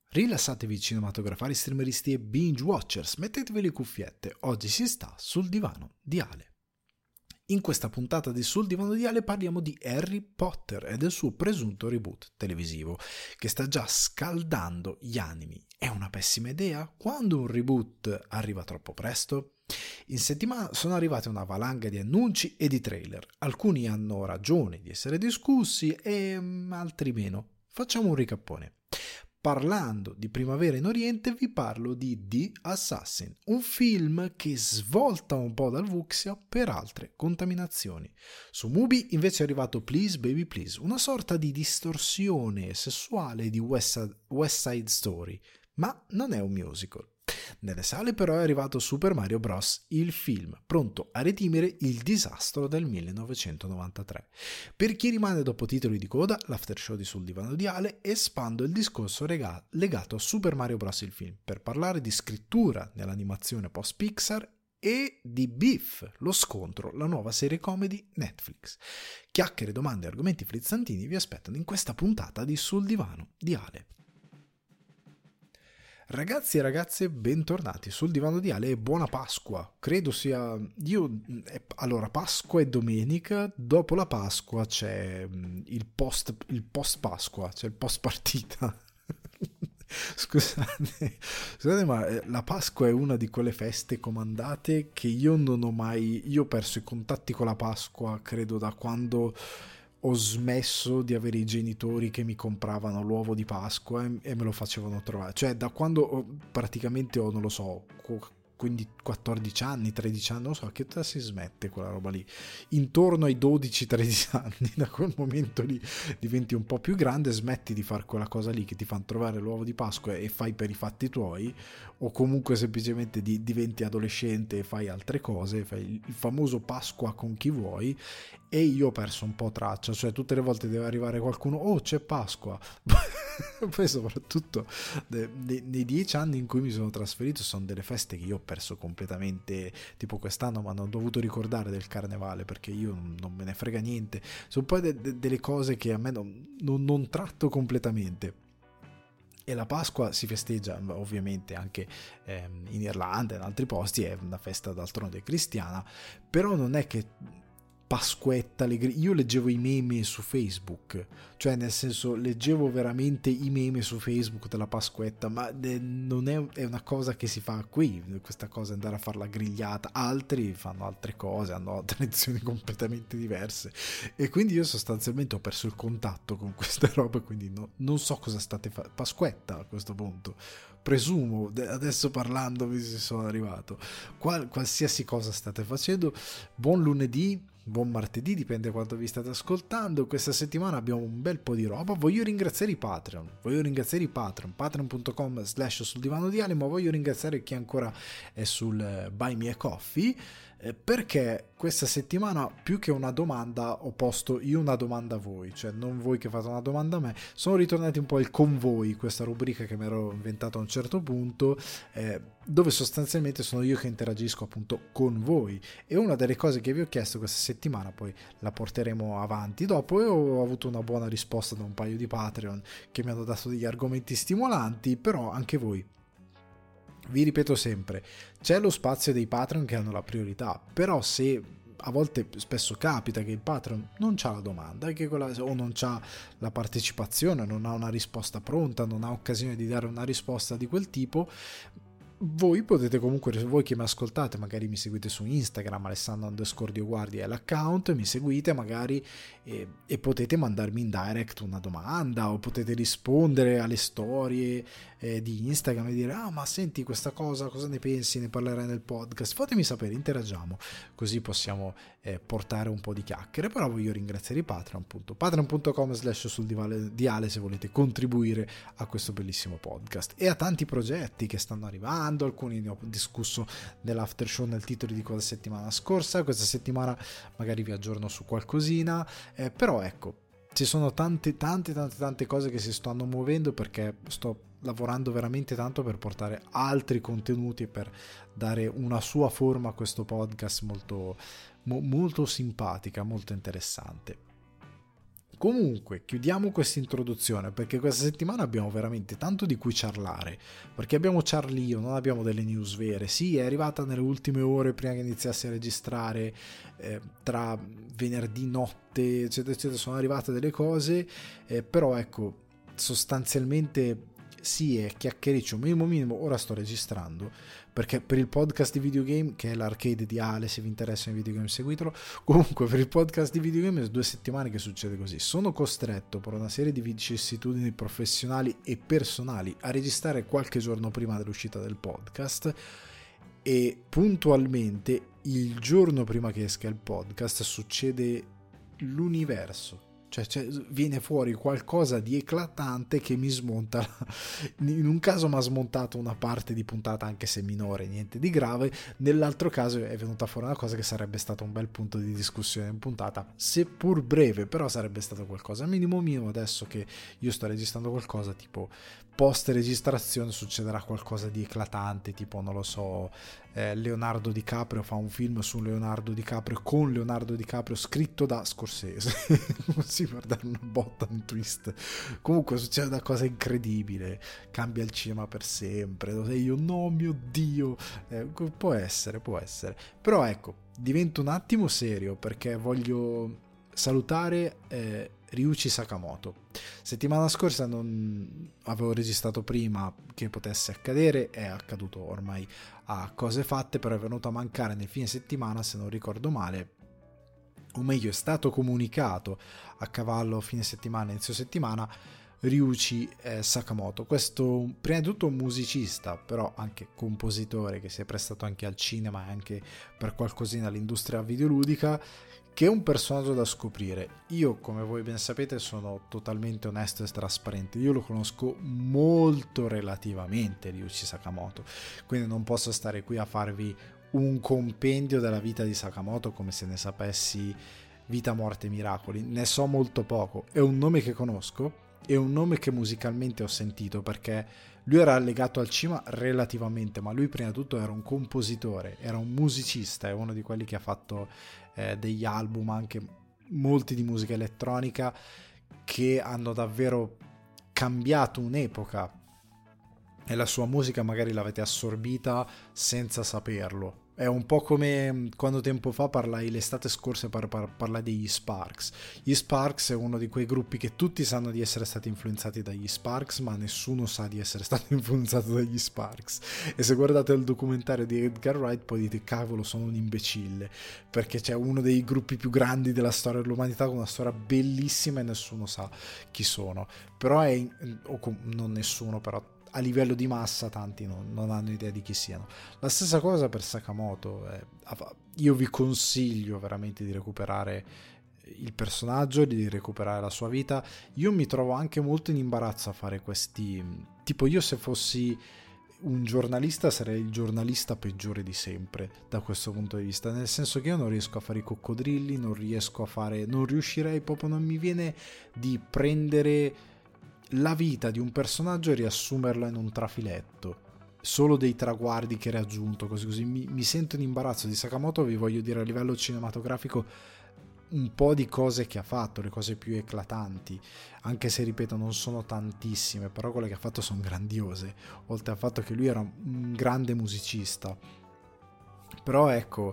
Rilassatevi cinematografari, streameristi e binge watchers, mettetevi le cuffiette, oggi si sta sul divano di Ale. In questa puntata di Sul divano di Ale parliamo di Harry Potter e del suo presunto reboot televisivo, che sta già scaldando gli animi. È una pessima idea? Quando un reboot arriva troppo presto? In settimana sono arrivate una valanga di annunci e di trailer, alcuni hanno ragione di essere discussi e altri meno. Facciamo un ricappone. Parlando di Primavera in Oriente vi parlo di The Assassin, un film che svolta un po' dal fucsia per altre contaminazioni. Su Mubi invece è arrivato Please Baby Please, una sorta di distorsione sessuale di West Side Story, ma non è un musical. Nelle sale però è arrivato Super Mario Bros., il film, pronto a redimere il disastro del 1993. Per chi rimane dopo titoli di coda, l'after show di Sul divano di Ale, espando il discorso legato a Super Mario Bros. Il film, per parlare di scrittura nell'animazione post-Pixar e di Beef, lo scontro, la nuova serie comedy Netflix. Chiacchiere, domande e argomenti frizzantini vi aspettano in questa puntata di Sul divano di Ale. Ragazzi e ragazze, bentornati sul divano di Ale e buona Pasqua. Credo sia... Allora, Pasqua è domenica, dopo la Pasqua c'è il post Pasqua, c'è il post partita. Scusate, ma la Pasqua è una di quelle feste comandate che io non ho mai... Io ho perso i contatti con la Pasqua, credo, da quando... ho smesso di avere i genitori che mi compravano l'uovo di Pasqua e me lo facevano trovare, cioè da quando praticamente ho, non lo so, quindi 14 anni, 13 anni, non so, che si smette quella roba lì, intorno ai 12-13 anni, da quel momento lì diventi un po' più grande, smetti di fare quella cosa lì che ti fanno trovare l'uovo di Pasqua e fai per i fatti tuoi, o comunque semplicemente diventi adolescente e fai altre cose, fai il famoso Pasqua con chi vuoi. E io ho perso un po' traccia, cioè tutte le volte deve arrivare qualcuno, oh c'è Pasqua. Poi soprattutto nei 10 anni in cui mi sono trasferito sono delle feste che io ho perso completamente, tipo quest'anno mi hanno dovuto ricordare del carnevale perché io non me ne frega niente, sono poi delle cose che a me non tratto completamente. E la Pasqua si festeggia ovviamente anche in Irlanda e in altri posti, è una festa d'altronde cristiana, però non è che Pasquetta, io leggevo i meme su Facebook, cioè nel senso leggevo veramente i meme su Facebook della Pasquetta, ma non è una cosa che si fa qui, questa cosa andare a fare la grigliata, altri fanno altre cose, hanno tradizioni completamente diverse e quindi io sostanzialmente ho perso il contatto con queste robe, quindi non so cosa state Pasquetta a questo punto, presumo, adesso parlando vi sono arrivato, qualsiasi cosa state facendo, buon lunedì, buon martedì, dipende quanto vi state ascoltando. Questa settimana abbiamo un bel po' di roba. Voglio ringraziare i Patreon, patreon.com/sul divano di Ale, ma voglio ringraziare chi ancora è sul Buy Me a Coffee, perché questa settimana più che una domanda ho posto io una domanda a voi, cioè non voi che fate una domanda a me, sono ritornati un po' il con voi, questa rubrica che mi ero inventato a un certo punto, dove sostanzialmente sono io che interagisco appunto con voi, e una delle cose che vi ho chiesto questa settimana poi la porteremo avanti dopo, e ho avuto una buona risposta da un paio di Patreon che mi hanno dato degli argomenti stimolanti, però anche voi, vi ripeto sempre, c'è lo spazio dei Patreon che hanno la priorità, però se a volte spesso capita che il Patreon non c'ha la domanda o non c'ha la partecipazione, non ha una risposta pronta, non ha occasione di dare una risposta di quel tipo, voi potete comunque, voi che mi ascoltate, magari mi seguite su Instagram, Alessandro_Dioguardi è l'account, mi seguite magari e potete mandarmi in direct una domanda o potete rispondere alle storie di Instagram e dire ma senti questa cosa ne pensi, ne parlerai nel podcast, fatemi sapere, interagiamo, così possiamo portare un po' di chiacchiere. Però voglio ringraziare i Patreon, appunto patreon.com/sul divano di Ale se volete contribuire a questo bellissimo podcast, e a tanti progetti che stanno arrivando, alcuni ne ho discusso nell'after show nel titolo di quella settimana scorsa, questa settimana magari vi aggiorno su qualcosina, però ecco, ci sono tante cose che si stanno muovendo perché sto lavorando veramente tanto per portare altri contenuti e per dare una sua forma a questo podcast molto simpatica, molto interessante. Comunque, chiudiamo questa introduzione perché questa settimana abbiamo veramente tanto di cui parlare, perché abbiamo Charlie, non abbiamo delle news vere. Sì, è arrivata nelle ultime ore prima che iniziassi a registrare, tra venerdì notte, eccetera, eccetera, sono arrivate delle cose, però ecco, sostanzialmente sì, è chiacchiericcio minimo, ora sto registrando, perché per il podcast di videogame, che è l'arcade di Ale, se vi interessano i videogame seguitelo. Comunque per il podcast di videogame è 2 settimane che succede così, sono costretto per una serie di vicissitudini professionali e personali a registrare qualche giorno prima dell'uscita del podcast, e puntualmente il giorno prima che esca il podcast succede l'universo. Cioè, viene fuori qualcosa di eclatante che mi smonta. In un caso mi ha smontato una parte di puntata, anche se minore, niente di grave. Nell'altro caso è venuta fuori una cosa che sarebbe stato un bel punto di discussione in puntata, seppur breve, però sarebbe stato qualcosa. Minimo adesso che io sto registrando qualcosa, tipo post registrazione succederà qualcosa di eclatante, tipo non lo so, Leonardo DiCaprio fa un film su Leonardo DiCaprio con Leonardo DiCaprio scritto da Scorsese così per dare una botta, un twist. Comunque succede una cosa incredibile, cambia il cinema per sempre, e io no mio Dio, può essere, però ecco, divento un attimo serio perché voglio salutare Ryuichi Sakamoto. Settimana scorsa non avevo registrato prima che potesse accadere, è accaduto ormai a cose fatte, però è venuto a mancare nel fine settimana, se non ricordo male, o meglio è stato comunicato a cavallo fine settimana, inizio settimana, Ryuichi Sakamoto. Questo prima di tutto un musicista, però anche compositore, che si è prestato anche al cinema e anche per qualcosina all'industria videoludica, che è un personaggio da scoprire. Io, come voi ben sapete, sono totalmente onesto e trasparente, io lo conosco molto relativamente Ryuichi Sakamoto, quindi non posso stare qui a farvi un compendio della vita di Sakamoto come se ne sapessi vita, morte e miracoli. Ne so molto poco, è un nome che conosco, è un nome che musicalmente ho sentito perché lui era legato al cinema relativamente, ma lui prima di tutto era un compositore, era un musicista, è uno di quelli che ha fatto degli album, anche molti di musica elettronica, che hanno davvero cambiato un'epoca, e la sua musica magari l'avete assorbita senza saperlo. È un po' come quando tempo fa parlai, l'estate scorsa parlai degli Sparks. Gli Sparks è uno di quei gruppi che tutti sanno di essere stati influenzati dagli Sparks, ma nessuno sa di essere stato influenzato dagli Sparks. E se guardate il documentario di Edgar Wright poi dite cavolo, sono un imbecille, perché c'è uno dei gruppi più grandi della storia dell'umanità con una storia bellissima e nessuno sa chi sono. Però non nessuno, però a livello di massa tanti non hanno idea di chi siano. La stessa cosa per Sakamoto. Io vi consiglio veramente di recuperare il personaggio, di recuperare la sua vita. Io mi trovo anche molto in imbarazzo a fare questi, tipo, io se fossi un giornalista sarei il giornalista peggiore di sempre da questo punto di vista, nel senso che io non riesco a fare i coccodrilli, non riuscirei proprio, non mi viene di prendere la vita di un personaggio e riassumerla in un trafiletto, solo dei traguardi che ha raggiunto, così mi sento in imbarazzo. Di Sakamoto vi voglio dire a livello cinematografico un po' di cose che ha fatto, le cose più eclatanti, anche se ripeto non sono tantissime, però quelle che ha fatto sono grandiose, oltre al fatto che lui era un grande musicista. Però ecco,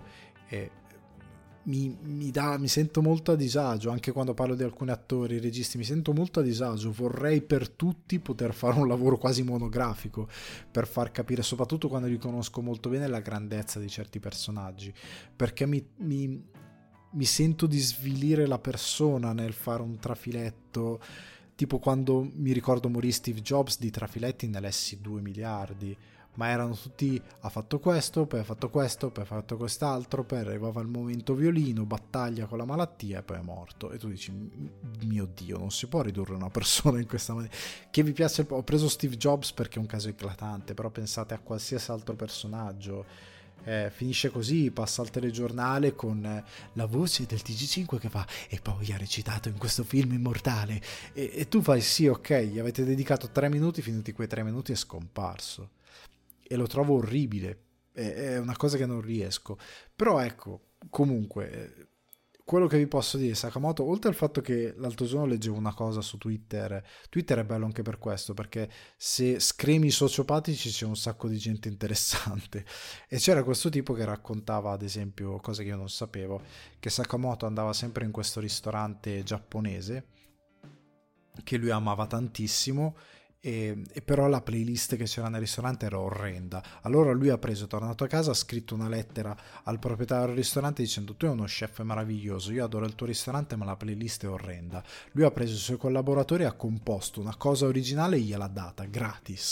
mi sento molto a disagio anche quando parlo di alcuni attori, registi, mi sento molto a disagio. Vorrei per tutti poter fare un lavoro quasi monografico per far capire, soprattutto quando riconosco molto bene la grandezza di certi personaggi, perché mi sento di svilire la persona nel fare un trafiletto, tipo quando mi ricordo morì Steve Jobs, di trafiletti ne lessi 2 miliardi, ma erano tutti ha fatto questo, poi ha fatto questo, poi ha fatto quest'altro, poi arrivava il momento violino, battaglia con la malattia e poi è morto. E tu dici mio Dio, non si può ridurre una persona in questa maniera. Che vi piace, ho preso Steve Jobs perché è un caso eclatante, però pensate a qualsiasi altro personaggio. Finisce così, passa al telegiornale con la voce del TG5 che fa e poi ha recitato in questo film immortale, e tu fai sì, ok, gli avete dedicato 3 minuti, finiti quei 3 minuti è scomparso, e lo trovo orribile, è una cosa che non riesco. Però ecco, comunque quello che vi posso dire, Sakamoto, oltre al fatto che l'altro giorno leggevo una cosa su Twitter è bello anche per questo, perché se scremi sociopatici c'è un sacco di gente interessante, e c'era questo tipo che raccontava, ad esempio, cose che io non sapevo, che Sakamoto andava sempre in questo ristorante giapponese, che lui amava tantissimo, e però la playlist che c'era nel ristorante era orrenda. Allora lui è tornato a casa, ha scritto una lettera al proprietario del ristorante dicendo: tu sei uno chef meraviglioso, io adoro il tuo ristorante ma la playlist è orrenda. Lui ha preso i suoi collaboratori, ha composto una cosa originale e gliel'ha data gratis.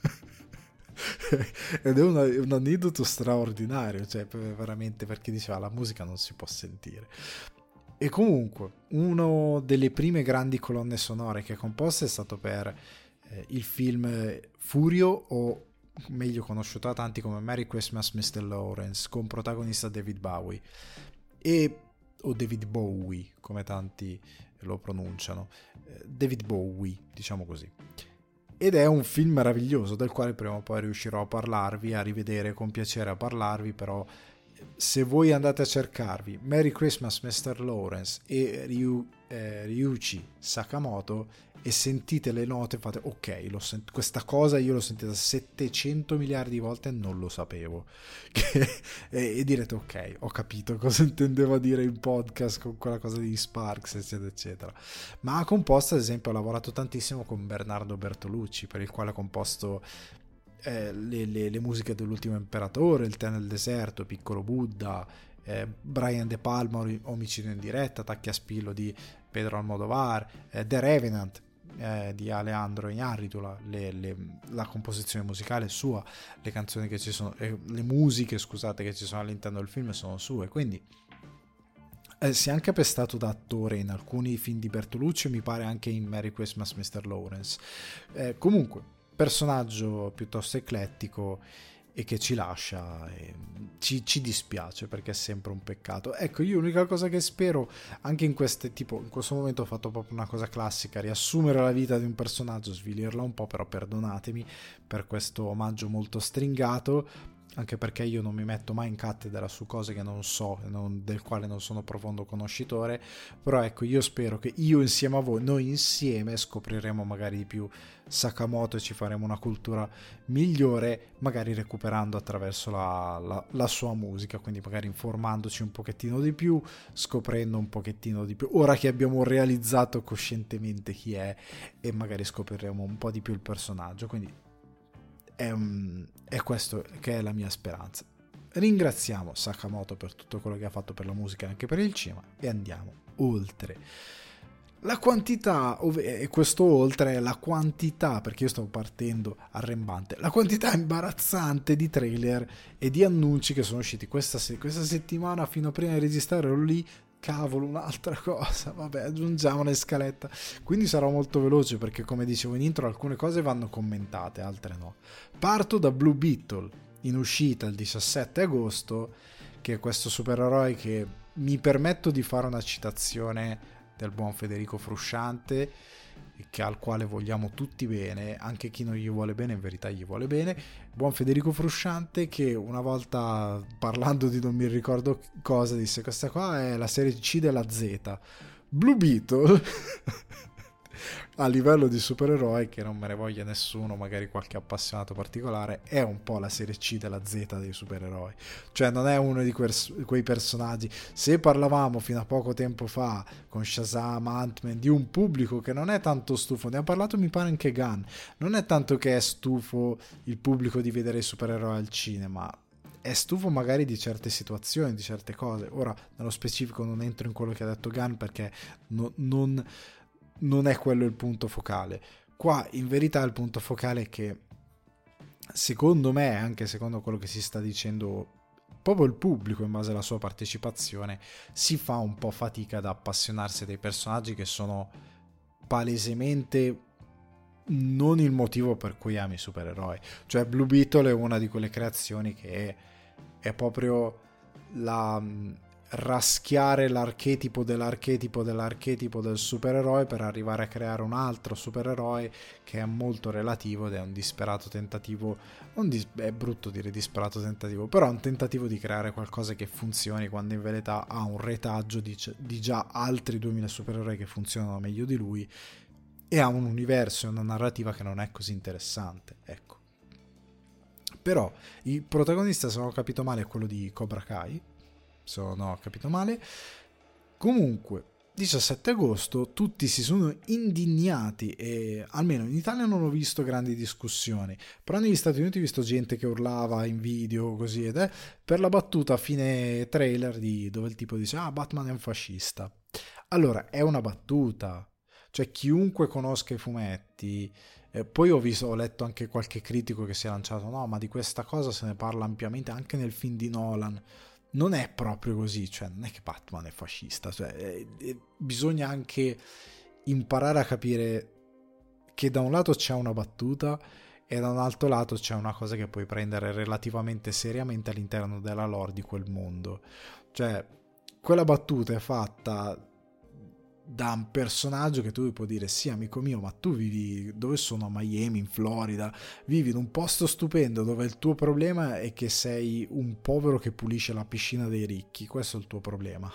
Ed è un aneddoto straordinario, cioè veramente, perché diceva la musica non si può sentire. E comunque, una delle prime grandi colonne sonore che ha composto è stato per il film Furio, o meglio conosciuto da tanti come Merry Christmas Mr. Lawrence, con protagonista David Bowie, o David Bowie come tanti lo pronunciano, David Bowie, diciamo così. Ed è un film meraviglioso del quale prima o poi riuscirò a parlarvi, a rivedere con piacere, a parlarvi. Però se voi andate a cercarvi Merry Christmas Mr. Lawrence e Ryuichi Sakamoto e sentite le note, fate ok, questa cosa io l'ho sentita 700 miliardi di volte e non lo sapevo. E direte ok, ho capito cosa intendeva dire in podcast con quella cosa di Sparks, eccetera eccetera. Ma ha composto, ad esempio, ha lavorato tantissimo con Bernardo Bertolucci, per il quale ha composto le musiche dell'Ultimo Imperatore, Il tè nel deserto, Piccolo Buddha, Brian De Palma, Omicidio in diretta, Tacchi a spillo di Pedro Almodovar, The Revenant di Alejandro Iñárritu, la composizione musicale sua, le canzoni che ci sono, le musiche, scusate, che ci sono all'interno del film sono sue. Quindi si è anche prestato da attore in alcuni film di Bertolucci, mi pare anche in Merry Christmas Mr. Lawrence. Comunque, personaggio piuttosto eclettico e che ci lascia, e ci dispiace, perché è sempre un peccato. Ecco, io l'unica cosa che spero anche in questo momento ho fatto proprio una cosa classica, riassumere la vita di un personaggio, svilirla un po', però perdonatemi per questo omaggio molto stringato, anche perché io non mi metto mai in cattedra su cose che non so, del quale non sono profondo conoscitore. Però ecco, io spero che io insieme a voi, noi insieme, scopriremo magari di più Sakamoto e ci faremo una cultura migliore, magari recuperando attraverso la sua musica, quindi magari informandoci un pochettino di più, scoprendo un pochettino di più, ora che abbiamo realizzato coscientemente chi è, e magari scopriremo un po' di più il personaggio. Quindi è questo che è la mia speranza. Ringraziamo Sakamoto per tutto quello che ha fatto per la musica e anche per il cinema, e andiamo oltre. La quantità, e questo oltre è la quantità, perché io stavo partendo arrembante, la quantità imbarazzante di trailer e di annunci che sono usciti questa settimana. Fino a prima di registrare ero lì, cavolo, un'altra cosa, vabbè, aggiungiamo una scaletta. Quindi sarò molto veloce, perché come dicevo in intro, alcune cose vanno commentate, altre no. Parto da Blue Beetle, in uscita il 17 agosto, che è questo supereroe che mi permetto di fare una citazione del buon Federico Frusciante, al quale vogliamo tutti bene, anche chi non gli vuole bene in verità gli vuole bene. Buon Federico Frusciante, che una volta, parlando di non mi ricordo cosa, disse: questa qua è la serie C della Z. Blue Beetle a livello di supereroi, che non me ne voglia nessuno, magari qualche appassionato particolare, è un po' la serie C della Z dei supereroi. Cioè non è uno di quei personaggi. Se parlavamo fino a poco tempo fa con Shazam, Ant-Man, di un pubblico che non è tanto stufo, ne ha parlato mi pare anche Gunn, non è tanto che è stufo il pubblico di vedere i supereroi al cinema, è stufo magari di certe situazioni, di certe cose. Ora nello specifico non entro in quello che ha detto Gunn, perché non è quello il punto focale. Qua in verità il punto focale è che, secondo me, anche secondo quello che si sta dicendo proprio il pubblico in base alla sua partecipazione, si fa un po' fatica ad appassionarsi dei personaggi che sono palesemente non il motivo per cui ami i supereroi. Cioè Blue Beetle è una di quelle creazioni che è proprio raschiare l'archetipo dell'archetipo dell'archetipo del supereroe per arrivare a creare un altro supereroe che è molto relativo ed è un disperato tentativo, è brutto dire disperato tentativo, però è un tentativo di creare qualcosa che funzioni quando in verità ha un retaggio di già altri 2000 supereroi che funzionano meglio di lui e ha un universo e una narrativa che non è così interessante, ecco. Però il protagonista, se non ho capito male, è quello di Cobra Kai, se non ho capito male. Comunque 17 agosto tutti si sono indignati e almeno in Italia non ho visto grandi discussioni, però negli Stati Uniti ho visto gente che urlava in video così ed è per la battuta a fine trailer dove il tipo dice Batman è un fascista. Allora è una battuta, cioè chiunque conosca i fumetti, poi ho letto anche qualche critico che si è lanciato no ma di questa cosa se ne parla ampiamente anche nel film di Nolan. Non è proprio così, cioè non è che Batman è fascista, cioè bisogna anche imparare a capire che da un lato c'è una battuta e da un altro lato c'è una cosa che puoi prendere relativamente seriamente all'interno della lore di quel mondo. Cioè quella battuta è fatta da un personaggio che tu puoi dire sì amico mio ma tu vivi dove sono a Miami in Florida, vivi in un posto stupendo dove il tuo problema è che sei un povero che pulisce la piscina dei ricchi, questo è il tuo problema.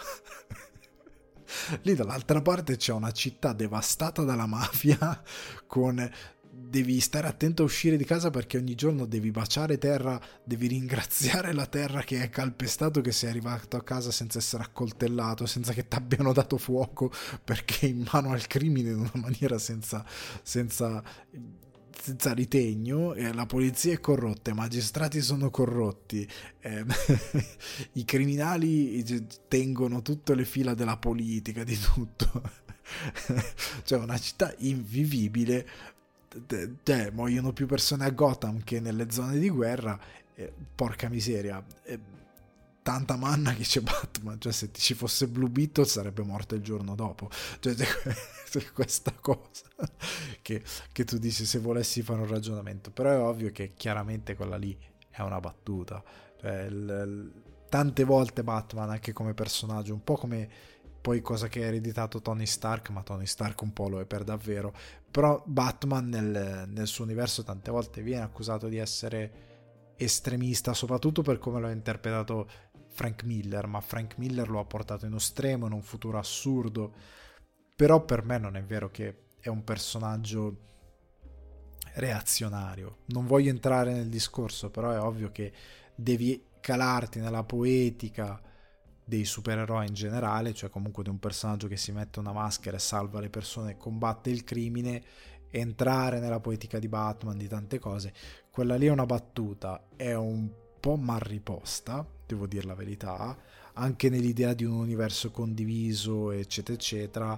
Lì dall'altra parte c'è una città devastata dalla mafia con devi stare attento a uscire di casa perché ogni giorno devi baciare terra, devi ringraziare la terra che hai calpestato, che sei arrivato a casa senza essere accoltellato, senza che ti abbiano dato fuoco perché in mano al crimine in una maniera senza ritegno, la polizia è corrotta, i magistrati sono corrotti, i criminali tengono tutte le fila della politica, di tutto. Cioè una città invivibile. Muoiono più persone a Gotham che nelle zone di guerra, porca miseria, tanta manna che c'è Batman, cioè se ci fosse Blue Beetle sarebbe morto il giorno dopo, cioè c'è questa cosa che tu dici se volessi fare un ragionamento, però è ovvio che chiaramente quella lì è una battuta, cioè tante volte Batman anche come personaggio, un po' come poi cosa che ha ereditato Tony Stark, ma Tony Stark un po' lo è per davvero, però Batman nel suo universo tante volte viene accusato di essere estremista, soprattutto per come lo ha interpretato Frank Miller, ma Frank Miller lo ha portato in uno estremo, in un futuro assurdo, però per me non è vero che è un personaggio reazionario. Non voglio entrare nel discorso, però è ovvio che devi calarti nella poetica dei supereroi in generale, cioè comunque di un personaggio che si mette una maschera e salva le persone e combatte il crimine, entrare nella poetica di Batman, di tante cose. Quella lì è una battuta, è un po' mal riposta, devo dire la verità, anche nell'idea di un universo condiviso eccetera eccetera.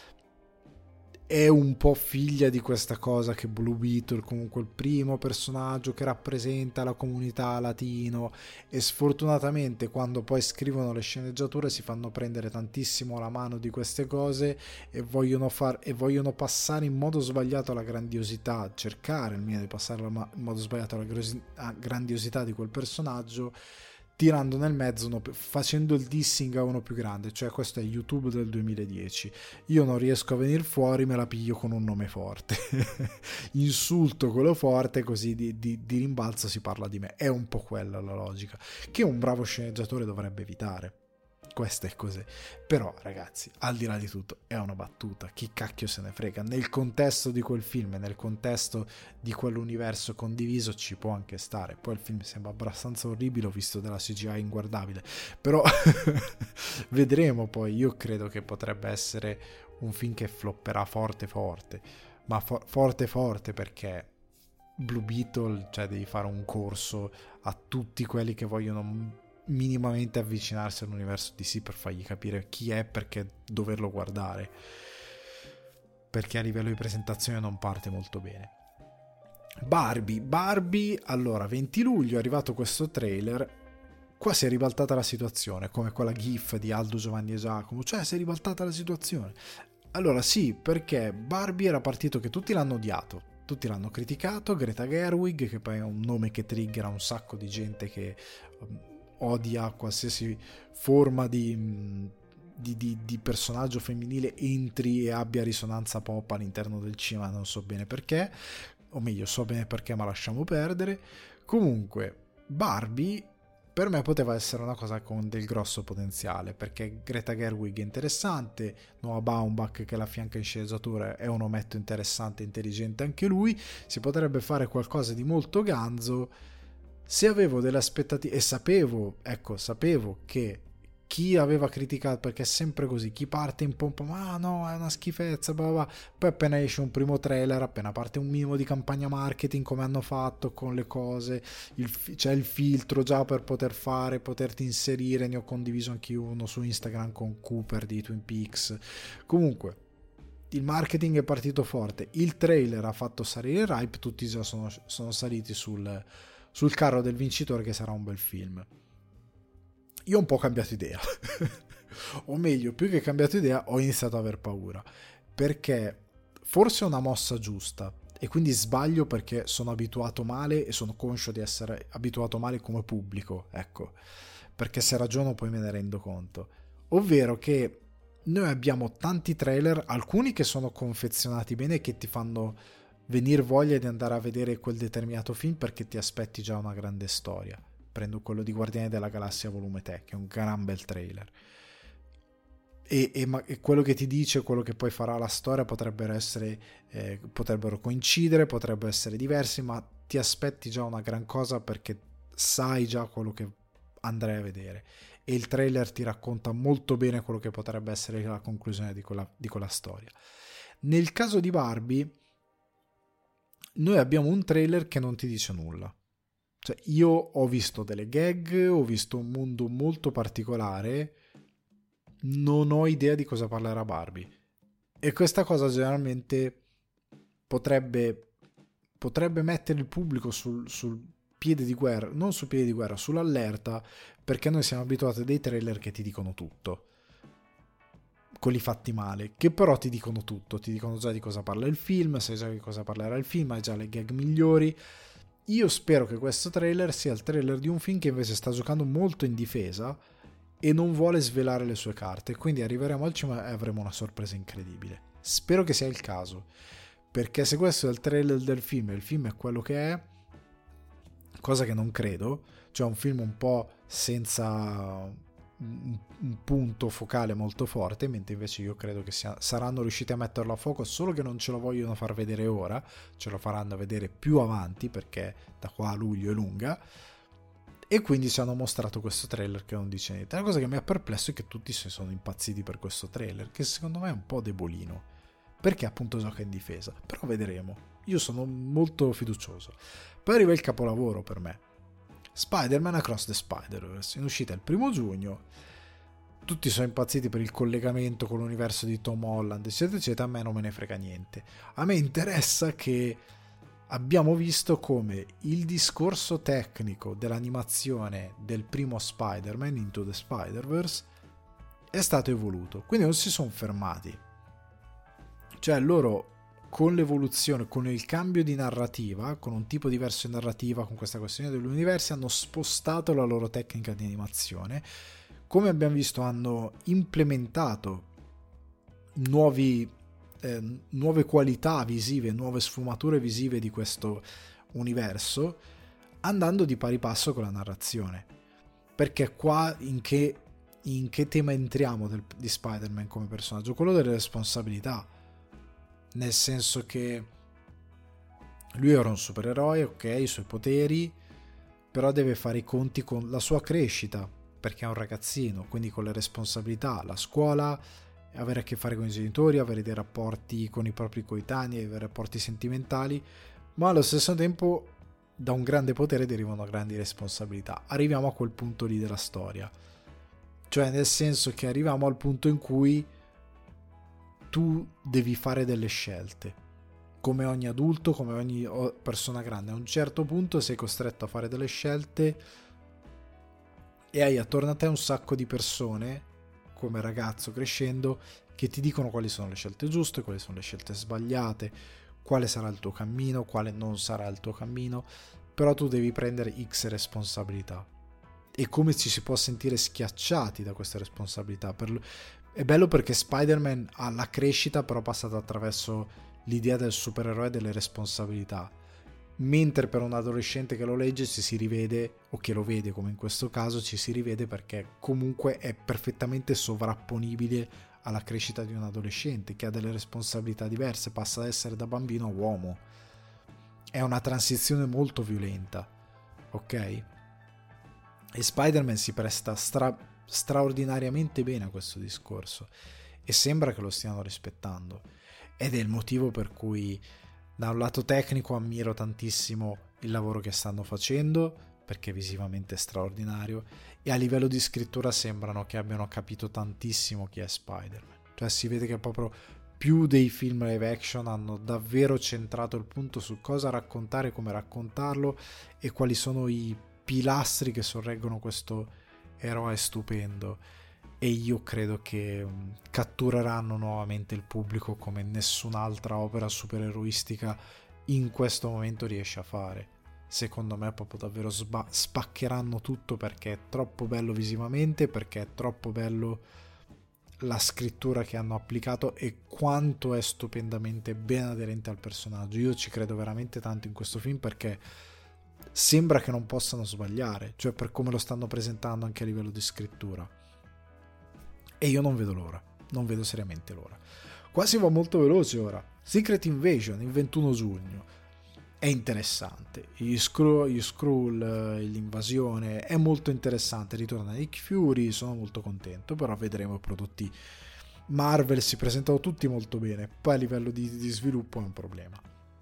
È un po' figlia di questa cosa che Blue Beetle, comunque il primo personaggio che rappresenta la comunità latino, e sfortunatamente quando poi scrivono le sceneggiature si fanno prendere tantissimo la mano di queste cose e vogliono passare in modo sbagliato la grandiosità, cercare almeno di passare in modo sbagliato la grandiosità di quel personaggio, tirando nel mezzo facendo il dissing a uno più grande, cioè questo è YouTube del 2010, io non riesco a venire fuori, me la piglio con un nome forte, insulto quello forte così di rimbalzo si parla di me, è un po' quella la logica che un bravo sceneggiatore dovrebbe evitare. Queste cose, però ragazzi, al di là di tutto è una battuta, chi cacchio se ne frega, nel contesto di quel film, nel contesto di quell'universo condiviso ci può anche stare. Poi il film sembra abbastanza orribile, ho visto della CGI inguardabile, però vedremo. Poi io credo che potrebbe essere un film che flopperà forte ma forte perché Blue Beetle, cioè devi fare un corso a tutti quelli che vogliono minimamente avvicinarsi all'universo DC per fargli capire chi è, perché doverlo guardare, perché a livello di presentazione non parte molto bene. Barbie, allora 20 luglio è arrivato questo trailer, qua si è ribaltata la situazione, come quella gif di Aldo, Giovanni e Giacomo, cioè si è ribaltata la situazione. Allora sì, perché Barbie era partito che tutti l'hanno odiato, tutti l'hanno criticato, Greta Gerwig, che poi è un nome che triggera un sacco di gente che odia qualsiasi forma di personaggio femminile entri e abbia risonanza pop all'interno del cinema, non so bene perché, o meglio so bene perché, ma lasciamo perdere. Comunque Barbie per me poteva essere una cosa con del grosso potenziale, perché Greta Gerwig è interessante, Noah Baumbach che la fianca in sceneggiatura è un ometto interessante e intelligente anche lui, si potrebbe fare qualcosa di molto ganzo. Se avevo delle aspettative e sapevo che chi aveva criticato, perché è sempre così, chi parte in pompa, ma no, è una schifezza, blah blah, poi appena esce un primo trailer, appena parte un minimo di campagna marketing come hanno fatto con le cose, c'è il filtro già per poterti inserire, ne ho condiviso anche uno su Instagram con Cooper di Twin Peaks. Comunque il marketing è partito forte, il trailer ha fatto salire il hype, tutti già sono saliti sul carro del vincitore, che sarà un bel film. Io ho un po' cambiato idea, o meglio, più che cambiato idea, ho iniziato ad aver paura, perché forse è una mossa giusta, e quindi sbaglio perché sono abituato male e sono conscio di essere abituato male come pubblico, ecco, perché se ragiono poi me ne rendo conto, ovvero che noi abbiamo tanti trailer, alcuni che sono confezionati bene e che ti fanno venire voglia di andare a vedere quel determinato film perché ti aspetti già una grande storia. Prendo quello di Guardiani della Galassia volume 3, che è un gran bel trailer, e quello che ti dice, quello che poi farà la storia potrebbero coincidere, potrebbero essere diversi, ma ti aspetti già una gran cosa perché sai già quello che andrai a vedere, e il trailer ti racconta molto bene quello che potrebbe essere la conclusione di quella storia. Nel caso di Barbie noi abbiamo un trailer che non ti dice nulla. Cioè, io ho visto delle gag, ho visto un mondo molto particolare, non ho idea di cosa parlerà Barbie. E questa cosa generalmente potrebbe mettere il pubblico sul piede di guerra, non sul piede di guerra, sull'allerta, perché noi siamo abituati a dei trailer che ti dicono tutto, quelli fatti male, che però ti dicono tutto, ti dicono già di cosa parla il film, sai già di cosa parlerà il film, hai già le gag migliori. Io spero che questo trailer sia il trailer di un film che invece sta giocando molto in difesa e non vuole svelare le sue carte, quindi arriveremo al cinema e avremo una sorpresa incredibile. Spero che sia il caso, perché se questo è il trailer del film e il film è quello che è, cosa che non credo, cioè un film un po' senza un punto focale molto forte, mentre invece io credo che saranno riusciti a metterlo a fuoco, solo che non ce lo vogliono far vedere ora, ce lo faranno vedere più avanti perché da qua a luglio è lunga, e quindi ci hanno mostrato questo trailer che non dice niente. La cosa che mi ha perplesso è che tutti si sono impazziti per questo trailer, che secondo me è un po' debolino, perché appunto gioca in difesa, però vedremo, io sono molto fiducioso. Poi arriva il capolavoro per me, Spider-Man Across the Spider-Verse, in uscita il 1 giugno. Tutti sono impazziti per il collegamento con l'universo di Tom Holland, eccetera eccetera. A me non me ne frega niente, a me interessa che abbiamo visto come il discorso tecnico dell'animazione del primo Spider-Man Into the Spider-Verse è stato evoluto, quindi non si sono fermati, cioè loro con l'evoluzione, con il cambio di narrativa, con un tipo diverso di narrativa, con questa questione degli universi, hanno spostato la loro tecnica di animazione. Come abbiamo visto, hanno implementato nuove qualità visive, nuove sfumature visive di questo universo, andando di pari passo con la narrazione. Perché qua in che tema entriamo di Spider-Man come personaggio? Quello delle responsabilità. Nel senso che lui era un supereroe, ok, i suoi poteri, però deve fare i conti con la sua crescita, perché è un ragazzino, quindi con le responsabilità, la scuola, avere a che fare con i genitori, avere dei rapporti con i propri coetanei, avere rapporti sentimentali, ma allo stesso tempo da un grande potere derivano grandi responsabilità. Arriviamo a quel punto lì della storia, cioè nel senso che arriviamo al punto in cui tu devi fare delle scelte, come ogni adulto, come ogni persona grande. A un certo punto sei costretto a fare delle scelte e hai attorno a te un sacco di persone, come ragazzo crescendo, che ti dicono quali sono le scelte giuste, quali sono le scelte sbagliate, quale sarà il tuo cammino, quale non sarà il tuo cammino, però tu devi prendere X responsabilità. e come ci si può sentire schiacciati da queste responsabilità. È bello perché Spider-Man ha la crescita però passata attraverso l'idea del supereroe e delle responsabilità, mentre per un adolescente che lo legge ci si rivede, o che lo vede come in questo caso, ci si rivede perché comunque è perfettamente sovrapponibile alla crescita di un adolescente che ha delle responsabilità diverse, passa da essere da bambino a uomo. È una transizione molto violenta, ok? E Spider-Man si presta straordinariamente bene a questo discorso e sembra che lo stiano rispettando, ed è il motivo per cui da un lato tecnico ammiro tantissimo il lavoro che stanno facendo, perché visivamente è straordinario, e a livello di scrittura sembrano che abbiano capito tantissimo chi è Spider-Man. Cioè si vede che proprio più dei film live action hanno davvero centrato il punto su cosa raccontare, come raccontarlo e quali sono i pilastri che sorreggono questo eroe stupendo. E io credo che cattureranno nuovamente il pubblico come nessun'altra opera supereroistica in questo momento riesce a fare. Secondo me proprio davvero spaccheranno tutto, perché è troppo bello visivamente, perché è troppo bello la scrittura che hanno applicato e quanto è stupendamente ben aderente al personaggio. Io ci credo veramente tanto in questo film, perché sembra che non possano sbagliare, cioè per come lo stanno presentando anche a livello di scrittura. E io non vedo l'ora, non vedo seriamente l'ora. Qua si va molto veloce ora. Secret Invasion il 21 giugno è interessante, gli Skrull, l'invasione è molto interessante, ritorna Nick Fury, sono molto contento, però vedremo i prodotti Marvel, si presentano tutti molto bene, poi a livello di sviluppo è un problema.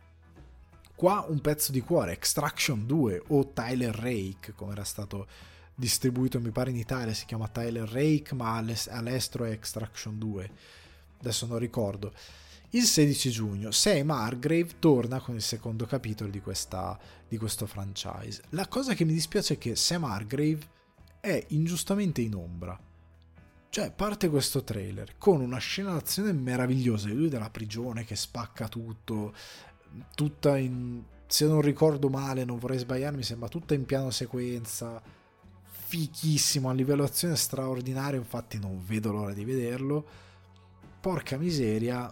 Qua un pezzo di cuore, Extraction 2 o Tyler Rake come era stato distribuito, mi pare in Italia si chiama Tyler Rake, ma all'estero è Extraction 2, adesso non ricordo. Il 16 giugno Sam Hargrave torna con il secondo capitolo di questo franchise. La cosa che mi dispiace è che Sam Hargrave è ingiustamente in ombra. Cioè parte questo trailer con una scena d'azione meravigliosa di lui dalla prigione che spacca tutto, tutta in, se non ricordo male, non vorrei sbagliarmi, sembra tutta in piano sequenza, fichissimo, a livello azione straordinario, infatti non vedo l'ora di vederlo. Porca miseria,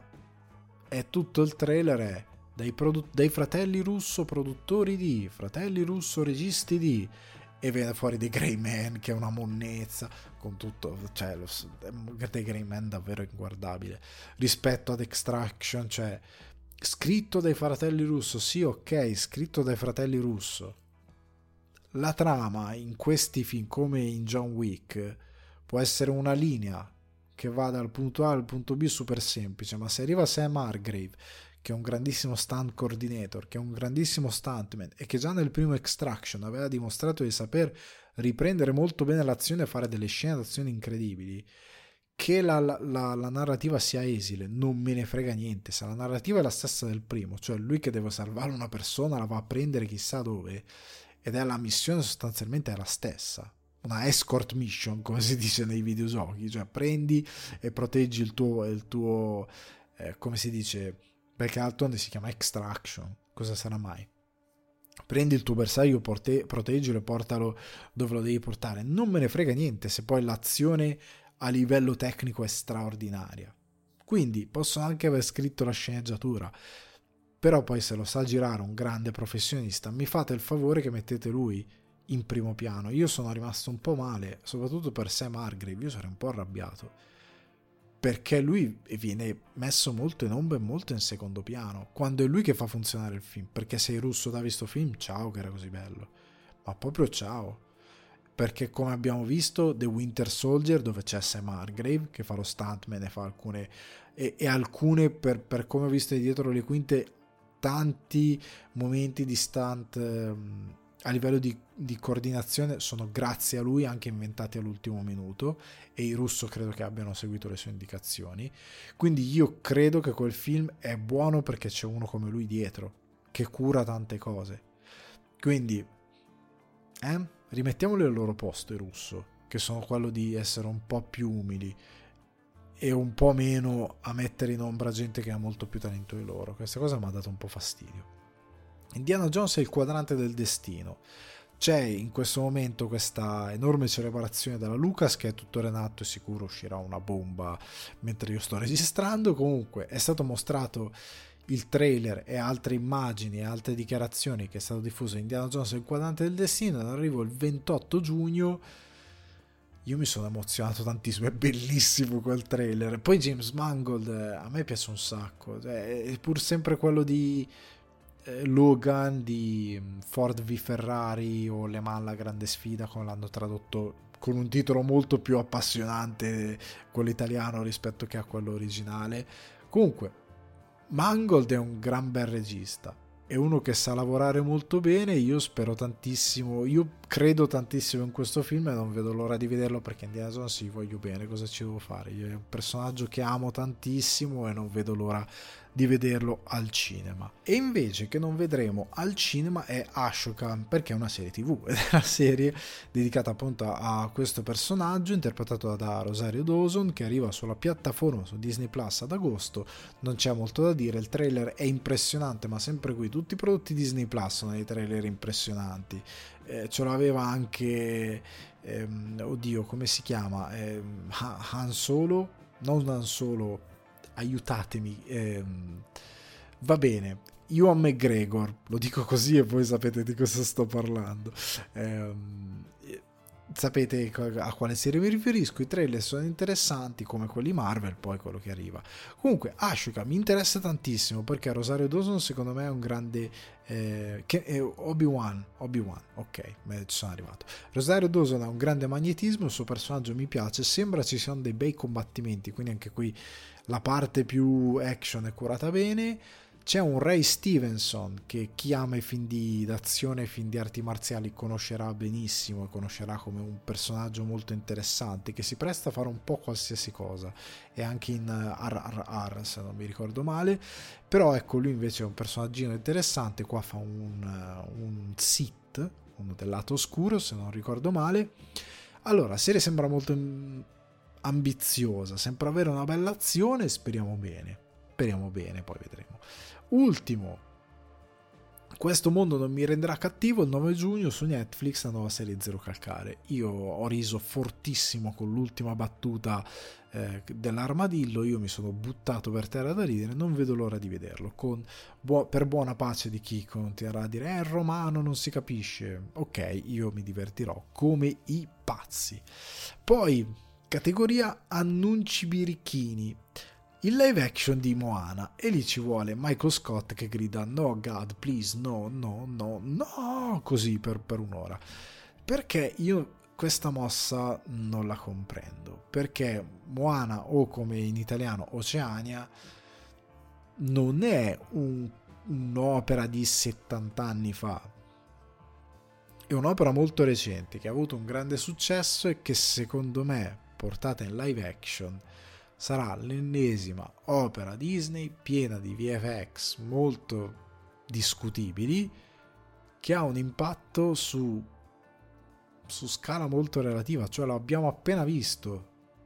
è tutto il trailer è dai fratelli Russo produttori di, fratelli Russo registi di, e viene fuori The Gray Man che è una monnezza, con tutto, cioè The Gray Man davvero inguardabile rispetto ad Extraction, cioè scritto dai fratelli Russo, sì ok, scritto dai fratelli Russo. La trama in questi film, come in John Wick, può essere una linea che va dal punto A al punto B super semplice, ma se arriva Sam Hargrave, che è un grandissimo stunt coordinator, che è un grandissimo stuntman e che già nel primo Extraction aveva dimostrato di saper riprendere molto bene l'azione e fare delle scene d'azione incredibili, che la narrativa sia esile, non me ne frega niente. Se la narrativa è la stessa del primo, cioè lui che deve salvare una persona, la va a prendere chissà dove, ed è la missione sostanzialmente è la stessa, una escort mission come si dice nei videogiochi, cioè prendi e proteggi il tuo come si dice, perché d'altronde si chiama Extraction, cosa sarà mai? Prendi il tuo bersaglio, proteggilo e portalo dove lo devi portare. Non me ne frega niente se poi l'azione a livello tecnico è straordinaria. Quindi possono anche aver scritto la sceneggiatura, però poi se lo sa girare un grande professionista, mi fate il favore che mettete lui in primo piano. Io sono rimasto un po' male, soprattutto per Sam Hargrave, io sarei un po' arrabbiato, perché lui viene messo molto in ombra e molto in secondo piano, quando è lui che fa funzionare il film, perché sei russo da visto film, ciao che era così bello, ma proprio ciao, perché come abbiamo visto The Winter Soldier, dove c'è Sam Hargrave che fa lo stuntman e fa alcune e alcune per come ho visto dietro le quinte tanti momenti di stunt a livello di coordinazione sono grazie a lui, anche inventati all'ultimo minuto, e i russo credo che abbiano seguito le sue indicazioni. Quindi io credo che quel film è buono perché c'è uno come lui dietro che cura tante cose. Quindi rimettiamoli al loro posto i russo, che sono quello di essere un po' più umili e un po' meno a mettere in ombra gente che ha molto più talento di loro. Questa cosa mi ha dato un po' fastidio. Indiana Jones è il quadrante del destino, c'è in questo momento questa enorme celebrazione della Lucas che è tuttora in atto e sicuro uscirà una bomba mentre io sto registrando. Comunque è stato mostrato il trailer e altre immagini e altre dichiarazioni che è stato diffuso Indiana Jones e il quadrante del destino, in arrivo il 28 giugno. Io mi sono emozionato tantissimo, è bellissimo quel trailer. Poi James Mangold a me piace un sacco, è pur sempre quello di Logan, di Ford v Ferrari o Le Mans la grande sfida, come l'hanno tradotto, con un titolo molto più appassionante quello italiano rispetto che a quello originale. Comunque Mangold è un gran bel regista, è uno che sa lavorare molto bene. Io spero tantissimo, io credo tantissimo in questo film e non vedo l'ora di vederlo, perché Indiana Jones sì, voglio bene, cosa ci devo fare? Io è un personaggio che amo tantissimo e non vedo l'ora di vederlo al cinema. E invece che non vedremo al cinema è Ashoka, perché è una serie TV ed è una serie dedicata appunto a questo personaggio interpretato da Rosario Dawson, che arriva sulla piattaforma su Disney Plus ad agosto. Non c'è molto da dire, il trailer è impressionante, ma sempre qui tutti i prodotti Disney Plus sono dei trailer impressionanti. Ce l'aveva anche oddio, come si chiama, Han Solo, non Han Solo, aiutatemi, va bene, Ewan McGregor, lo dico così e voi sapete di cosa sto parlando. Sapete a quale serie mi riferisco. I trailer sono interessanti come quelli Marvel, poi quello che arriva. Comunque Ashoka mi interessa tantissimo, perché Rosario Dawson secondo me è un grande Obi-Wan, ok, ci sono arrivato. Rosario Dawson ha un grande magnetismo, il suo personaggio mi piace, sembra ci siano dei bei combattimenti, quindi anche qui la parte più action è curata bene. C'è un Ray Stevenson che chi ama i film d'azione e film di arti marziali conoscerà benissimo, e conoscerà come un personaggio molto interessante che si presta a fare un po' qualsiasi cosa, e anche in RRR se non mi ricordo male. Però ecco, lui invece è un personaggino interessante, qua fa un Sith, uno del lato oscuro se non ricordo male. Allora, la serie sembra molto ambiziosa, sembra avere una bella azione, speriamo bene, poi vedremo. Ultimo, questo mondo non mi renderà cattivo, il 9 giugno su Netflix, la nuova serie Zero Calcare. Io ho riso fortissimo con l'ultima battuta dell'armadillo, io mi sono buttato per terra da ridere, non vedo l'ora di vederlo, per buona pace di chi continuerà a dire è romano, non si capisce. Ok, io mi divertirò come i pazzi. Poi categoria annunci birichini, il live action di Moana, e lì ci vuole Michael Scott che grida no God please, no no no no, così per un'ora, perché io questa mossa non la comprendo, perché Moana, o come in italiano Oceania, non è un'opera di 70 anni fa, è un'opera molto recente che ha avuto un grande successo e che secondo me, portata in live action, sarà l'ennesima opera Disney piena di VFX molto discutibili, che ha un impatto su scala molto relativa. Cioè, lo abbiamo appena visto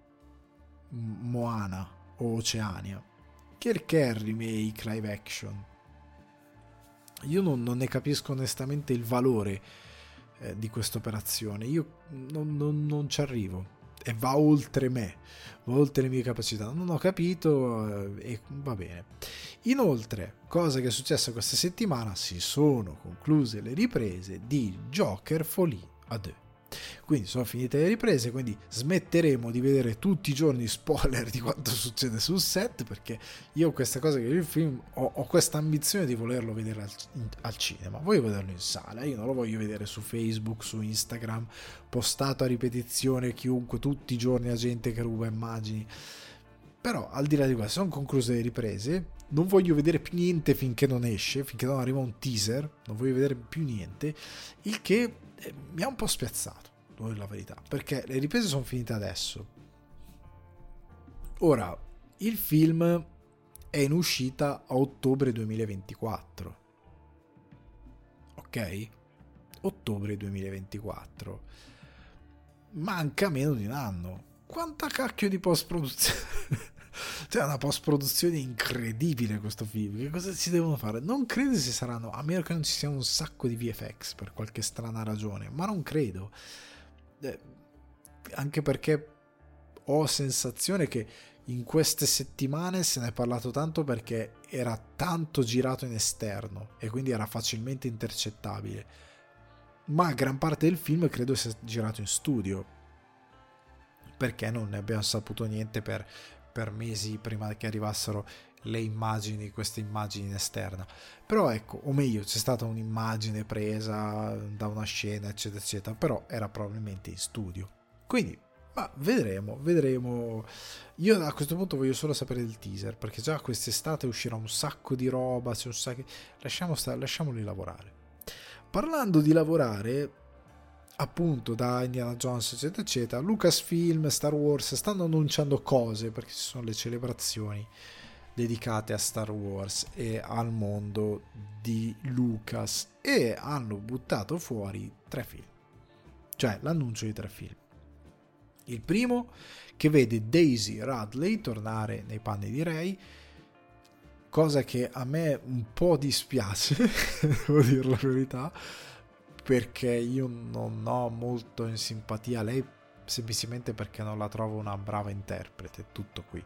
Moana o Oceania, che è il remake live action. Io non ne capisco onestamente il valore di questa operazione. Io non ci arrivo, e va oltre me, va oltre le mie capacità, non ho capito, e va bene. Inoltre, cosa che è successa questa settimana, si sono concluse le riprese di Joker Folie à Deux. Quindi sono finite le riprese, quindi smetteremo di vedere tutti i giorni spoiler di quanto succede sul set, perché io ho questa cosa che il film ho questa ambizione di volerlo vedere al cinema, voglio vederlo in sala, io non lo voglio vedere su Facebook, su Instagram, postato a ripetizione chiunque, tutti i giorni a gente che ruba immagini. Però al di là di questo, sono concluse le riprese, non voglio vedere più niente finché non esce, finché non arriva un teaser, non voglio vedere più niente, il che mi ha un po' spiazzato, devo dire la verità, perché le riprese sono finite adesso. Ora, il film è in uscita a ottobre 2024, ok? Ottobre 2024, manca meno di un anno. Quanta cacchio di post produzione Cioè, è una post-produzione incredibile questo film. Che cosa si devono fare? Non credo si saranno, a meno che non ci sia un sacco di VFX per qualche strana ragione, ma non credo. Anche perché ho sensazione che in queste settimane se ne è parlato tanto perché era tanto girato in esterno e quindi era facilmente intercettabile, ma gran parte del film credo sia girato in studio, perché non ne abbiamo saputo niente per mesi prima che arrivassero le immagini, queste immagini in esterna. Però ecco, o meglio, c'è stata un'immagine presa da una scena eccetera eccetera, però era probabilmente in studio, quindi ma vedremo. Io a questo punto voglio solo sapere il teaser, perché già quest'estate uscirà un sacco di roba, c'è un sacco... lasciamoli lavorare. Parlando di lavorare, appunto, da Indiana Jones eccetera eccetera, Lucasfilm, Star Wars stanno annunciando cose, perché ci sono le celebrazioni dedicate a Star Wars e al mondo di Lucas, e hanno buttato fuori 3 film, cioè l'annuncio di 3 film. Il primo, che vede Daisy Ridley tornare nei panni di Rey, cosa che a me un po' dispiace, devo dire la verità, perché io non ho molto in simpatia lei, semplicemente perché non la trovo una brava interprete, tutto qui.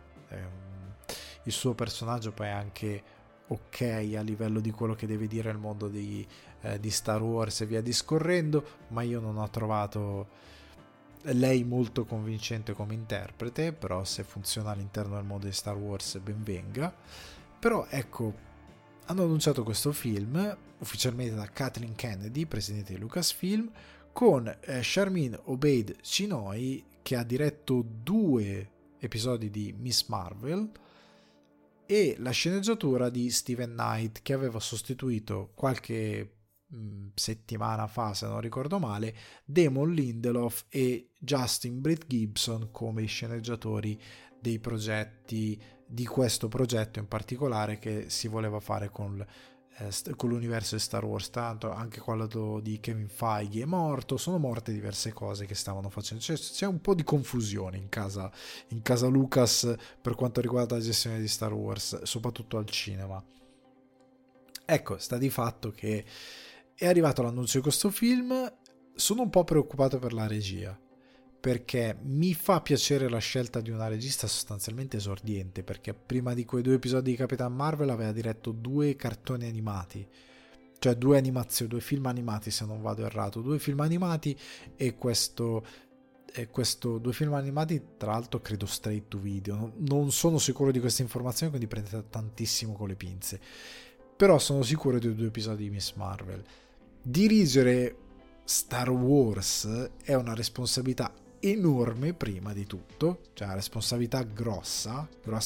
Il suo personaggio poi è anche ok a livello di quello che deve dire il mondo di Star Wars e via discorrendo, ma io non ho trovato lei molto convincente come interprete, però se funziona all'interno del mondo di Star Wars ben venga. Però ecco, hanno annunciato questo film ufficialmente da Kathleen Kennedy, presidente di Lucasfilm, con Sharmeen Obaid-Chinoy, che ha diretto 2 episodi di Miss Marvel, e la sceneggiatura di Steven Knight, che aveva sostituito qualche settimana fa, se non ricordo male, Damon Lindelof e Justin Britt Gibson come sceneggiatori dei progetti, di questo progetto in particolare che si voleva fare con l'universo di Star Wars. Tanto anche quello di Kevin Feige è morto, sono morte diverse cose che stavano facendo, c'è un po' di confusione in casa Lucas per quanto riguarda la gestione di Star Wars, soprattutto al cinema. Ecco, sta di fatto che è arrivato l'annuncio di questo film. Sono un po' preoccupato per la regia, perché mi fa piacere la scelta di una regista sostanzialmente esordiente, perché prima di quei 2 episodi di Capitan Marvel aveva diretto 2 cartoni animati, cioè 2 film animati se non vado errato, 2 film animati e questo 2 film animati, tra l'altro credo straight to video, non sono sicuro di queste informazioni, quindi prendete tantissimo con le pinze, però sono sicuro dei 2 episodi di Miss Marvel. Dirigere Star Wars è una responsabilità enorme, prima di tutto, cioè una responsabilità grossa,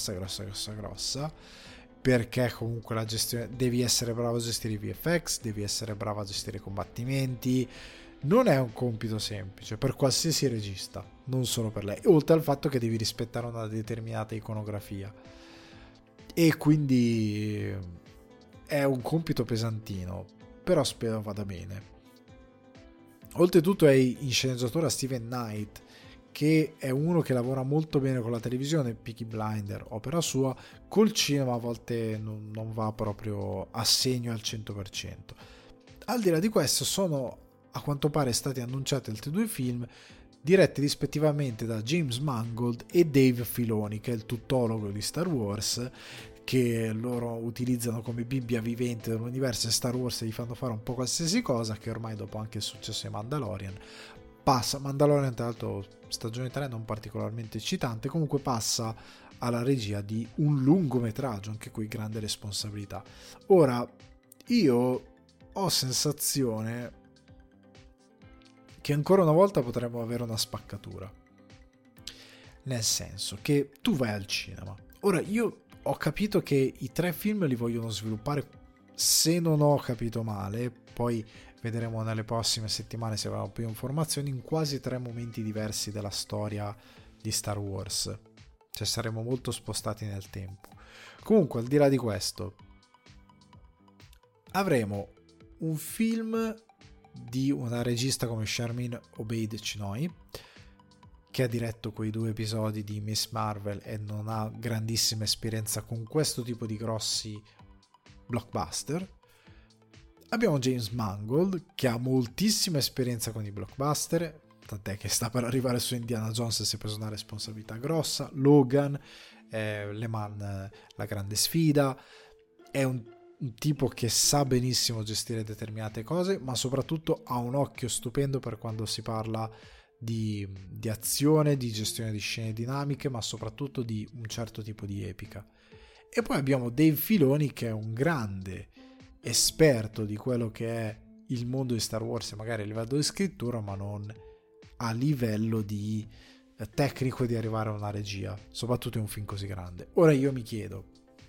perché comunque la gestione, devi essere bravo a gestire i VFX, devi essere bravo a gestire i combattimenti, non è un compito semplice per qualsiasi regista, non solo per lei, oltre al fatto che devi rispettare una determinata iconografia, e quindi è un compito pesantino, però spero vada bene. Oltretutto è in sceneggiatura Steven Knight, che è uno che lavora molto bene con la televisione, Peaky Blinder, opera sua, col cinema a volte non va proprio a segno al 100%. Al di là di questo, sono a quanto pare stati annunciati altri 2 film diretti rispettivamente da James Mangold e Dave Filoni, che è il tuttologo di Star Wars, che loro utilizzano come Bibbia vivente dell'universo di Star Wars e gli fanno fare un po' qualsiasi cosa, che ormai dopo anche il successo di Mandalorian Mandalorian, tra l'altro stagione 3 non particolarmente eccitante, comunque passa alla regia di un lungometraggio, anche qui grande responsabilità. Ora, io ho sensazione che ancora una volta potremmo avere una spaccatura, nel senso che tu vai al cinema, ora io ho capito che i 3 film li vogliono sviluppare, se non ho capito male, poi vedremo nelle prossime settimane se avremo più informazioni, in quasi 3 momenti diversi della storia di Star Wars, cioè saremo molto spostati nel tempo. Comunque, al di là di questo, avremo un film di una regista come Sharmeen Obaid-Chinoy, che ha diretto quei 2 episodi di Miss Marvel e non ha grandissima esperienza con questo tipo di grossi blockbuster. Abbiamo James Mangold, che ha moltissima esperienza con i blockbuster, tant'è che sta per arrivare su Indiana Jones e si è preso una responsabilità grossa. Logan, Le Mans, la grande sfida, è un tipo che sa benissimo gestire determinate cose, ma soprattutto ha un occhio stupendo per quando si parla di azione, di gestione di scene dinamiche, ma soprattutto di un certo tipo di epica. E poi abbiamo Dave Filoni, che è un grande esperto di quello che è il mondo di Star Wars, magari a livello di scrittura, ma non a livello di tecnico di arrivare a una regia, soprattutto in un film così grande. Ora io mi chiedo,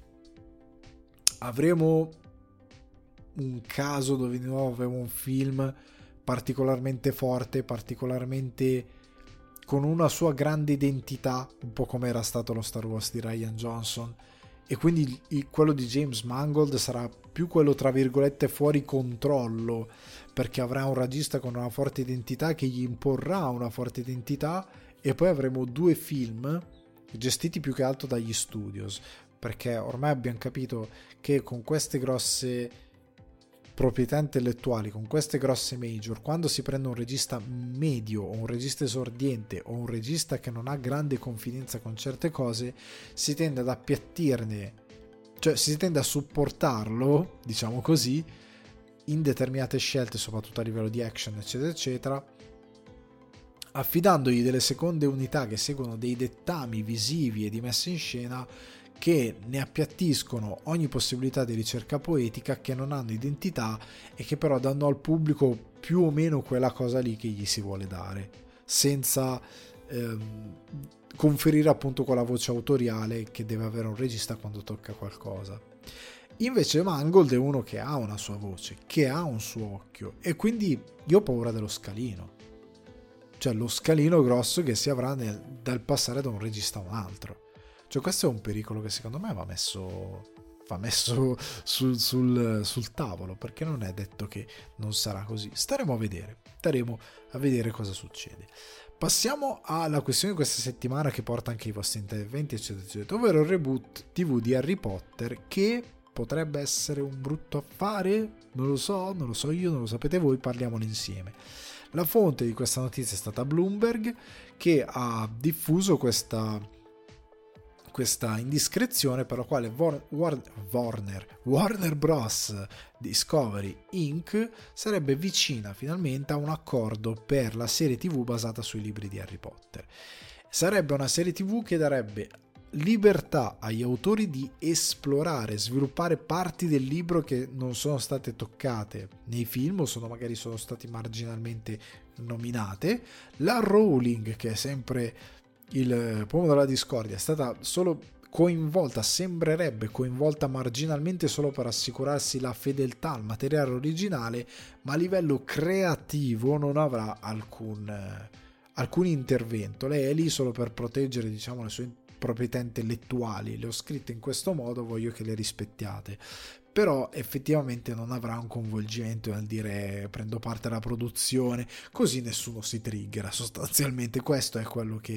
avremo un caso dove di nuovo avremo un film particolarmente forte, particolarmente con una sua grande identità, un po' come era stato lo Star Wars di Rian Johnson, e quindi quello di James Mangold sarà più quello tra virgolette fuori controllo, perché avrà un regista con una forte identità che gli imporrà una forte identità, e poi avremo 2 film gestiti più che altro dagli studios, perché ormai abbiamo capito che con queste grosse proprietà intellettuali, con queste grosse major, quando si prende un regista medio o un regista esordiente o un regista che non ha grande confidenza con certe cose, si tende ad appiattirne, cioè si tende a supportarlo, diciamo così, in determinate scelte, soprattutto a livello di action eccetera eccetera, affidandogli delle seconde unità che seguono dei dettami visivi e di messa in scena che ne appiattiscono ogni possibilità di ricerca poetica, che non hanno identità e che però danno al pubblico più o meno quella cosa lì che gli si vuole dare, senza conferire appunto quella voce autoriale che deve avere un regista quando tocca qualcosa. Invece Mangold è uno che ha una sua voce, che ha un suo occhio, e quindi io ho paura dello scalino, cioè lo scalino grosso che si avrà dal passare da un regista a un altro. Cioè questo è un pericolo che secondo me va messo sul tavolo, perché non è detto che non sarà così. Staremo a vedere cosa succede. Passiamo alla questione di questa settimana, che porta anche i vostri interventi eccetera eccetera, ovvero il reboot TV di Harry Potter, che potrebbe essere un brutto affare, non lo so io, non lo sapete voi, parliamone insieme. La fonte di questa notizia è stata Bloomberg, che ha diffuso questa indiscrezione per la quale Warner Bros. Discovery Inc. sarebbe vicina finalmente a un accordo per la serie TV basata sui libri di Harry Potter. Sarebbe una serie TV che darebbe libertà agli autori di esplorare, sviluppare parti del libro che non sono state toccate nei film o magari sono stati marginalmente nominate. La Rowling, che è sempre il pomo della discordia, è stata solo coinvolta, sembrerebbe coinvolta marginalmente solo per assicurarsi la fedeltà al materiale originale, ma a livello creativo non avrà alcun intervento. Lei è lì solo per proteggere, diciamo, le sue proprietà intellettuali. Le ho scritte in questo modo, voglio che le rispettiate, però effettivamente non avrà un coinvolgimento nel dire prendo parte alla produzione, così nessuno si triggera. Sostanzialmente questo è quello che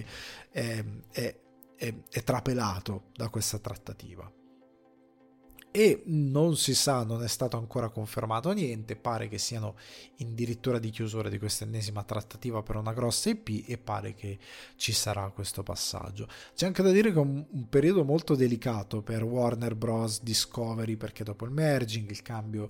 è trapelato da questa trattativa, e non si sa, non è stato ancora confermato niente. Pare che siano addirittura di chiusura di questa ennesima trattativa per una grossa IP, e pare che ci sarà questo passaggio. C'è anche da dire che è un periodo molto delicato per Warner Bros. Discovery, perché dopo il merging, il cambio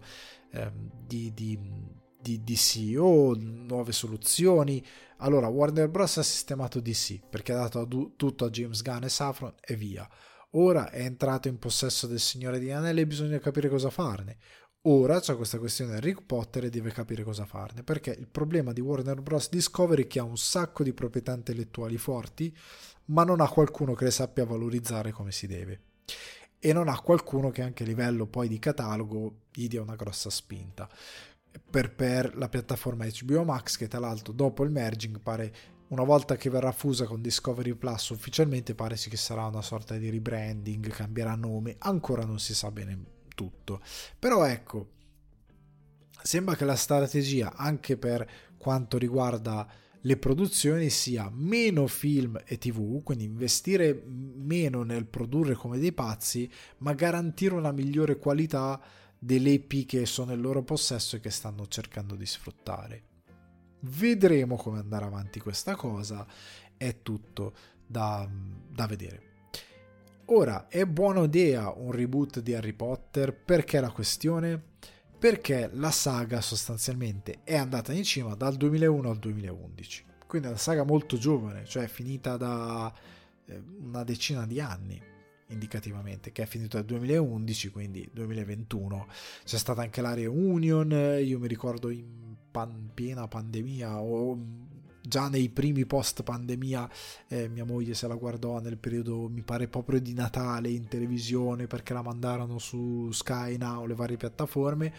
di CEO, nuove soluzioni. Allora Warner Bros. Ha sistemato DC perché ha dato tutto a James Gunn e Safran e via. Ora è entrato in possesso del Signore degli Anelli e bisogna capire cosa farne. Ora c'è questa questione di Harry Potter e deve capire cosa farne, perché il problema di Warner Bros. Discovery è che ha un sacco di proprietà intellettuali forti, ma non ha qualcuno che le sappia valorizzare come si deve, e non ha qualcuno che anche a livello poi di catalogo gli dia una grossa spinta. Per la piattaforma HBO Max, che tra l'altro dopo il merging pare, una volta che verrà fusa con Discovery Plus ufficialmente, pare sì che sarà una sorta di rebranding, cambierà nome, ancora non si sa bene tutto. Però ecco, sembra che la strategia, anche per quanto riguarda le produzioni sia meno film e TV, quindi investire meno nel produrre come dei pazzi, ma garantire una migliore qualità delle IP che sono nel loro possesso e che stanno cercando di sfruttare. Vedremo come andare avanti questa cosa, è tutto da vedere. Ora, è buona idea un reboot di Harry Potter? Perché la questione? Perché la saga sostanzialmente è andata in cima dal 2001 al 2011, quindi è una saga molto giovane, cioè è finita da una decina di anni indicativamente, che è finito nel 2011, quindi 2021. C'è stata anche la reunion, io mi ricordo in piena pandemia o già nei primi post pandemia, mia moglie se la guardò nel periodo, mi pare proprio di Natale, in televisione, perché la mandarono su Sky Now, le varie piattaforme.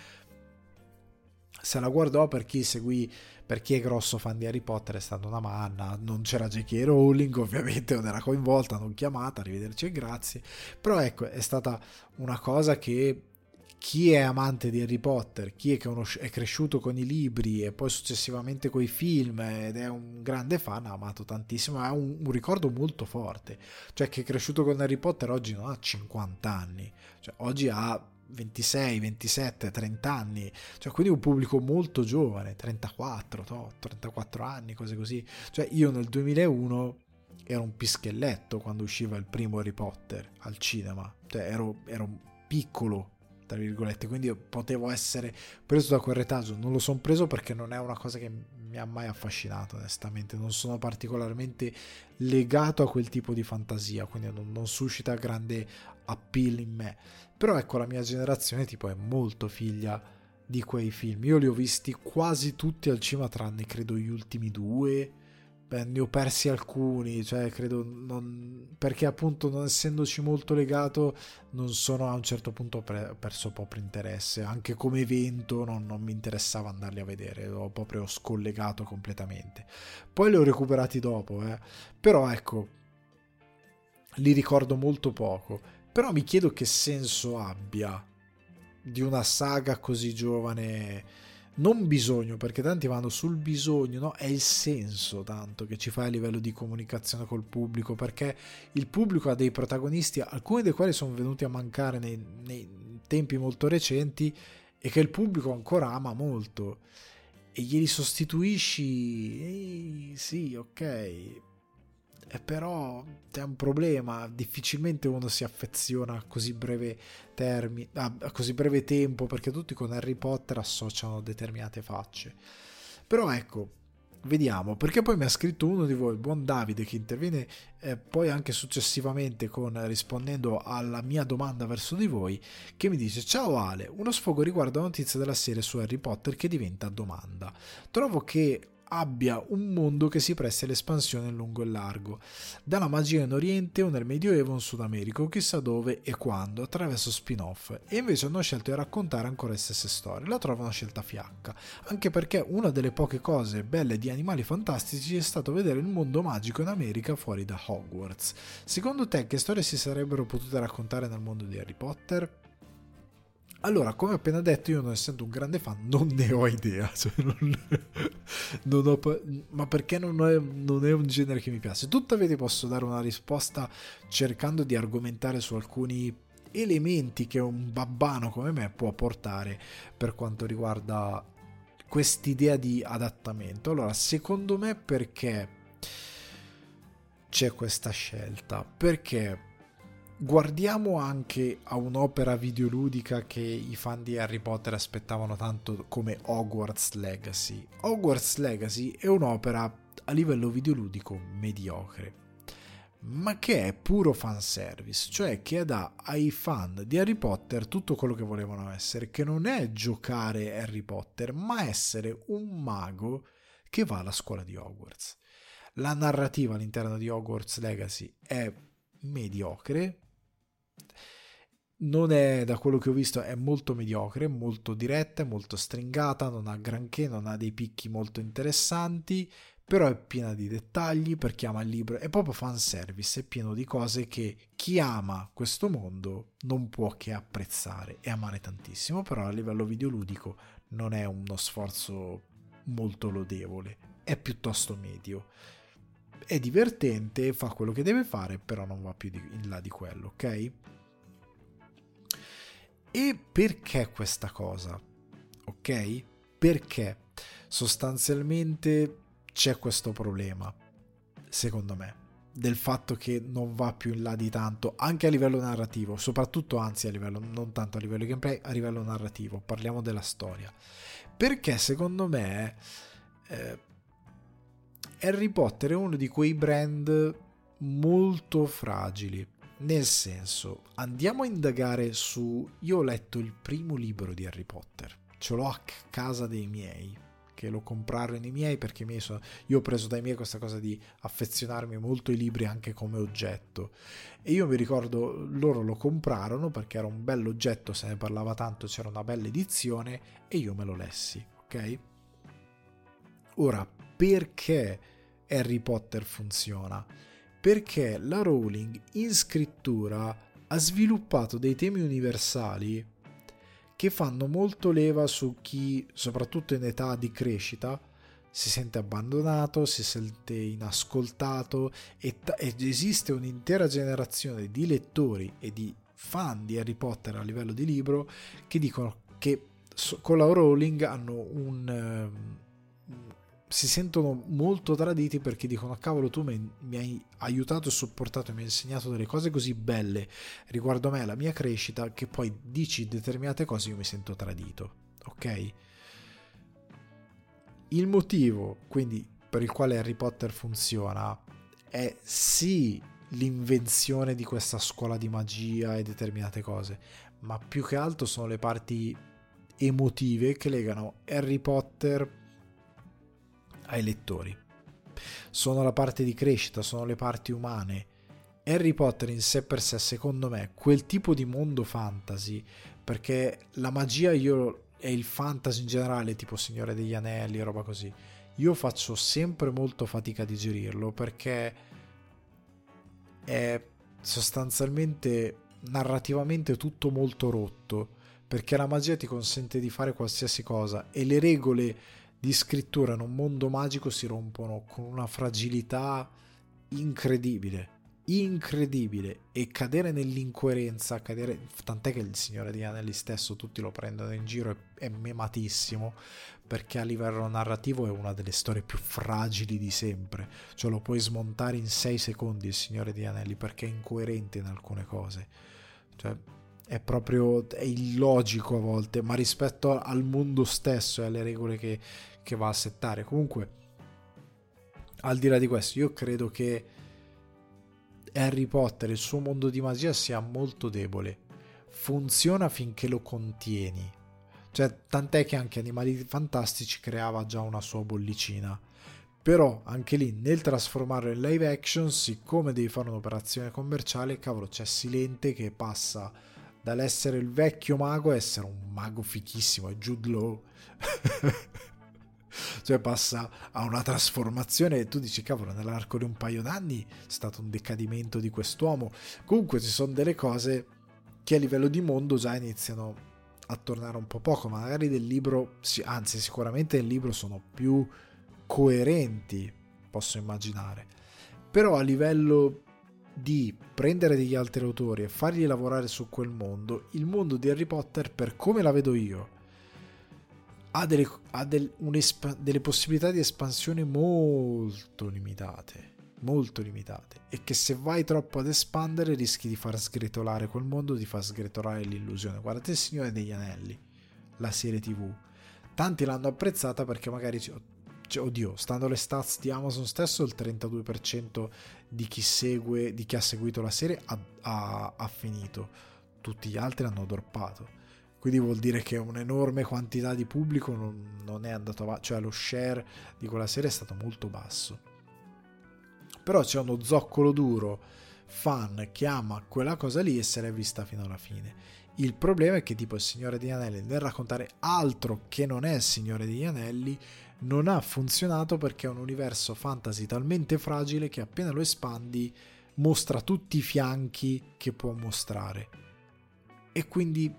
Se la guardò, per chi è grosso fan di Harry Potter è stata una manna. Non c'era J.K. Rowling, ovviamente non era coinvolta, non chiamata, arrivederci e grazie. Però ecco, è stata una cosa che chi è amante di Harry Potter, chi è cresciuto con i libri e poi successivamente con i film ed è un grande fan, ha amato tantissimo, ha un ricordo molto forte. Cioè, chi è cresciuto con Harry Potter oggi non ha 50 anni, cioè oggi ha 26, 27, 30 anni, cioè quindi un pubblico molto giovane, 34 anni, cose così. Cioè io nel 2001 ero un pischelletto quando usciva il primo Harry Potter al cinema, cioè ero piccolo, tra virgolette, quindi potevo essere preso da quel retaggio. Non lo sono preso perché non è una cosa che mi ha mai affascinato, onestamente. Non sono particolarmente legato a quel tipo di fantasia, quindi non suscita grande appeal in me. Però ecco, la mia generazione tipo è molto figlia di quei film. Io li ho visti quasi tutti al cinema, tranne credo gli ultimi due. Beh, ne ho persi alcuni, cioè credo perché appunto non essendoci molto legato non sono, a un certo punto ho perso proprio interesse, anche come evento non mi interessava andarli a vedere, ho proprio scollegato completamente. Poi li ho recuperati dopo, però ecco, li ricordo molto poco. Però mi chiedo che senso abbia di una saga così giovane. Non bisogno, perché tanti vanno sul bisogno, no? È il senso tanto che ci fa a livello di comunicazione col pubblico, perché il pubblico ha dei protagonisti, alcuni dei quali sono venuti a mancare nei tempi molto recenti e che il pubblico ancora ama molto, e glieli sostituisci, sì, ok, però c'è un problema, difficilmente uno si affeziona a così breve a così breve tempo, perché tutti con Harry Potter associano determinate facce. Però ecco, vediamo, perché poi mi ha scritto uno di voi, il buon Davide, che interviene poi anche successivamente rispondendo alla mia domanda verso di voi, che mi dice: ciao Ale, uno sfogo riguardo la notizia della serie su Harry Potter che diventa domanda. Trovo che abbia un mondo che si presti all'espansione in lungo e largo, dalla magia in Oriente o nel Medioevo in Sud America o chissà dove e quando, attraverso spin-off, e invece hanno scelto di raccontare ancora le stesse storie. La trovo una scelta fiacca, anche perché una delle poche cose belle di Animali Fantastici è stato vedere il mondo magico in America fuori da Hogwarts. Secondo te che storie si sarebbero potute raccontare nel mondo di Harry Potter? Allora, come ho appena detto, io non essendo un grande fan non ne ho idea, cioè ma perché non è un genere che mi piace. Tuttavia ti posso dare una risposta cercando di argomentare su alcuni elementi che un babbano come me può portare per quanto riguarda quest'idea di adattamento. Allora, secondo me perché c'è questa scelta? Perché guardiamo anche a un'opera videoludica che i fan di Harry Potter aspettavano tanto, come Hogwarts Legacy. Hogwarts Legacy è un'opera a livello videoludico mediocre, ma che è puro fanservice, cioè che dà ai fan di Harry Potter tutto quello che volevano essere, che non è giocare Harry Potter, ma essere un mago che va alla scuola di Hogwarts. La narrativa all'interno di Hogwarts Legacy è mediocre, non è, da quello che ho visto, è molto mediocre, molto diretta, molto stringata, non ha granché, non ha dei picchi molto interessanti, però è piena di dettagli. Per chi ama il libro è proprio fanservice, è pieno di cose che chi ama questo mondo non può che apprezzare e amare tantissimo. Però a livello videoludico non è uno sforzo molto lodevole, è piuttosto medio. È divertente, fa quello che deve fare, però non va più in là di quello, ok? E perché questa cosa? Ok? Perché sostanzialmente c'è questo problema, secondo me, del fatto che non va più in là di tanto, anche a livello narrativo, soprattutto, anzi a livello, non tanto a livello gameplay, a livello narrativo, parliamo della storia. Perché secondo me Harry Potter è uno di quei brand molto fragili. Nel senso, andiamo a indagare su... Io ho letto il primo libro di Harry Potter, ce l'ho a casa dei miei, che lo comprarono i miei perché io ho preso dai miei questa cosa di affezionarmi molto ai libri anche come oggetto. E io mi ricordo, loro lo comprarono perché era un bell'oggetto, se ne parlava tanto, c'era una bella edizione e io me lo lessi, ok? Ora, perché Harry Potter funziona? Perché la Rowling in scrittura ha sviluppato dei temi universali che fanno molto leva su chi, soprattutto in età di crescita, si sente abbandonato, si sente inascoltato e esiste un'intera generazione di lettori e di fan di Harry Potter a livello di libro che dicono che con la Rowling hanno si sentono molto traditi perché dicono cavolo, tu mi hai aiutato e supportato e mi hai insegnato delle cose così belle riguardo me e la mia crescita che poi dici determinate cose, io mi sento tradito, ok? Il motivo quindi per il quale Harry Potter funziona è sì l'invenzione di questa scuola di magia e determinate cose, ma più che altro sono le parti emotive che legano Harry Potter ai lettori. Sono la parte di crescita, sono le parti umane. Harry Potter in sé per sé, secondo me, quel tipo di mondo fantasy, perché la magia e il fantasy in generale, tipo Signore degli Anelli e roba così, io faccio sempre molto fatica a digerirlo perché è sostanzialmente narrativamente tutto molto rotto, perché la magia ti consente di fare qualsiasi cosa e le regole di scrittura in un mondo magico si rompono con una fragilità incredibile e cadere nell'incoerenza, tant'è che il Signore degli Anelli stesso tutti lo prendono in giro, è mematissimo perché a livello narrativo è una delle storie più fragili di sempre, cioè lo puoi smontare in 6 secondi il Signore degli Anelli perché è incoerente in alcune cose, cioè è illogico a volte, ma rispetto al mondo stesso e alle regole che va a settare. Comunque, al di là di questo, io credo che Harry Potter, il suo mondo di magia, sia molto debole. Funziona finché lo contieni, cioè tant'è che anche Animali Fantastici creava già una sua bollicina, però anche lì nel trasformarlo in live action, siccome devi fare un'operazione commerciale, cavolo, c'è Silente che passa dall'essere il vecchio mago a essere un mago fichissimo, è Jude Law. Cioè passa a una trasformazione e tu dici cavolo, nell'arco di un paio d'anni è stato un decadimento di quest'uomo. Comunque ci sono delle cose che a livello di mondo già iniziano a tornare un po' poco, magari del libro, anzi sicuramente del libro sono più coerenti, posso immaginare, però a livello di prendere degli altri autori e fargli lavorare su quel mondo, il mondo di Harry Potter, per come la vedo io, ha delle possibilità di espansione molto limitate, e che se vai troppo ad espandere rischi di far sgretolare quel mondo, di far sgretolare l'illusione. Guardate il Signore degli Anelli, la serie TV, tanti l'hanno apprezzata perché magari oddio, stando alle stats di Amazon stesso, il 32% di chi ha seguito la serie ha finito, tutti gli altri hanno droppato, quindi vuol dire che un'enorme quantità di pubblico non è andato avanti, cioè lo share di quella serie è stato molto basso. Però c'è uno zoccolo duro fan che ama quella cosa lì e se l'è vista fino alla fine. Il problema è che tipo il Signore degli Anelli, nel raccontare altro che non è il Signore degli Anelli, non ha funzionato perché è un universo fantasy talmente fragile che appena lo espandi mostra tutti i fianchi che può mostrare, e quindi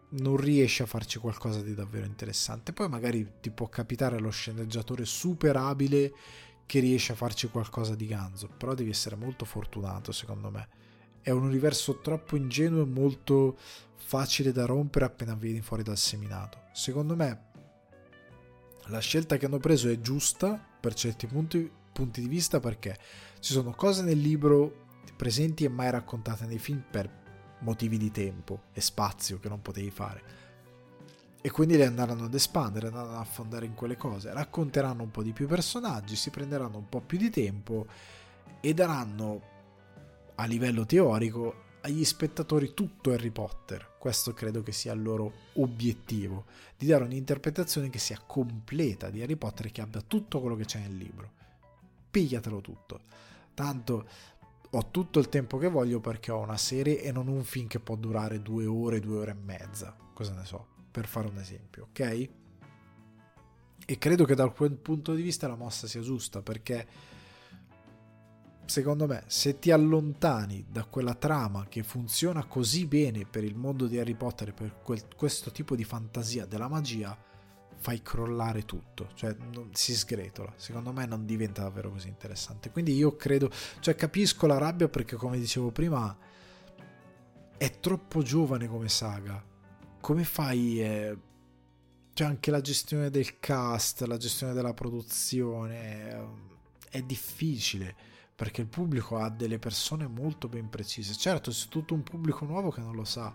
non riesce a farci qualcosa di davvero interessante. Poi magari ti può capitare lo sceneggiatore super abile che riesce a farci qualcosa di ganzo, però devi essere molto fortunato, secondo me. È un universo troppo ingenuo e molto facile da rompere appena vieni fuori dal seminato. Secondo me la scelta che hanno preso è giusta per certi punti di vista, perché ci sono cose nel libro presenti e mai raccontate nei film per motivi di tempo e spazio che non potevi fare, e quindi le andranno ad espandere, andranno ad affondare in quelle cose, racconteranno un po' di più personaggi, si prenderanno un po' più di tempo e daranno a livello teorico agli spettatori tutto Harry Potter. Questo credo che sia il loro obiettivo, di dare un'interpretazione che sia completa di Harry Potter e che abbia tutto quello che c'è nel libro. Pigliatelo tutto, tanto ho tutto il tempo che voglio perché ho una serie e non un film che può durare 2 ore, 2 ore e mezza, cosa ne so, per fare un esempio, ok? E credo che da quel punto di vista la mossa sia giusta, perché secondo me se ti allontani da quella trama che funziona così bene per il mondo di Harry Potter e per questo tipo di fantasia della magia, fai crollare tutto, cioè si sgretola, secondo me non diventa davvero così interessante. Quindi io credo, cioè capisco la rabbia, perché come dicevo prima è troppo giovane come saga. Come fai, cioè anche la gestione del cast, la gestione della produzione è difficile, perché il pubblico ha delle persone molto ben precise. Certo, c'è tutto un pubblico nuovo che non lo sa,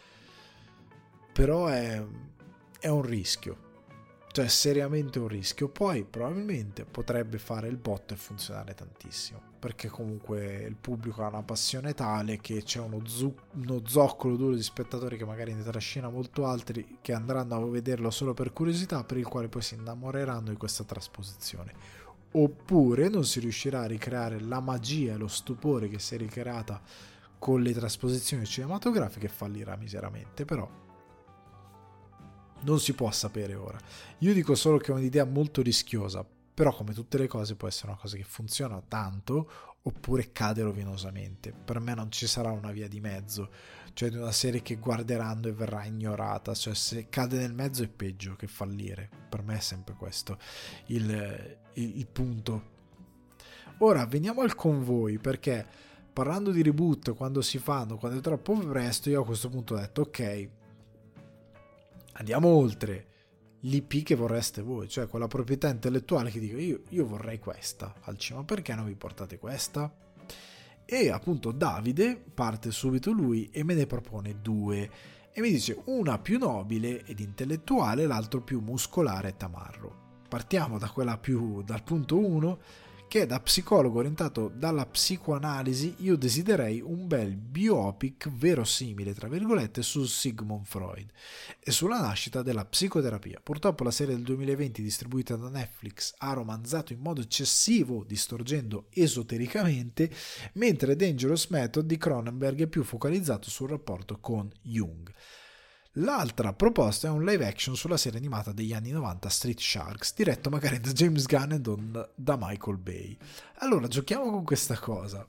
però è un rischio, cioè seriamente un rischio. Poi probabilmente potrebbe fare il botto e funzionare tantissimo, perché comunque il pubblico ha una passione tale che c'è uno zoccolo duro di spettatori che magari ne trascina molto altri, che andranno a vederlo solo per curiosità, per il quale poi si innamoreranno di questa trasposizione. Oppure non si riuscirà a ricreare la magia e lo stupore che si è ricreata con le trasposizioni cinematografiche e fallirà miseramente. Però non si può sapere ora. Io dico solo che è un'idea molto rischiosa, però come tutte le cose può essere una cosa che funziona tanto oppure cade rovinosamente. Per me non ci sarà una via di mezzo, cioè di una serie che guarderanno e verrà ignorata, cioè se cade nel mezzo è peggio che fallire. Per me è sempre questo il punto. Ora veniamo al convoi, perché parlando di reboot, quando si fanno, quando è troppo presto, io a questo punto ho detto ok, andiamo oltre l'IP che vorreste voi, cioè quella proprietà intellettuale che dico io vorrei questa al cinema, perché non vi portate questa? E appunto Davide parte subito lui e me ne propone 2 e mi dice una più nobile ed intellettuale, l'altro più muscolare e tamarro. Partiamo da quella più dal punto 1, che da psicologo orientato dalla psicoanalisi io desiderei un bel biopic verosimile, tra virgolette, su Sigmund Freud e sulla nascita della psicoterapia. Purtroppo la serie del 2020 distribuita da Netflix ha romanzato in modo eccessivo, distorcendo esotericamente, mentre Dangerous Method di Cronenberg è più focalizzato sul rapporto con Jung. L'altra proposta è un live action sulla serie animata degli anni 90 Street Sharks, diretto magari da James Gunn e non da Michael Bay. Allora, giochiamo con questa cosa.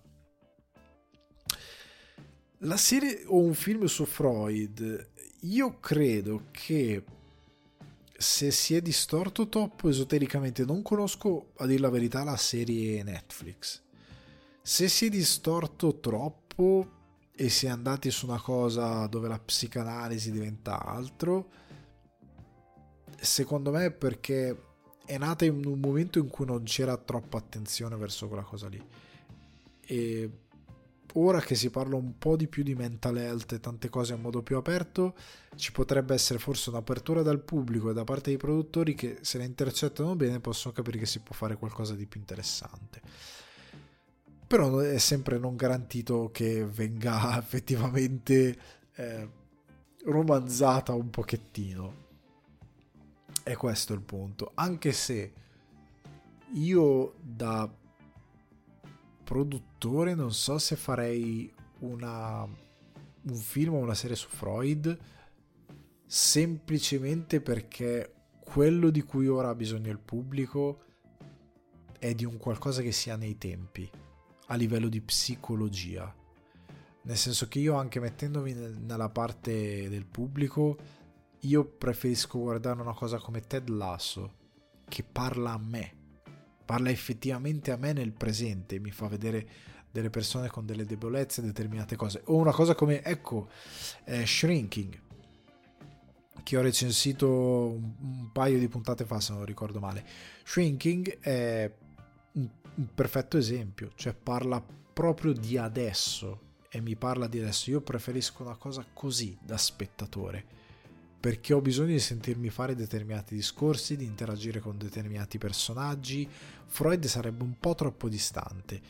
La serie o un film su Freud, io credo che se si è distorto troppo esotericamente, non conosco a dire la verità la serie Netflix, se si è distorto troppo e si è andati su una cosa dove la psicanalisi diventa altro, secondo me è perché è nata in un momento in cui non c'era troppa attenzione verso quella cosa lì, e ora che si parla un po' di più di mental health e tante cose in modo più aperto, ci potrebbe essere forse un'apertura dal pubblico e da parte dei produttori che, se le intercettano bene, possono capire che si può fare qualcosa di più interessante. Però è sempre non garantito che venga effettivamente romanzata un pochettino. E questo è il punto. Anche se io da produttore non so se farei un film o una serie su Freud, semplicemente perché quello di cui ora ha bisogno il pubblico è di un qualcosa che sia nei tempi, a livello di psicologia. nel senso che io, anche mettendomi nella parte del pubblico, io preferisco guardare una cosa come Ted Lasso, che parla a me, parla effettivamente a me nel presente, mi fa vedere delle persone con delle debolezze, determinate cose, o una cosa come, ecco, Shrinking, che ho recensito un paio di puntate fa, se non ricordo male. Shrinking è un perfetto esempio, cioè parla proprio di adesso, e mi parla di adesso. Io preferisco una cosa così da spettatore, perché ho bisogno di sentirmi fare determinati discorsi, di interagire con determinati personaggi. Freud sarebbe un po' troppo distante,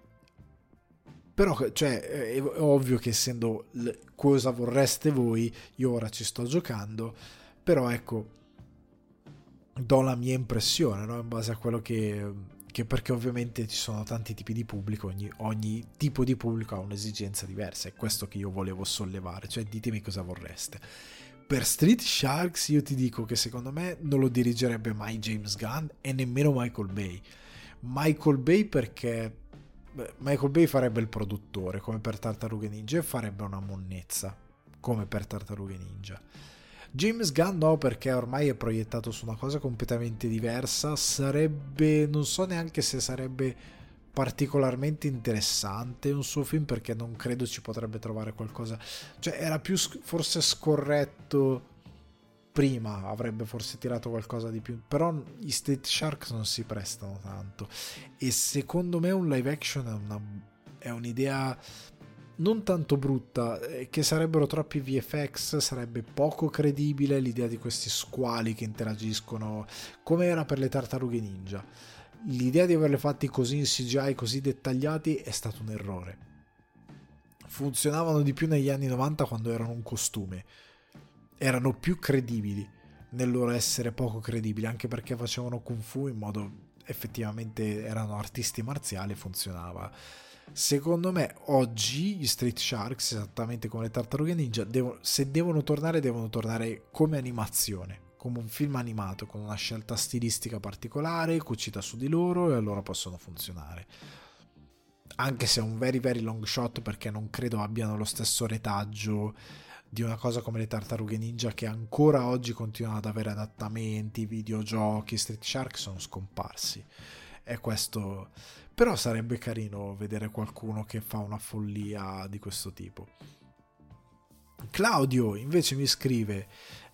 però cioè, è ovvio che essendo cosa vorreste voi, io ora ci sto giocando, però ecco, do la mia impressione, no? In base a quello che perché ovviamente ci sono tanti tipi di pubblico, ogni tipo di pubblico ha un'esigenza diversa, è questo che io volevo sollevare, cioè ditemi cosa vorreste. Per Street Sharks io ti dico che secondo me non lo dirigerebbe mai James Gunn e nemmeno Michael Bay. Michael Bay perché Michael Bay farebbe il produttore come per Tartarughe Ninja, e farebbe una monnezza come per Tartarughe Ninja. James Gunn no, perché ormai è proiettato su una cosa completamente diversa. Sarebbe, non so neanche se sarebbe particolarmente interessante un suo film, perché non credo ci potrebbe trovare qualcosa, cioè era più forse scorretto prima, avrebbe forse tirato qualcosa di più, però i Street Sharks non si prestano tanto, e secondo me un live action è un'idea non tanto brutta, che sarebbero troppi VFX, sarebbe poco credibile l'idea di questi squali che interagiscono come era per le Tartarughe Ninja. L'idea di averle fatti così in CGI, così dettagliati, è stato un errore. Funzionavano di più negli anni 90 quando erano un costume, erano più credibili nel loro essere poco credibili, anche perché facevano kung fu in modo, effettivamente erano artisti marziali, funzionava. Secondo me oggi gli Street Sharks, esattamente come le Tartarughe Ninja, se devono tornare come animazione, come un film animato, con una scelta stilistica particolare cucita su di loro, e allora possono funzionare. Anche se è un very very long shot, perché non credo abbiano lo stesso retaggio di una cosa come le Tartarughe Ninja, che ancora oggi continuano ad avere adattamenti, videogiochi. Street Shark sono scomparsi, è questo. Però sarebbe carino vedere qualcuno che fa una follia di questo tipo. Claudio invece mi scrive: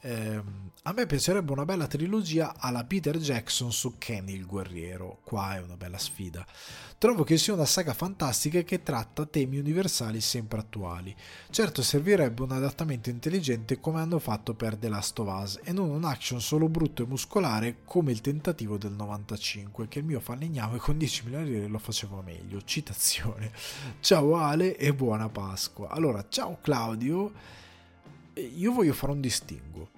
a me piacerebbe una bella trilogia alla Peter Jackson su Kenny il guerriero. Qua è una bella sfida. Trovo che sia una saga fantastica che tratta temi universali sempre attuali. Certo, servirebbe un adattamento intelligente come hanno fatto per The Last of Us, e non un action solo brutto e muscolare come il tentativo del 95, che il mio falegname con 10 milioni di lire lo faceva meglio. Citazione. Ciao Ale e buona Pasqua. Allora, ciao Claudio. Io voglio fare un distinguo.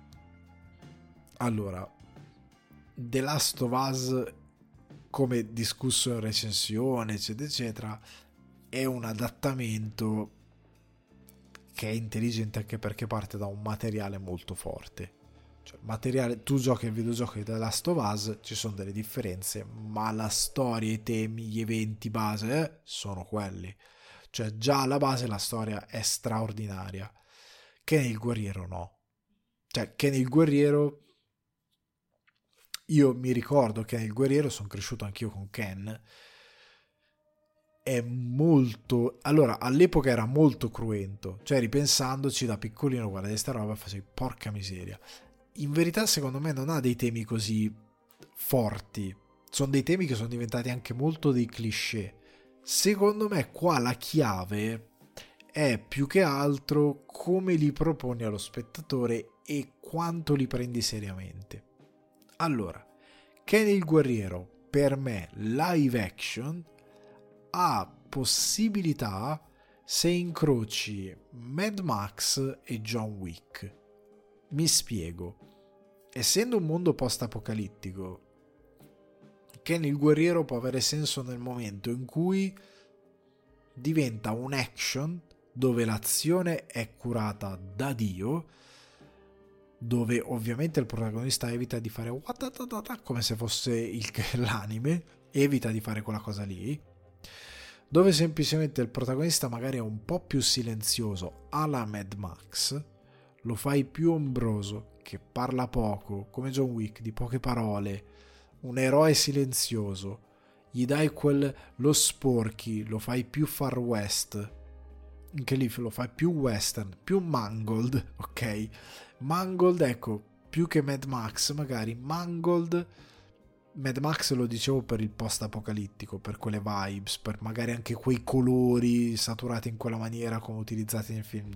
Allora, The Last of Us, come discusso in recensione eccetera eccetera, è un adattamento che è intelligente, anche perché parte da un materiale molto forte, cioè materiale, tu giochi il videogioco di The Last of Us, ci sono delle differenze, ma la storia, i temi, gli eventi base sono quelli, cioè già alla base la storia è straordinaria. Ken il guerriero no, cioè Ken il guerriero, io mi ricordo Ken il guerriero, sono cresciuto anch'io con Ken, è molto, allora all'epoca era molto cruento, cioè ripensandoci da piccolino guardai sta roba e facevi porca miseria. In verità secondo me non ha dei temi così forti, sono dei temi che sono diventati anche molto dei cliché. Secondo me qua la chiave è più che altro come li proponi allo spettatore e quanto li prendi seriamente. Allora, Ken il guerriero per me live action ha possibilità se incroci Mad Max e John Wick. Mi spiego. Essendo un mondo post-apocalittico, Ken il guerriero può avere senso nel momento in cui diventa un action dove l'azione è curata da Dio, dove ovviamente il protagonista evita di fare come se fosse l'anime, evita di fare quella cosa lì, dove semplicemente il protagonista magari è un po' più silenzioso alla Mad Max, lo fai più ombroso, che parla poco, come John Wick, di poche parole, un eroe silenzioso, gli dai lo sporchi, lo fai più Far West, anche lì lo fai più western, più Mangold, ok? Mangold, ecco, più che Mad Max, magari Mangold. Mad Max lo dicevo per il post apocalittico, per quelle vibes, per magari anche quei colori saturati in quella maniera come utilizzati nel film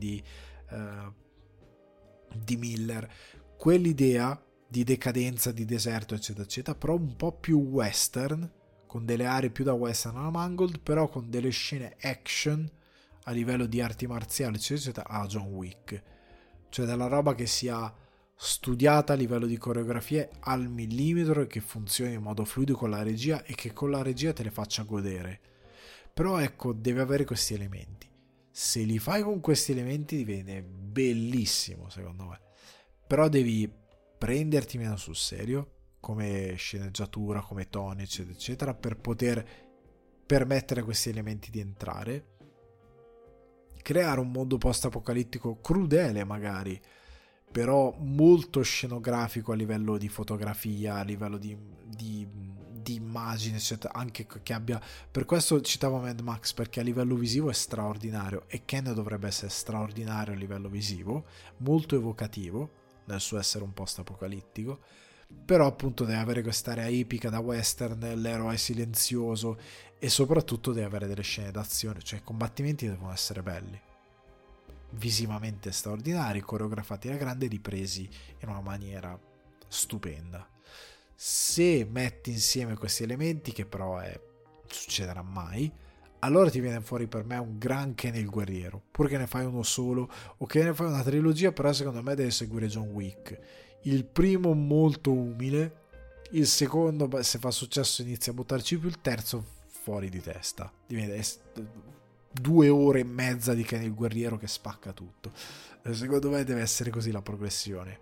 di Miller, quell'idea di decadenza, di deserto, eccetera eccetera, però un po' più western, con delle aree più da western alla Mangold, però con delle scene action a livello di arti marziali, eccetera eccetera, a John Wick, cioè della roba che sia studiata a livello di coreografie al millimetro e che funzioni in modo fluido con la regia e che con la regia te le faccia godere. Però ecco, deve avere questi elementi. Se li fai con questi elementi diviene bellissimo, secondo me. Però devi prenderti meno sul serio, come sceneggiatura, come toni, eccetera eccetera, per poter permettere a questi elementi di entrare. Creare un mondo post-apocalittico crudele magari, però molto scenografico a livello di fotografia, a livello di immagini, eccetera, anche che abbia, per questo citavo Mad Max, perché a livello visivo è straordinario, e Ken dovrebbe essere straordinario a livello visivo, molto evocativo nel suo essere un post apocalittico, però appunto deve avere quest'area epica da western, l'eroe silenzioso, e soprattutto deve avere delle scene d'azione, cioè i combattimenti devono essere belli, visivamente straordinari, coreografati alla grande, ripresi in una maniera stupenda. Se metti insieme questi elementi, che però succederà mai, allora ti viene fuori per me un gran Ken il guerriero, pur che ne fai uno solo o che ne fai una trilogia, però secondo me deve seguire John Wick. Il primo molto umile, il secondo se fa successo inizia a buttarci più, il terzo fuori di testa, diventa 2 ore e mezza di Ken il guerriero che spacca tutto. Secondo me deve essere così la progressione,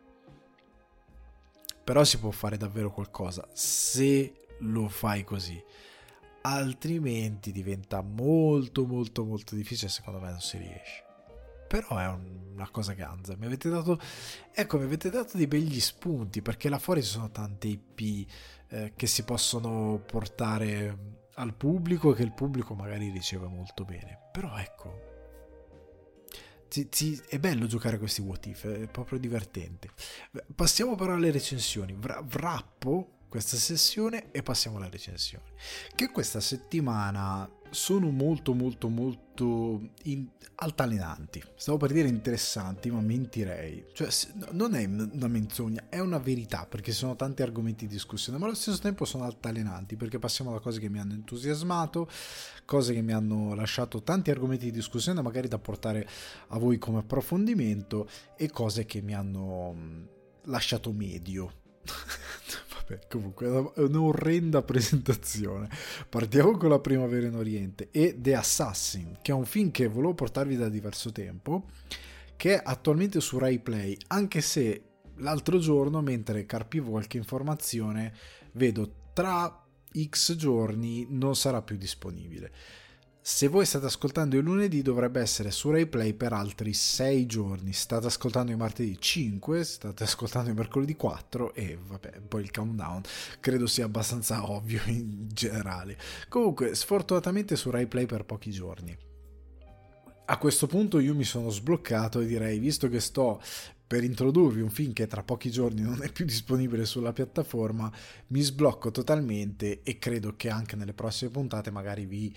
però si può fare davvero qualcosa se lo fai così, altrimenti diventa molto molto molto difficile, secondo me non si riesce. Però è una cosa ganza. Mi avete dato dei begli spunti, perché là fuori ci sono tante IP che si possono portare al pubblico, che il pubblico magari riceve molto bene. Però ecco, è bello giocare a questi what if, è proprio divertente. Passiamo però alle recensioni. Wrappo questa sessione e passiamo alle recensioni, che questa settimana sono molto molto molto altalenanti. Stavo per dire interessanti, ma mentirei. Cioè, non è una menzogna, è una verità, perché sono tanti argomenti di discussione, ma allo stesso tempo sono altalenanti, perché passiamo da cose che mi hanno entusiasmato, cose che mi hanno lasciato tanti argomenti di discussione magari da portare a voi come approfondimento, e cose che mi hanno lasciato medio. Vabbè, comunque è un'orrenda presentazione. Partiamo con La primavera in Oriente e The Assassin, che è un film che volevo portarvi da diverso tempo, che è attualmente su Rai Play, anche se l'altro giorno, mentre carpivo qualche informazione, vedo tra X giorni non sarà più disponibile. Se voi state ascoltando il lunedì, dovrebbe essere su Rai Play per altri 6 giorni. State ascoltando il martedì 5, state ascoltando il mercoledì 4 e vabbè, poi il countdown credo sia abbastanza ovvio in generale. Comunque, sfortunatamente su Rai Play per pochi giorni. A questo punto io mi sono sbloccato e direi, visto che sto per introdurvi un film che tra pochi giorni non è più disponibile sulla piattaforma, mi sblocco totalmente e credo che anche nelle prossime puntate magari vi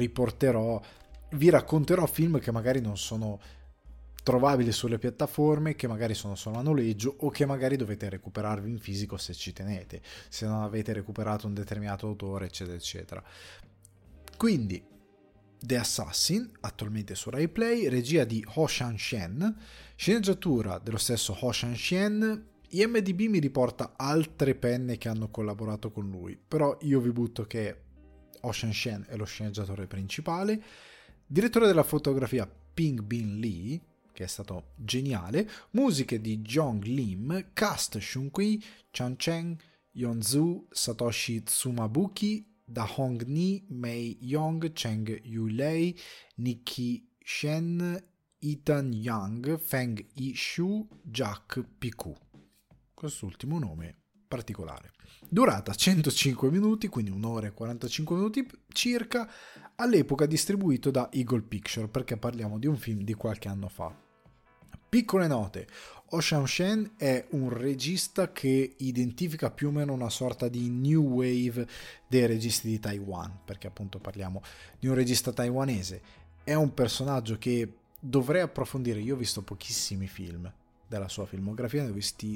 racconterò film che magari non sono trovabili sulle piattaforme, che magari sono solo a noleggio o che magari dovete recuperarvi in fisico se ci tenete, se non avete recuperato un determinato autore, eccetera eccetera. Quindi The Assassin, attualmente su Rai Play, regia di Ho Shan-shen, sceneggiatura dello stesso Ho Shan-shen. IMDb mi riporta altre penne che hanno collaborato con lui, però io vi butto che Ho Shan-shen è lo sceneggiatore principale. Direttore della fotografia Ping Bin Lee, che è stato geniale. Musiche di Jong Lim, cast Shun Kui, Chan Cheng, Yeonzu, Satoshi Tsumabuki, Da Hong Ni, Mei Yong, Cheng Yulei, Nikki Shen, Ethan Yang, Feng Yishu, Jack Piku. Quest'ultimo nome particolare. Durata 105 minuti, quindi 1 ora e 45 minuti circa, all'epoca distribuito da Eagle Picture, perché parliamo di un film di qualche anno fa. Piccole note: Ocean Shen è un regista che identifica più o meno una sorta di new wave dei registi di Taiwan, perché appunto parliamo di un regista taiwanese. È un personaggio che dovrei approfondire. Io ho visto pochissimi film della sua filmografia, ne ho visti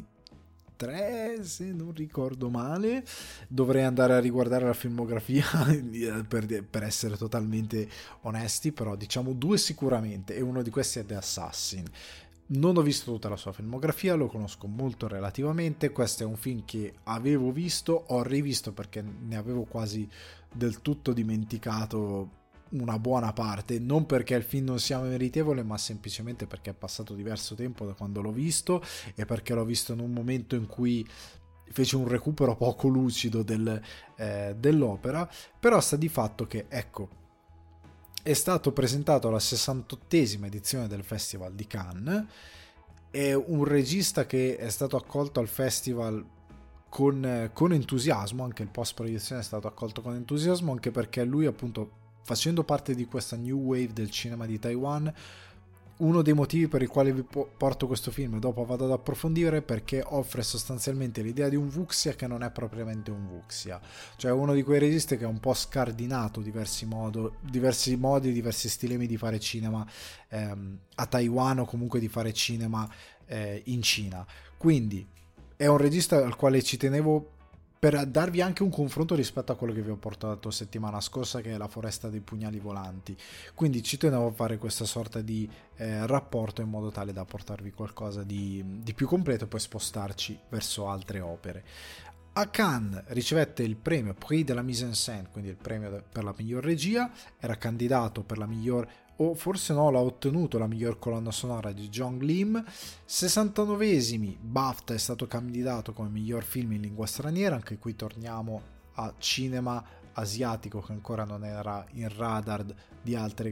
3 se non ricordo male. Dovrei andare a riguardare la filmografia per essere totalmente onesti, però diciamo 2 sicuramente, e uno di questi è The Assassin. Non ho visto tutta la sua filmografia, lo conosco molto relativamente. Questo è un film che avevo visto, ho rivisto perché ne avevo quasi del tutto dimenticato una buona parte, non perché il film non sia meritevole, ma semplicemente perché è passato diverso tempo da quando l'ho visto, e perché l'ho visto in un momento in cui fece un recupero poco lucido dell'opera. Però sta di fatto che, ecco, è stato presentato alla 68esima edizione del Festival di Cannes. È un regista che è stato accolto al festival con entusiasmo, anche il post proiezione è stato accolto con entusiasmo, anche perché lui, appunto, facendo parte di questa new wave del cinema di Taiwan, uno dei motivi per i quali vi porto questo film e dopo vado ad approfondire, perché offre sostanzialmente l'idea di un wuxia che non è propriamente un wuxia, cioè uno di quei registi che ha un po' scardinato diversi modi, diversi stilemi di fare cinema a Taiwan, o comunque di fare cinema in Cina. Quindi è un regista al quale ci tenevo per darvi anche un confronto rispetto a quello che vi ho portato settimana scorsa, che è La foresta dei pugnali volanti. Quindi ci tenevo a fare questa sorta di rapporto, in modo tale da portarvi qualcosa di più completo e poi spostarci verso altre opere. A Cannes ricevette il premio Prix de la mise en scène, quindi il premio per la miglior regia. Era candidato per la miglior, o forse no, l'ha ottenuto, la miglior colonna sonora di John Lim. 69esimi BAFTA, è stato candidato come miglior film in lingua straniera. Anche qui torniamo a cinema asiatico, che ancora non era in radar di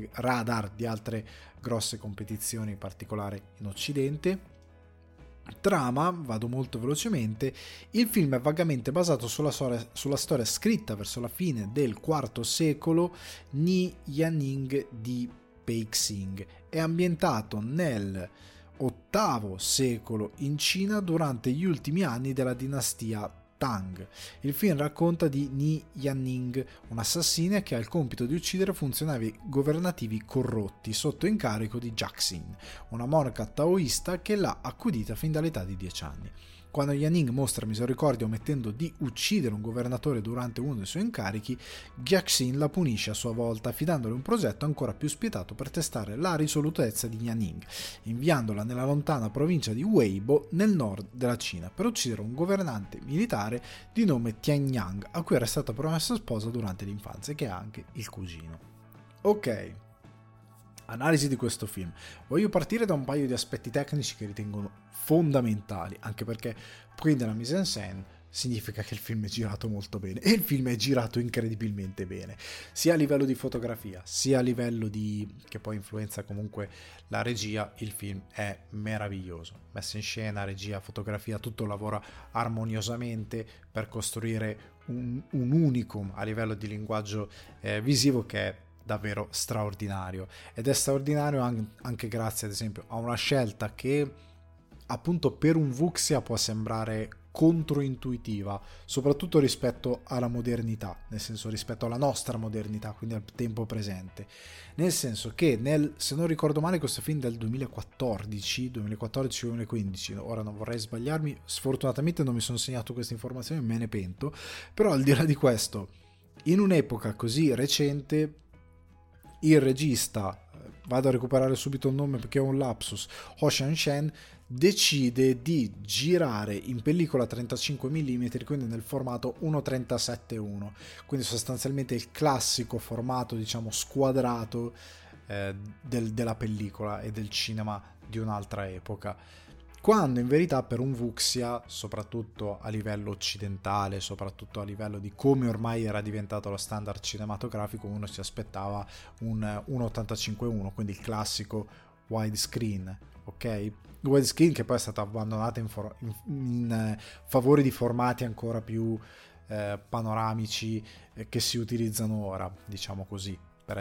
altre grosse competizioni, in particolare in Occidente. Trama, vado molto velocemente: il film è vagamente basato sulla storia scritta verso la fine del IV secolo Ni Yanning di Peixing. È ambientato nel VIII secolo in Cina, durante gli ultimi anni della dinastia Tang. Il film racconta di Ni Yanning, un'assassina che ha il compito di uccidere funzionari governativi corrotti sotto incarico di Jaxin, una monaca taoista che l'ha accudita fin dall'età di 10 anni. Quando Yanning mostra misericordia omettendo di uccidere un governatore durante uno dei suoi incarichi, Jaxin la punisce a sua volta, affidandole un progetto ancora più spietato per testare la risolutezza di Yanning, inviandola nella lontana provincia di Weibo, nel nord della Cina, per uccidere un governante militare di nome Tianyang, a cui era stata promessa sposa durante l'infanzia, che è anche il cugino. Ok, analisi di questo film. Voglio partire da un paio di aspetti tecnici che ritengo fondamentali, anche perché qui nella mise en scène significa che il film è girato molto bene, e il film è girato incredibilmente bene, sia a livello di fotografia, sia a livello di, che poi influenza comunque la regia. Il film è meraviglioso, messa in scena, regia, fotografia, tutto lavora armoniosamente per costruire un unicum a livello di linguaggio visivo che è davvero straordinario. Ed è straordinario anche grazie ad esempio a una scelta che appunto per un wuxia può sembrare controintuitiva, soprattutto rispetto alla modernità, nel senso rispetto alla nostra modernità, quindi al tempo presente, nel senso che se non ricordo male questo film del 2014-2015, ora non vorrei sbagliarmi, sfortunatamente non mi sono segnato questa informazione, me ne pento, però al di là di questo, in un'epoca così recente, il regista, vado a recuperare subito il nome perché ho un lapsus, Ocean Shen, decide di girare in pellicola 35 mm, quindi nel formato 1.37.1, quindi sostanzialmente il classico formato, diciamo, squadrato della pellicola e del cinema di un'altra epoca. quando in verità per un Wuxia, soprattutto a livello occidentale, soprattutto a livello di come ormai era diventato lo standard cinematografico, uno si aspettava un 1.85:1, quindi il classico widescreen, ok? Widescreen che poi è stata abbandonata in favore di formati ancora più panoramici che si utilizzano ora, diciamo così, per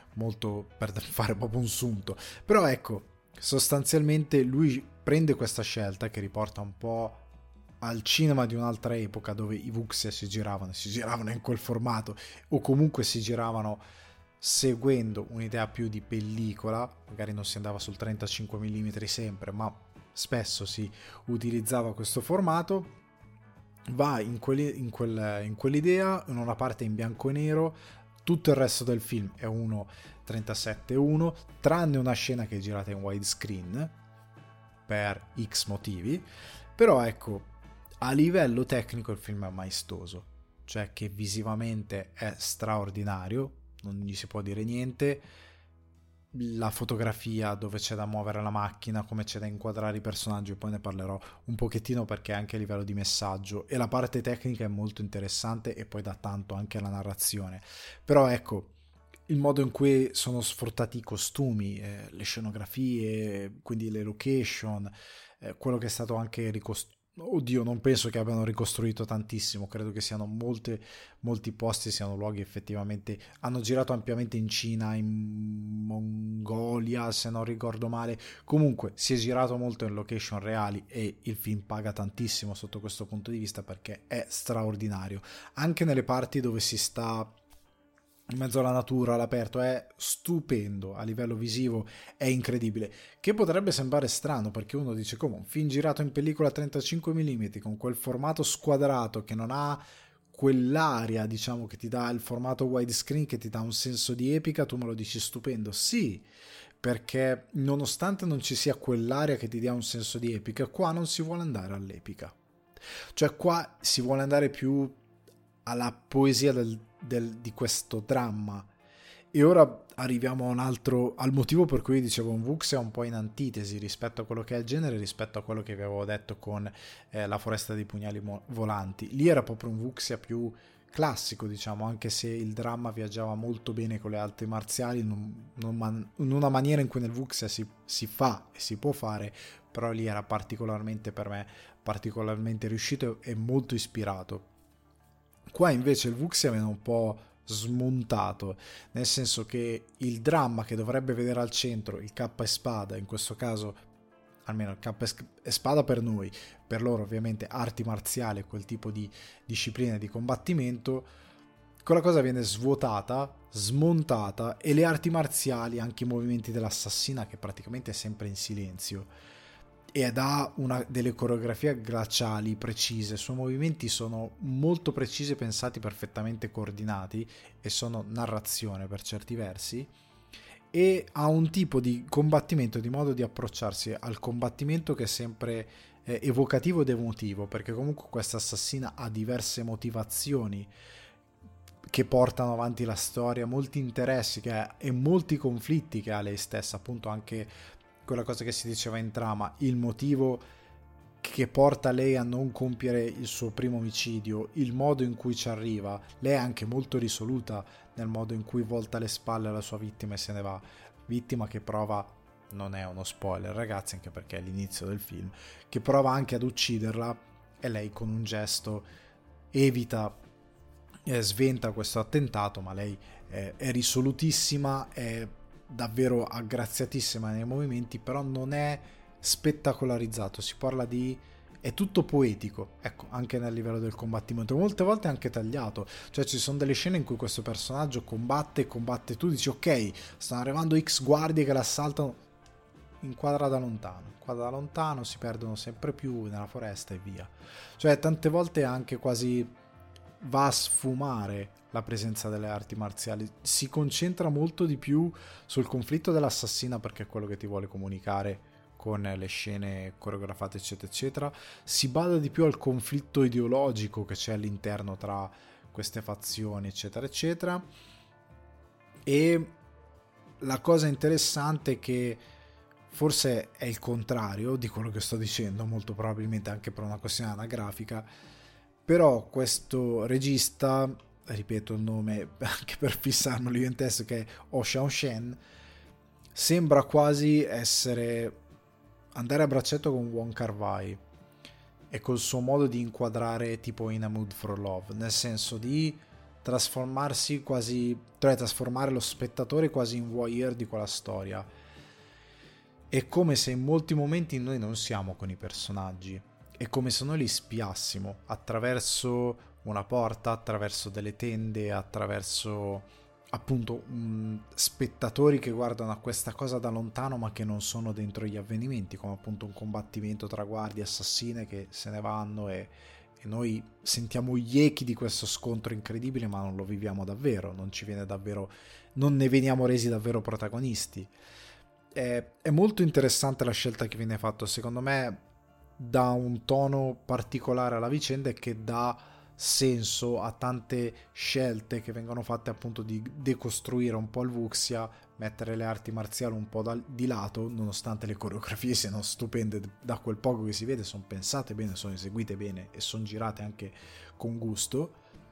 fare proprio un sunto. Però ecco, sostanzialmente lui prende questa scelta che riporta un po' al cinema di un'altra epoca, dove i Wuxia si giravano in quel formato, o comunque si giravano seguendo un'idea più di pellicola, magari non si andava sul 35 mm sempre, ma spesso si utilizzava questo formato. Va in quell'idea, in una parte in bianco e nero, tutto il resto del film è 1.37:1, tranne una scena che è girata in widescreen per X motivi. Però ecco, a livello tecnico il film è maestoso, cioè che visivamente è straordinario, non gli si può dire niente. La fotografia, dove c'è da muovere la macchina, come c'è da inquadrare i personaggi, poi ne parlerò un pochettino, perché anche a livello di messaggio, e la parte tecnica è molto interessante e poi dà tanto anche alla narrazione. Però ecco, il modo in cui sono sfruttati i costumi, le scenografie, quindi le location, quello che è stato anche ricostruito. Oddio, non penso che abbiano ricostruito tantissimo, credo che siano molti posti, siano luoghi effettivamente. Hanno girato ampiamente in Cina, in Mongolia, se non ricordo male. Comunque si è girato molto in location reali e il film paga tantissimo sotto questo punto di vista, perché è straordinario. Anche nelle parti dove si sta in mezzo alla natura, all'aperto, è stupendo a livello visivo, è incredibile, che potrebbe sembrare strano, perché uno dice come un film girato in pellicola 35 mm con quel formato squadrato che non ha quell'aria, diciamo, che ti dà il formato widescreen, che ti dà un senso di epica, tu me lo dici stupendo. Sì, perché nonostante non ci sia quell'aria che ti dia un senso di epica, qua non si vuole andare all'epica, cioè qua si vuole andare più alla poesia di questo dramma. E ora arriviamo a al motivo per cui dicevo un Wuxia è un po' in antitesi rispetto a quello che è il genere, rispetto a quello che vi avevo detto con la foresta dei pugnali volanti. Lì era proprio un Wuxia più classico, diciamo, anche se il dramma viaggiava molto bene con le arti marziali, in una maniera in cui nel Wuxia si fa e si può fare, però lì era particolarmente, per me, particolarmente riuscito e molto ispirato. Qua invece il Wuxia viene un po' smontato, nel senso che il dramma che dovrebbe vedere al centro il K e spada, in questo caso almeno il K e spada per noi, per loro ovviamente arti marziali, quel tipo di disciplina di combattimento, quella cosa viene svuotata, smontata, e le arti marziali, anche i movimenti dell'assassina, che praticamente è sempre in silenzio ed ha delle coreografie glaciali precise, i suoi movimenti sono molto precisi, pensati, perfettamente coordinati, e sono narrazione per certi versi, e ha un tipo di combattimento, di modo di approcciarsi al combattimento che è sempre evocativo ed emotivo, perché comunque questa assassina ha diverse motivazioni che portano avanti la storia, molti interessi e molti conflitti che ha lei stessa, appunto anche quella cosa che si diceva in trama, il motivo che porta lei a non compiere il suo primo omicidio, il modo in cui ci arriva. Lei è anche molto risoluta nel modo in cui volta le spalle alla sua vittima e se ne va. Vittima che prova, non è uno spoiler ragazzi, anche perché è l'inizio del film, che prova anche ad ucciderla, e lei con un gesto evita e sventa questo attentato, ma lei è risolutissima, è davvero aggraziatissima nei movimenti, però non è spettacolarizzato, si parla di è tutto poetico, ecco, anche nel livello del combattimento, molte volte anche tagliato, cioè ci sono delle scene in cui questo personaggio combatte, tu dici ok, stanno arrivando X guardie che l'assaltano, inquadra da lontano, si perdono sempre più nella foresta e via, cioè tante volte anche quasi va a sfumare la presenza delle arti marziali, si concentra molto di più sul conflitto dell'assassina, perché è quello che ti vuole comunicare con le scene coreografate eccetera eccetera, si bada di più al conflitto ideologico che c'è all'interno tra queste fazioni eccetera eccetera. E la cosa interessante è che forse è il contrario di quello che sto dicendo, molto probabilmente anche per una questione anagrafica, però questo regista, ripeto il nome anche per fissarmelo io in testa, che è Oh Xiao-shen, sembra quasi andare a braccetto con Wong Kar-wai e col suo modo di inquadrare tipo In a Mood for Love, nel senso di trasformarsi quasi, cioè trasformare lo spettatore quasi in voyeur di quella storia. È come se in molti momenti noi non siamo con i personaggi, è come se noi li spiassimo attraverso una porta, attraverso delle tende, attraverso appunto spettatori che guardano a questa cosa da lontano ma che non sono dentro gli avvenimenti, come appunto un combattimento tra guardie assassine che se ne vanno e noi sentiamo gli echi di questo scontro incredibile ma non lo viviamo davvero, non ci viene davvero, non ne veniamo resi davvero protagonisti. È molto interessante la scelta che viene fatta, secondo me dà un tono particolare alla vicenda e che dà senso a tante scelte che vengono fatte appunto di decostruire un po' il Wuxia, mettere le arti marziali un po' di lato, nonostante le coreografie siano stupende, da quel poco che si vede sono pensate bene, sono eseguite bene e sono girate anche con gusto,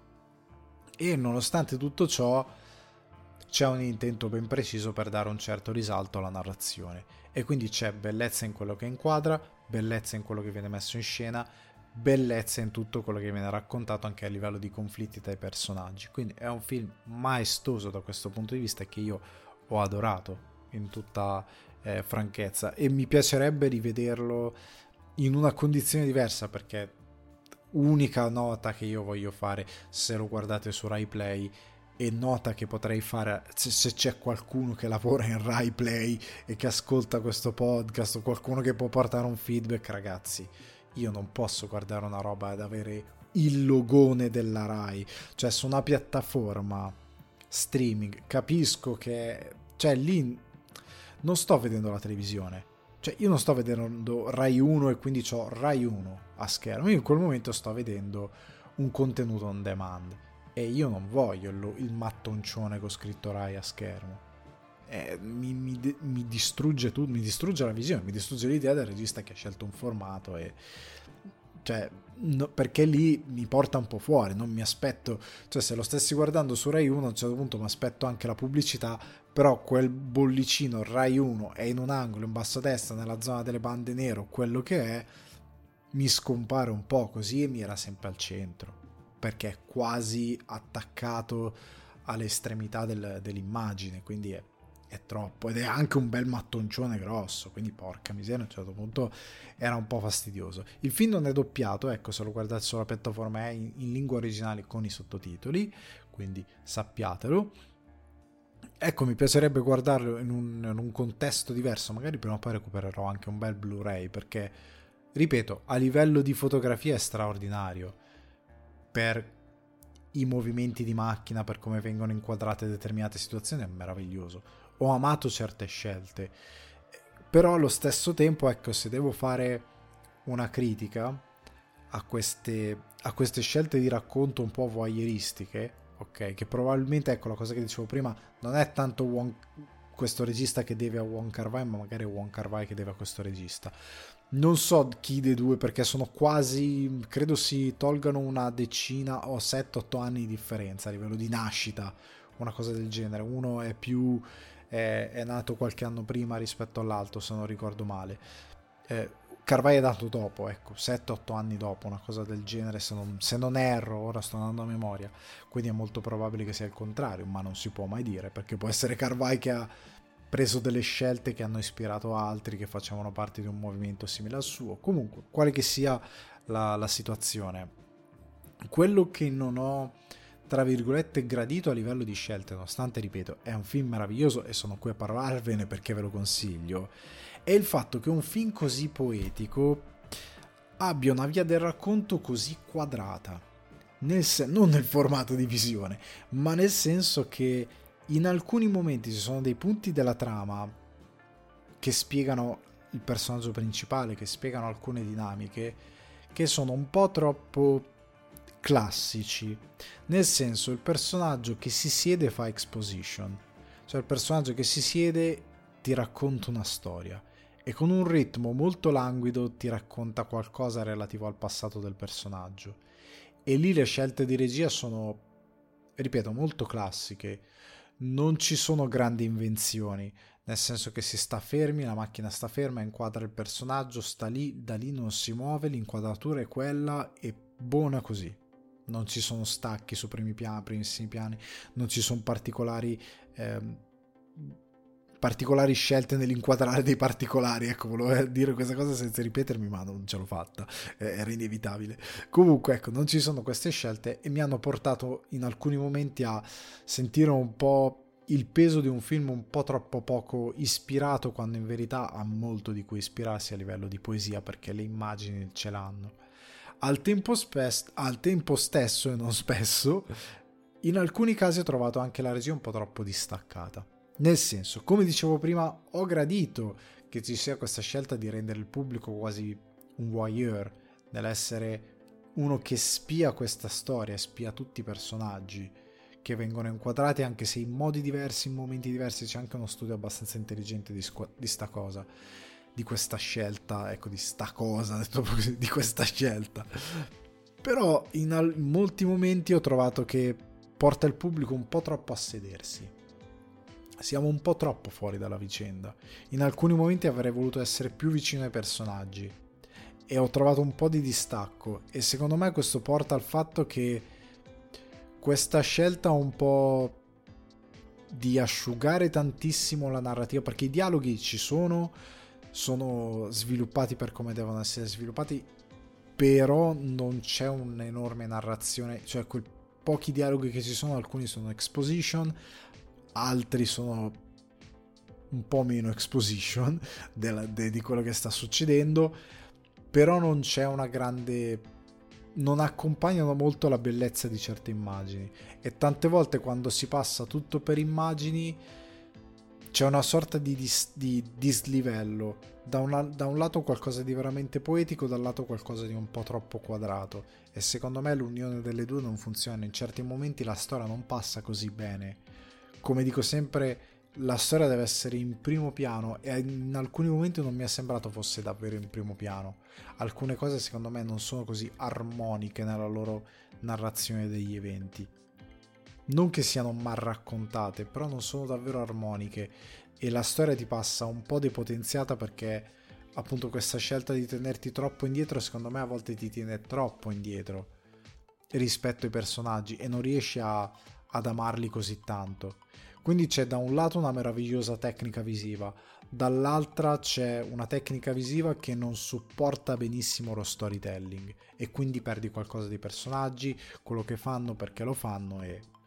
e nonostante tutto ciò c'è un intento ben preciso per dare un certo risalto alla narrazione, e quindi c'è bellezza in quello che inquadra, bellezza in quello che viene messo in scena, bellezza in tutto quello che viene raccontato anche a livello di conflitti tra i personaggi. Quindi è un film maestoso da questo punto di vista che io ho adorato in tutta franchezza, e mi piacerebbe rivederlo in una condizione diversa, perché unica nota che io voglio fare, se lo guardate su Rai Play, e nota che potrei fare se c'è qualcuno che lavora in Rai Play e che ascolta questo podcast, o qualcuno che può portare un feedback, ragazzi, io non posso guardare una roba ed avere il logone della Rai, cioè su una piattaforma streaming. Capisco che, cioè, lì non sto vedendo la televisione, cioè io non sto vedendo Rai 1 e quindi ho Rai 1 a schermo, io in quel momento sto vedendo un contenuto on demand e io non voglio il mattoncione con scritto Rai a schermo. Mi distrugge tutto, mi distrugge la visione, mi distrugge l'idea del regista che ha scelto un formato, e cioè perché lì mi porta un po' fuori, non mi aspetto, cioè se lo stessi guardando su Rai 1 a un certo punto mi aspetto anche la pubblicità, però quel bollicino Rai 1 è in un angolo in basso a destra nella zona delle bande nero, quello che è, mi scompare un po' così, e mi era sempre al centro perché è quasi attaccato all'estremità dell'immagine, quindi è troppo, ed è anche un bel mattoncione grosso, quindi porca miseria, a un certo punto era un po' fastidioso. Il film non è doppiato, ecco, se lo guardate sulla piattaforma è in lingua originale con i sottotitoli, quindi sappiatelo. Ecco, mi piacerebbe guardarlo in un contesto diverso, magari prima o poi recupererò anche un bel Blu-ray, perché, ripeto, a livello di fotografia è straordinario, per i movimenti di macchina, per come vengono inquadrate determinate situazioni, è meraviglioso. Ho amato certe scelte, però allo stesso tempo, ecco, se devo fare una critica a queste scelte di racconto un po' voyeuristiche, ok, che probabilmente, ecco, la cosa che dicevo prima, non è tanto questo regista che deve a Wong Kar-wai, ma magari è Wong Kar-wai che deve a questo regista. Non so chi dei due, perché sono quasi, credo si tolgano una decina o 7-8 anni di differenza a livello di nascita, una cosa del genere. Uno è più è nato qualche anno prima rispetto all'altro, se non ricordo male. Kar-wai è nato dopo, ecco, 7-8 anni dopo, una cosa del genere, se non erro, ora sto andando a memoria, quindi è molto probabile che sia il contrario, ma non si può mai dire, perché può essere Kar-wai che ha preso delle scelte che hanno ispirato altri che facevano parte di un movimento simile al suo. Comunque, quale che sia la situazione, quello che non ho, tra virgolette, gradito a livello di scelte, nonostante, ripeto, è un film meraviglioso e sono qui a parlarvene perché ve lo consiglio, è il fatto che un film così poetico abbia una via del racconto così quadrata, non nel formato di visione, ma nel senso che in alcuni momenti ci sono dei punti della trama che spiegano il personaggio principale, che spiegano alcune dinamiche che sono un po' troppo classici, nel senso, il personaggio che si siede fa exposition, cioè il personaggio che si siede ti racconta una storia, e con un ritmo molto languido ti racconta qualcosa relativo al passato del personaggio. E lì le scelte di regia sono, ripeto, molto classiche. Non ci sono grandi invenzioni, nel senso che si sta fermi, la macchina sta ferma, inquadra il personaggio, sta lì, da lì non si muove, l'inquadratura è quella e buona così. Non ci sono stacchi su primissimi piani, non ci sono particolari scelte nell'inquadrare dei particolari. Ecco, volevo dire questa cosa senza ripetermi, ma non ce l'ho fatta, era inevitabile. Comunque, ecco, non ci sono queste scelte e mi hanno portato in alcuni momenti a sentire un po' il peso di un film un po' troppo poco ispirato, quando in verità ha molto di cui ispirarsi a livello di poesia, perché le immagini ce l'hanno. Al tempo stesso, e non spesso, in alcuni casi ho trovato anche la regia un po' troppo distaccata. Nel senso, come dicevo prima, ho gradito che ci sia questa scelta di rendere il pubblico quasi un voyeur, nell'essere uno che spia questa storia, spia tutti i personaggi che vengono inquadrati, anche se in modi diversi, in momenti diversi. C'è anche uno studio abbastanza intelligente di sta cosa, di questa scelta, ecco, di sta cosa, detto così, di questa scelta. Però in molti momenti ho trovato che porta il pubblico un po' troppo a sedersi. Siamo un po' troppo fuori dalla vicenda. In alcuni momenti avrei voluto essere più vicino ai personaggi e ho trovato un po' di distacco, e secondo me questo porta al fatto che questa scelta un po' di asciugare tantissimo la narrativa, perché i dialoghi ci sono sviluppati per come devono essere sviluppati, però non c'è un'enorme narrazione, cioè quei pochi dialoghi che ci sono, alcuni sono exposition, altri sono un po' meno exposition di quello che sta succedendo, però non c'è una grande, non accompagnano molto la bellezza di certe immagini, e tante volte quando si passa tutto per immagini c'è una sorta di dislivello, da un lato qualcosa di veramente poetico, dal lato qualcosa di un po' troppo quadrato, e secondo me l'unione delle due non funziona. In certi momenti la storia non passa così bene. Come dico sempre, la storia deve essere in primo piano, e in alcuni momenti non mi è sembrato fosse davvero in primo piano. Alcune cose secondo me non sono così armoniche nella loro narrazione degli eventi. Non che siano mal raccontate, però non sono davvero armoniche, e la storia ti passa un po' depotenziata, perché appunto questa scelta di tenerti troppo indietro, secondo me a volte ti tiene troppo indietro rispetto ai personaggi, e non riesci ad amarli così tanto. Quindi c'è da un lato una meravigliosa tecnica visiva, dall'altra c'è una tecnica visiva che non supporta benissimo lo storytelling, e quindi perdi qualcosa dei personaggi, quello che fanno, perché lo fanno,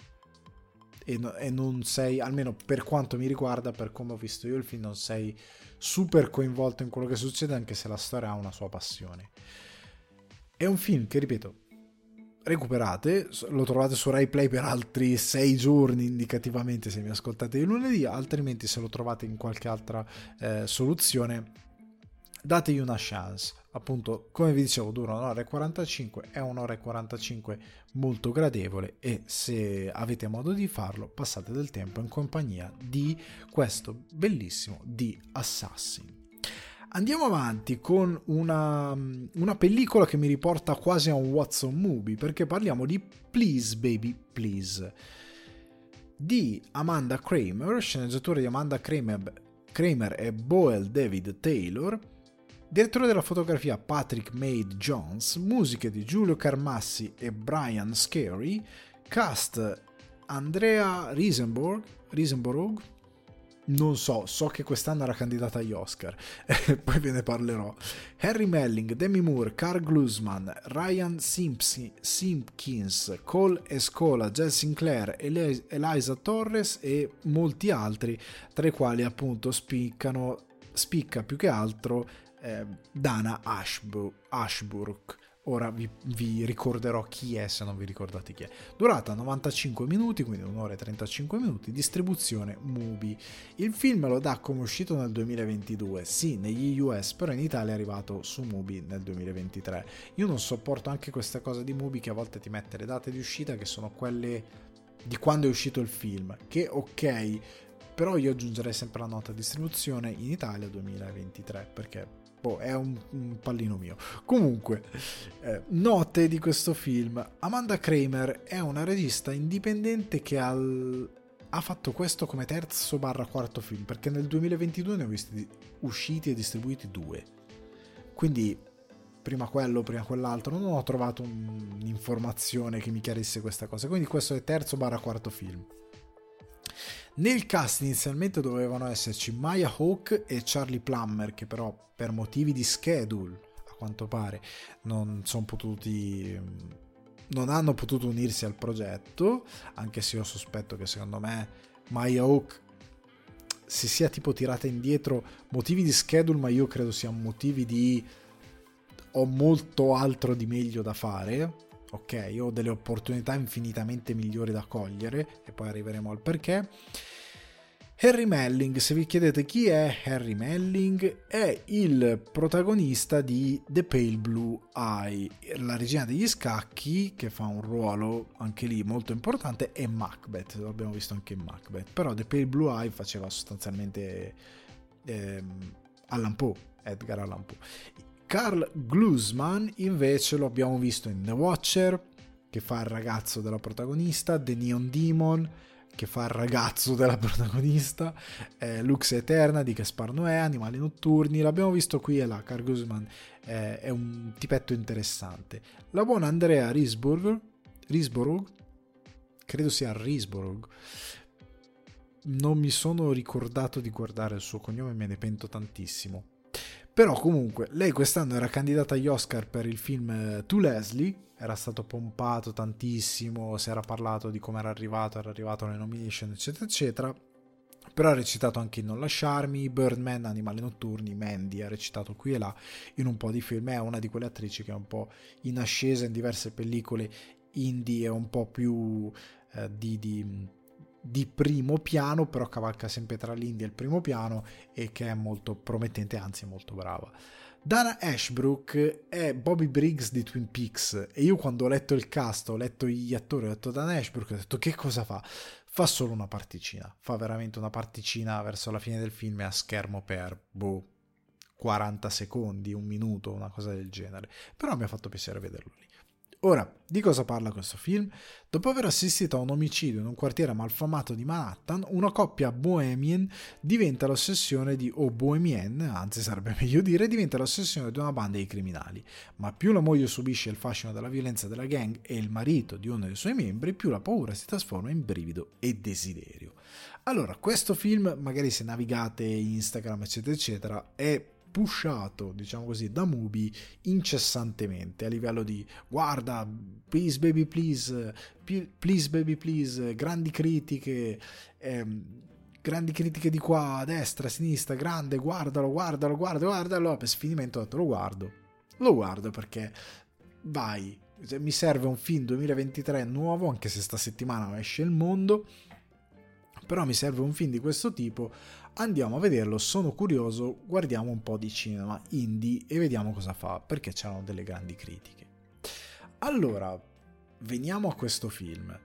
e non sei, almeno per quanto mi riguarda, per come ho visto io il film, non sei super coinvolto in quello che succede, anche se la storia ha una sua passione. È un film che, ripeto, recuperate, lo trovate su Rai Play per altri 6 giorni indicativamente se mi ascoltate il lunedì, altrimenti se lo trovate in qualche altra soluzione, dategli una chance. Appunto, come vi dicevo, dura 1 ora e 45, è 1 ora e 45 molto gradevole, e se avete modo di farlo, passate del tempo in compagnia di questo bellissimo The Assassin. Andiamo avanti con una pellicola che mi riporta quasi a un Watson Movie, perché parliamo di Please Baby Please di Amanda Kramer, sceneggiatura di Amanda Kramer e Boel David Taylor, direttore della fotografia Patrick Maid Jones, musiche di Giulio Carmassi e Brian Scary, cast Andrea Riseborough, non so che quest'anno era candidata agli Oscar, poi ve ne parlerò, Harry Melling, Demi Moore, Carl Glusman, Ryan Simpkins, Cole Escola, Jess Sinclair, Eliza Torres e molti altri, tra i quali appunto spicca più che altro Dana Ashbrook. Ora vi ricorderò chi è, se non vi ricordate chi è. Durata 95 minuti, quindi 1 ora e 35 minuti, distribuzione Mubi. Il film lo dà come uscito nel 2022, sì, negli US, però in Italia è arrivato su Mubi nel 2023. Io non sopporto anche questa cosa di Mubi, che a volte ti mette le date di uscita che sono quelle di quando è uscito il film, che ok, però io aggiungerei sempre la nota distribuzione in Italia 2023, perché è un pallino mio. Comunque, note di questo film: Amanda Kramer è una regista indipendente che ha fatto questo come terzo/quarto film, perché nel 2022 ne ho visti usciti e distribuiti 2, quindi prima quello, prima quell'altro, non ho trovato un'informazione che mi chiarisse questa cosa, quindi questo è terzo/quarto film. Nel cast inizialmente dovevano esserci Maya Hawke e Charlie Plummer, che però per motivi di schedule, a quanto pare, non hanno potuto unirsi al progetto, anche se io sospetto che secondo me Maya Hawke si sia tipo tirata indietro, motivi di schedule, ma io credo siano motivi di ho molto altro di meglio da fare, ok, ho delle opportunità infinitamente migliori da cogliere, e poi arriveremo al perché. Harry Melling, se vi chiedete chi è Harry Melling, è il protagonista di The Pale Blue Eye, la regina degli scacchi, che fa un ruolo anche lì molto importante, e Macbeth, lo abbiamo visto anche in Macbeth, però The Pale Blue Eye faceva sostanzialmente Allan Poe, Edgar Allan Poe. Karl Glusman invece lo abbiamo visto in The Watcher, che fa il ragazzo della protagonista, The Neon Demon, che fa il ragazzo della protagonista, Lux Eterna di Gaspar Noè, Animali Notturni, l'abbiamo visto qui e là. Karl Glusman è un tipetto interessante. La buona Andrea Risborough, credo sia Risborough, non mi sono ricordato di guardare il suo cognome, me ne pento tantissimo. Però comunque, lei quest'anno era candidata agli Oscar per il film To Leslie, era stato pompato tantissimo, si era parlato di come era arrivato alle nomination, eccetera, eccetera. Però ha recitato anche in Non lasciarmi, Birdman, Animali Notturni, Mandy, ha recitato qui e là in un po' di film. È una di quelle attrici che è un po' in ascesa in diverse pellicole indie e un po' più di primo piano, però cavalca sempre tra l'indie e il primo piano, e che è molto promettente, anzi è molto brava. Dana Ashbrook è Bobby Briggs di Twin Peaks, e io quando ho letto il cast, ho letto gli attori, ho detto Dana Ashbrook, ho detto che cosa fa? Fa solo una particina, fa veramente una particina verso la fine del film, e a schermo per 40 secondi, un minuto, una cosa del genere, però mi ha fatto piacere vederlo lì. Ora, di cosa parla questo film? Dopo aver assistito a un omicidio in un quartiere malfamato di Manhattan, una coppia bohemian diventa l'ossessione bohemienne, anzi sarebbe meglio dire, diventa l'ossessione di una banda di criminali. Ma più la moglie subisce il fascino della violenza della gang e il marito di uno dei suoi membri, più la paura si trasforma in brivido e desiderio. Allora, questo film, magari se navigate Instagram, eccetera, eccetera, è pushato, diciamo così, da Mubi incessantemente, a livello di guarda, please baby please, please baby please, grandi critiche di qua, a destra, a sinistra, grande, guardalo, per sfinimento ho detto lo guardo perché vai, mi serve un film 2023 nuovo, anche se sta settimana esce Il Mondo, però mi serve un film di questo tipo, andiamo a vederlo, sono curioso, guardiamo un po' di cinema indie e vediamo cosa fa, perché c'erano delle grandi critiche. Allora, veniamo a questo film.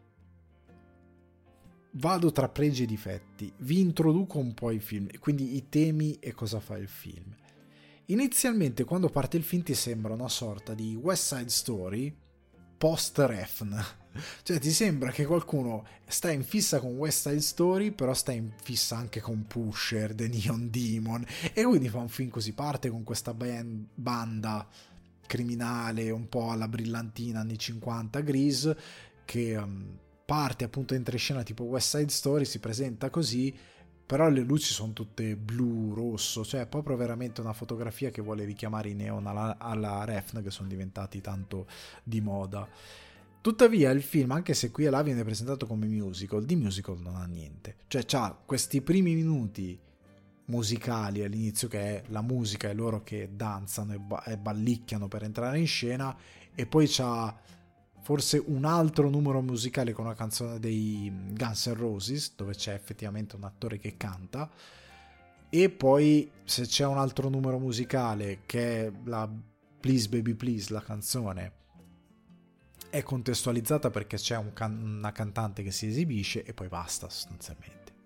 Vado tra pregi e difetti, vi introduco un po' i film, quindi i temi e cosa fa il film. Inizialmente, quando parte il film, ti sembra una sorta di West Side Story post-Refn. Cioè ti sembra che qualcuno sta in fissa con West Side Story, però sta in fissa anche con Pusher, The Neon Demon, e quindi fa un film così, parte con questa banda criminale un po' alla brillantina anni 50 Grease, che parte appunto, entra in scena tipo West Side Story, si presenta così, però le luci sono tutte blu, rosso, cioè è proprio veramente una fotografia che vuole richiamare i neon alla Refn, che sono diventati tanto di moda. Tuttavia il film, anche se qui e là viene presentato come musical, di musical non ha niente. Cioè c'ha questi primi minuti musicali all'inizio, che è la musica e loro che danzano e ballicchiano per entrare in scena, e poi c'ha forse un altro numero musicale con una canzone dei Guns N' Roses, dove c'è effettivamente un attore che canta, e poi se c'è un altro numero musicale che è la Please Baby Please, la canzone è contestualizzata perché c'è una cantante che si esibisce, e poi basta sostanzialmente.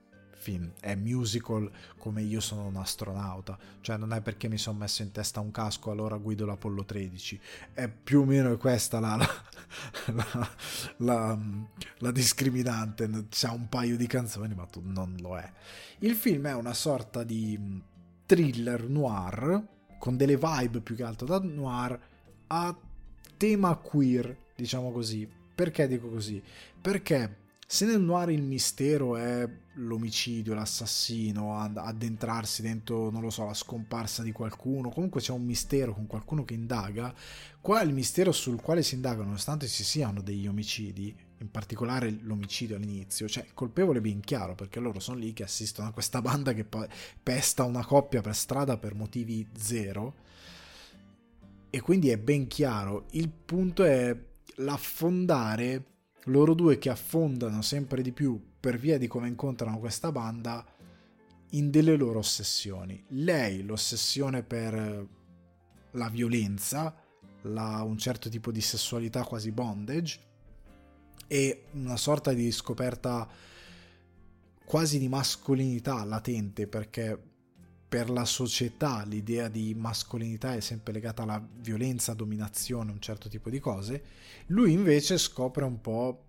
film, è musical come Io sono un astronauta, cioè non è perché mi sono messo in testa un casco allora guido l'Apollo 13, è più o meno questa la, la, la discriminante, c'ha un paio di canzoni ma tu non lo è. Il film è una sorta di thriller noir con delle vibe più che altro da noir a tema queer, diciamo così. Perché dico così? Perché se nel noir il mistero è l'omicidio, l'assassino, addentrarsi dentro, non lo so, la scomparsa di qualcuno, comunque c'è un mistero con qualcuno che indaga, qua il mistero sul quale si indaga, nonostante ci siano degli omicidi, in particolare l'omicidio all'inizio, cioè il colpevole è ben chiaro, perché loro sono lì che assistono a questa banda che poi pesta una coppia per strada per motivi zero, e quindi è ben chiaro. Il punto è l'affondare, loro due che affondano sempre di più per via di come incontrano questa banda in delle loro ossessioni. Lei l'ossessione per la violenza, un certo tipo di sessualità quasi bondage, e una sorta di scoperta quasi di mascolinità latente, perché per la società l'idea di mascolinità è sempre legata alla violenza, dominazione, un certo tipo di cose. Lui invece scopre un po'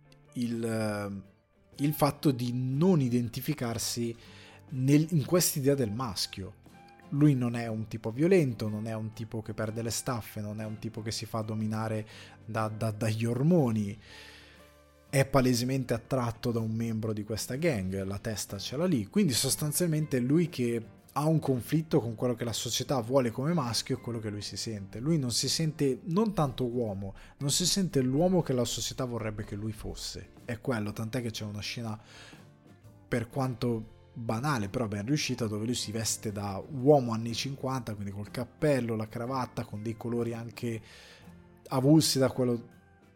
il fatto di non identificarsi in quest'idea del maschio. Lui non è un tipo violento, non è un tipo che perde le staffe, non è un tipo che si fa dominare dagli ormoni, è palesemente attratto da un membro di questa gang, la testa ce l'ha lì, quindi sostanzialmente è lui che ha un conflitto con quello che la società vuole come maschio e quello che lui si sente. Lui non si sente non tanto uomo, non si sente l'uomo che la società vorrebbe che lui fosse, è quello, tant'è che c'è una scena, per quanto banale però ben riuscita, dove lui si veste da uomo anni 50, quindi col cappello, la cravatta, con dei colori anche avulsi da quello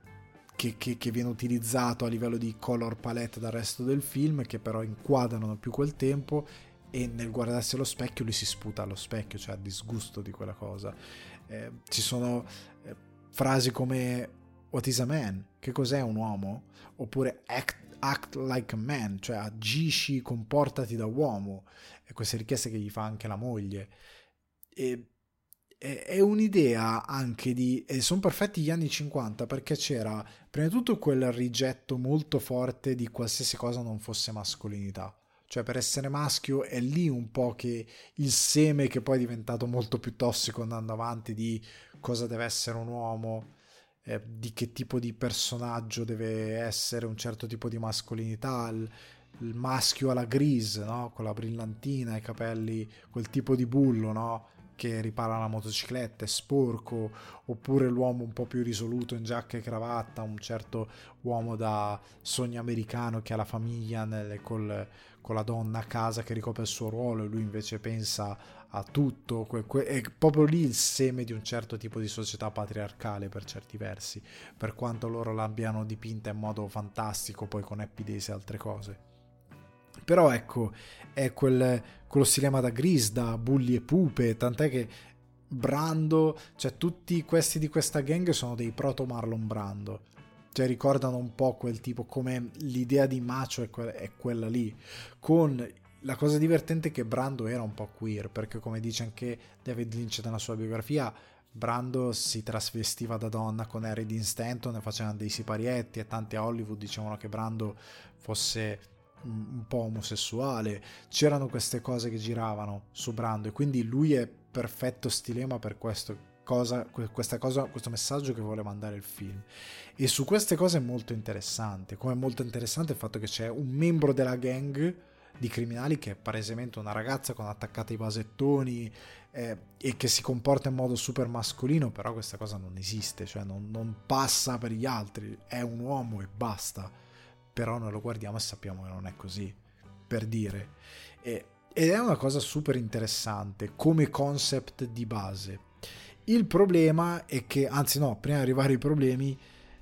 che viene utilizzato a livello di color palette dal resto del film, che però inquadrano più quel tempo, e nel guardarsi allo specchio lui si sputa allo specchio, cioè a disgusto di quella cosa. Ci sono frasi come "What is a man?", che cos'è un uomo? Oppure act like a man, cioè agisci, comportati da uomo, e queste richieste che gli fa anche la moglie. E è un'idea anche di, e sono perfetti gli anni 50, perché c'era prima di tutto quel rigetto molto forte di qualsiasi cosa non fosse mascolinità, cioè per essere maschio è lì un po' che il seme, che poi è diventato molto più tossico andando avanti, di cosa deve essere un uomo, di che tipo di personaggio deve essere, un certo tipo di mascolinità, il maschio alla Grease, no? Con la brillantina, i capelli, quel tipo di bullo, no? Che ripara la motocicletta, è sporco, oppure l'uomo un po' più risoluto in giacca e cravatta, un certo uomo da sogno americano che ha la famiglia con la donna a casa che ricopre il suo ruolo, e lui invece pensa a tutto, è proprio lì il seme di un certo tipo di società patriarcale per certi versi, per quanto loro l'abbiano dipinta in modo fantastico poi con Happy Days e altre cose. Però ecco, è quello stilema da Grease, da bulli e pupe, tant'è che Brando, cioè tutti questi di questa gang sono dei proto Marlon Brando, cioè ricordano un po' quel tipo, come l'idea di macho è quella lì, con la cosa divertente che Brando era un po' queer, perché come dice anche David Lynch nella sua biografia, Brando si trasvestiva da donna con Harry Dean Stanton e facevano dei siparietti, e tanti a Hollywood dicevano che Brando fosse un po' omosessuale, c'erano queste cose che giravano su Brando, e quindi lui è perfetto stilema per questa cosa, questo messaggio che vuole mandare il film. E su queste cose è molto interessante, come è molto interessante il fatto che c'è un membro della gang di criminali che è palesemente una ragazza con attaccati i vasettoni, e che si comporta in modo super mascolino, però questa cosa non esiste, cioè non passa per gli altri, è un uomo e basta, però noi lo guardiamo e sappiamo che non è così, per dire. Ed è una cosa super interessante come concept di base. Il problema è che, anzi no, prima di arrivare ai problemi,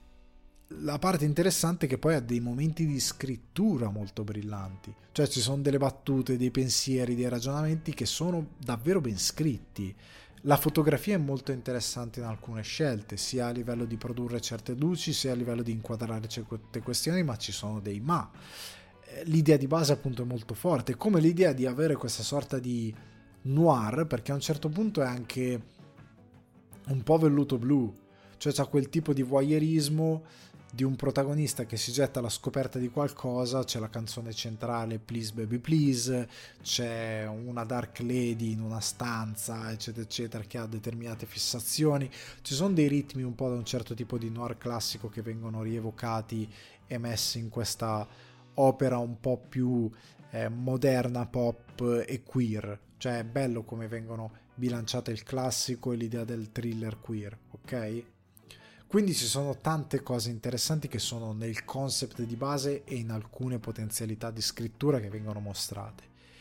la parte interessante è che poi ha dei momenti di scrittura molto brillanti, cioè ci sono delle battute, dei pensieri, dei ragionamenti che sono davvero ben scritti. La fotografia è molto interessante in alcune scelte, sia a livello di produrre certe luci, sia a livello di inquadrare certe questioni, ma ci sono dei ma. l'idea di base appunto è molto forte, come l'idea di avere questa sorta di noir, perché a un certo punto è anche un po' velluto blu, cioè c'è quel tipo di voyeurismo di un protagonista che si getta alla scoperta di qualcosa, c'è la canzone centrale Please Baby Please, c'è una Dark Lady in una stanza, eccetera eccetera, che ha determinate fissazioni, ci sono dei ritmi un po' da un certo tipo di noir classico che vengono rievocati e messi in questa opera un po' più moderna, pop e queer, cioè è bello come vengono bilanciate il classico e l'idea del thriller queer, ok? Quindi ci sono tante cose interessanti che sono nel concept di base e in alcune potenzialità di scrittura che vengono mostrate.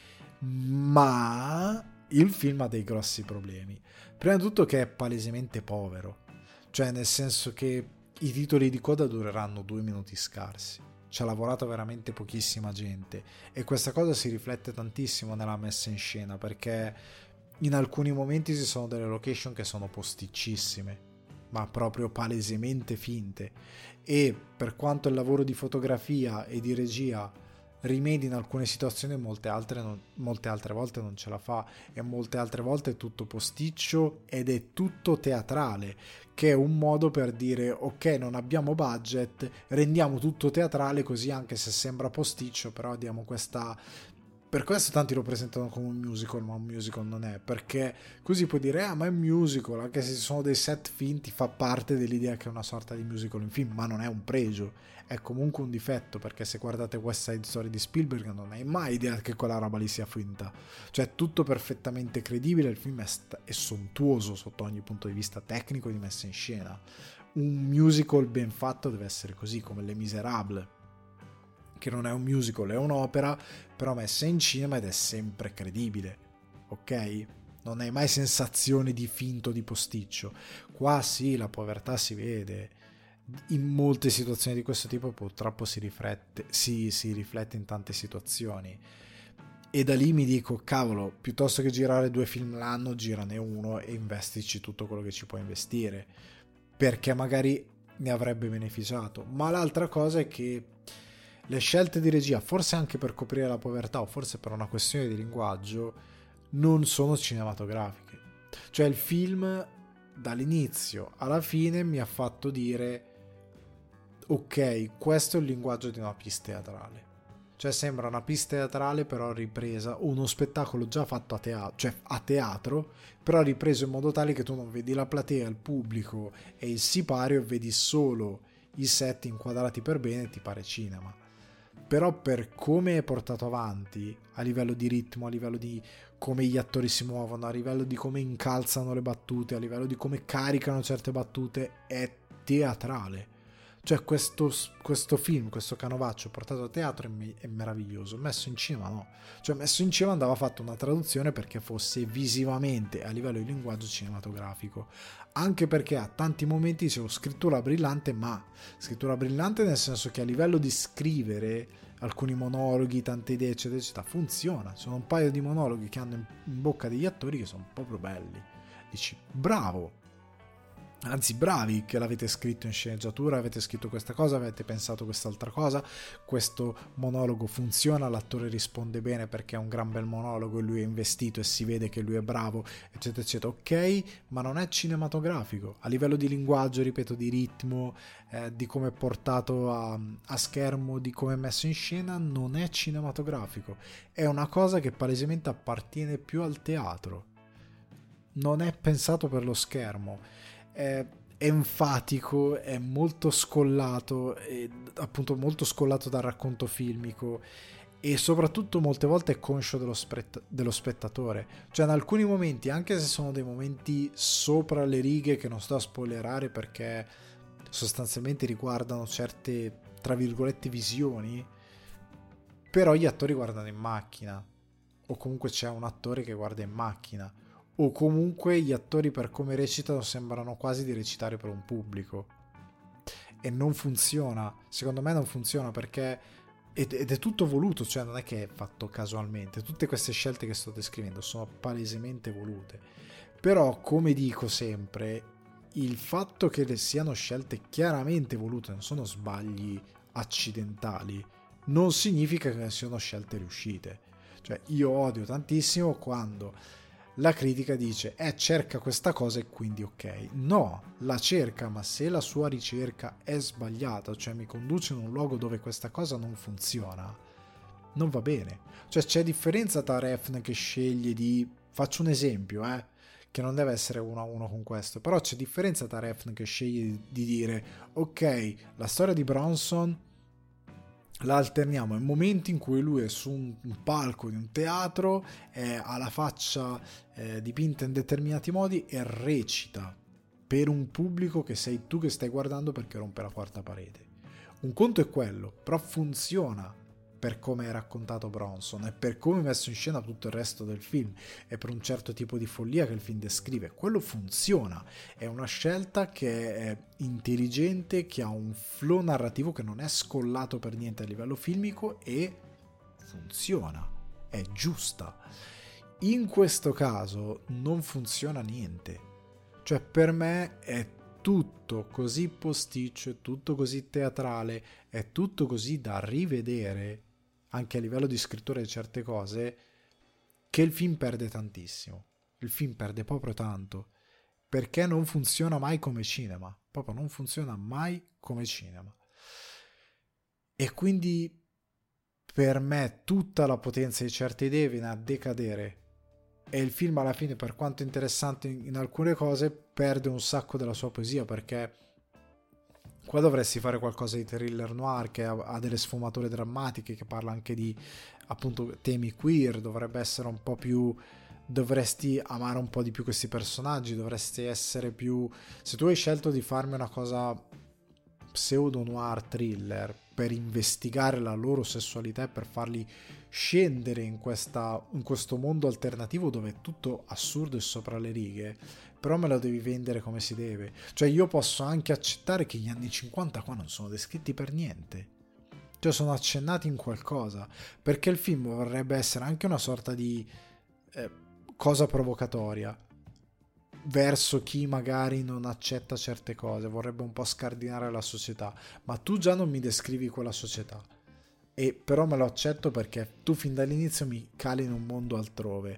Ma il film ha dei grossi problemi. Prima di tutto che è palesemente povero, cioè nel senso che i titoli di coda dureranno 2 minuti scarsi. Ci ha lavorato veramente pochissima gente e questa cosa si riflette tantissimo nella messa in scena, perché in alcuni momenti ci sono delle location che sono posticcissime, ma proprio palesemente finte, e per quanto il lavoro di fotografia e di regia rimedi in alcune situazioni, molte altre volte non ce la fa, e molte altre volte è tutto posticcio ed è tutto teatrale, che è un modo per dire ok, non abbiamo budget, rendiamo tutto teatrale, così anche se sembra posticcio però diamo questa... Per questo tanti lo presentano come un musical, ma un musical non è, perché così puoi dire ma è un musical, anche se ci sono dei set finti, fa parte dell'idea che è una sorta di musical in film, ma non è un pregio, è comunque un difetto, perché se guardate West Side Story di Spielberg non hai mai idea che quella roba lì sia finta, cioè è tutto perfettamente credibile, il film è sontuoso sotto ogni punto di vista tecnico e di messa in scena. Un musical ben fatto deve essere così, come Les Miserables, che non è un musical, è un'opera, però messa in cinema ed è sempre credibile, ok? Non hai mai sensazione di finto, di posticcio. Qua sì, la povertà si vede. In molte situazioni di questo tipo purtroppo si riflette in tante situazioni. E da lì mi dico, cavolo, piuttosto che girare 2 film l'anno, girane uno e investici tutto quello che ci puoi investire, perché magari ne avrebbe beneficiato. Ma l'altra cosa è che le scelte di regia, forse anche per coprire la povertà o forse per una questione di linguaggio, non sono cinematografiche. Cioè il film dall'inizio alla fine mi ha fatto dire ok, questo è il linguaggio di una pista teatrale. Cioè sembra una pista teatrale però ripresa, o uno spettacolo già fatto a teatro, cioè a teatro, però ripreso in modo tale che tu non vedi la platea, il pubblico e il sipario, vedi solo i set inquadrati per bene e ti pare cinema. Però per come è portato avanti a livello di ritmo, a livello di come gli attori si muovono, a livello di come incalzano le battute, a livello di come caricano certe battute, è teatrale. Cioè questo film, questo canovaccio portato a teatro è meraviglioso, messo in cinema no. Cioè messo in cinema andava fatta una traduzione perché fosse visivamente a livello di linguaggio cinematografico, anche perché a tanti momenti dicevo scrittura brillante, ma scrittura brillante nel senso che a livello di scrivere alcuni monologhi, tante idee eccetera eccetera, funziona. Ci sono un paio di monologhi che hanno in bocca degli attori che sono proprio belli, dici bravo, anzi bravi che l'avete scritto in sceneggiatura, avete scritto questa cosa, avete pensato quest'altra cosa, questo monologo funziona, l'attore risponde bene perché è un gran bel monologo e lui è investito e si vede che lui è bravo eccetera eccetera, ok, ma non è cinematografico a livello di linguaggio, ripeto, di ritmo, di come è portato a schermo, di come è messo in scena, non è cinematografico, è una cosa che palesemente appartiene più al teatro, non è pensato per lo schermo. È enfatico, è molto scollato, è appunto molto scollato dal racconto filmico e soprattutto molte volte è conscio dello spettatore. Cioè in alcuni momenti, anche se sono dei momenti sopra le righe che non sto a spoilerare perché sostanzialmente riguardano certe, tra virgolette, visioni, però gli attori guardano in macchina, o comunque c'è un attore che guarda in macchina, o comunque gli attori per come recitano sembrano quasi di recitare per un pubblico, e non funziona, secondo me non funziona perché ed è tutto voluto, cioè non è che è fatto casualmente, tutte queste scelte che sto descrivendo sono palesemente volute, però come dico sempre, il fatto che le siano scelte chiaramente volute, non sono sbagli accidentali, non significa che siano scelte riuscite. Cioè, io odio tantissimo quando la critica dice cerca questa cosa e quindi ok. No, la cerca, ma se la sua ricerca è sbagliata, cioè mi conduce in un luogo dove questa cosa non funziona, non va bene. Cioè c'è differenza tra Refn che sceglie di... Faccio un esempio, che non deve essere uno a uno con questo, però c'è differenza tra Refn che sceglie di dire ok, la storia di Bronson la alterniamo in momenti in cui lui è su un palco di un teatro, ha la faccia dipinta in determinati modi e recita per un pubblico che sei tu che stai guardando perché rompe la quarta parete. Un conto è quello, però funziona per come è raccontato Bronson e per come è messo in scena tutto il resto del film e per un certo tipo di follia che il film descrive. Quello funziona, è una scelta che è intelligente, che ha un flow narrativo che non è scollato per niente a livello filmico e funziona, è giusta. In questo caso non funziona niente, cioè per me è tutto così posticcio, è tutto così teatrale, è tutto così da rivedere anche a livello di scrittura di certe cose, che il film perde tantissimo. Il film perde proprio tanto, perché non funziona mai come cinema, proprio non funziona mai come cinema. E quindi per me tutta la potenza di certe idee viene a decadere e il film alla fine, per quanto interessante in alcune cose, perde un sacco della sua poesia, perché qua dovresti fare qualcosa di thriller noir che ha delle sfumature drammatiche, che parla anche di appunto temi queer, dovrebbe essere un po' più, dovresti amare un po' di più questi personaggi, dovresti essere più... Se tu hai scelto di farmi una cosa pseudo noir thriller per investigare la loro sessualità e per farli scendere in questo mondo alternativo dove è tutto assurdo e sopra le righe, però me lo devi vendere come si deve. Cioè io posso anche accettare che gli anni 50 qua non sono descritti per niente, cioè sono accennati in qualcosa, perché il film vorrebbe essere anche una sorta di cosa provocatoria verso chi magari non accetta certe cose, vorrebbe un po' scardinare la società, ma tu già non mi descrivi quella società, e però me lo accetto perché tu fin dall'inizio mi cali in un mondo altrove,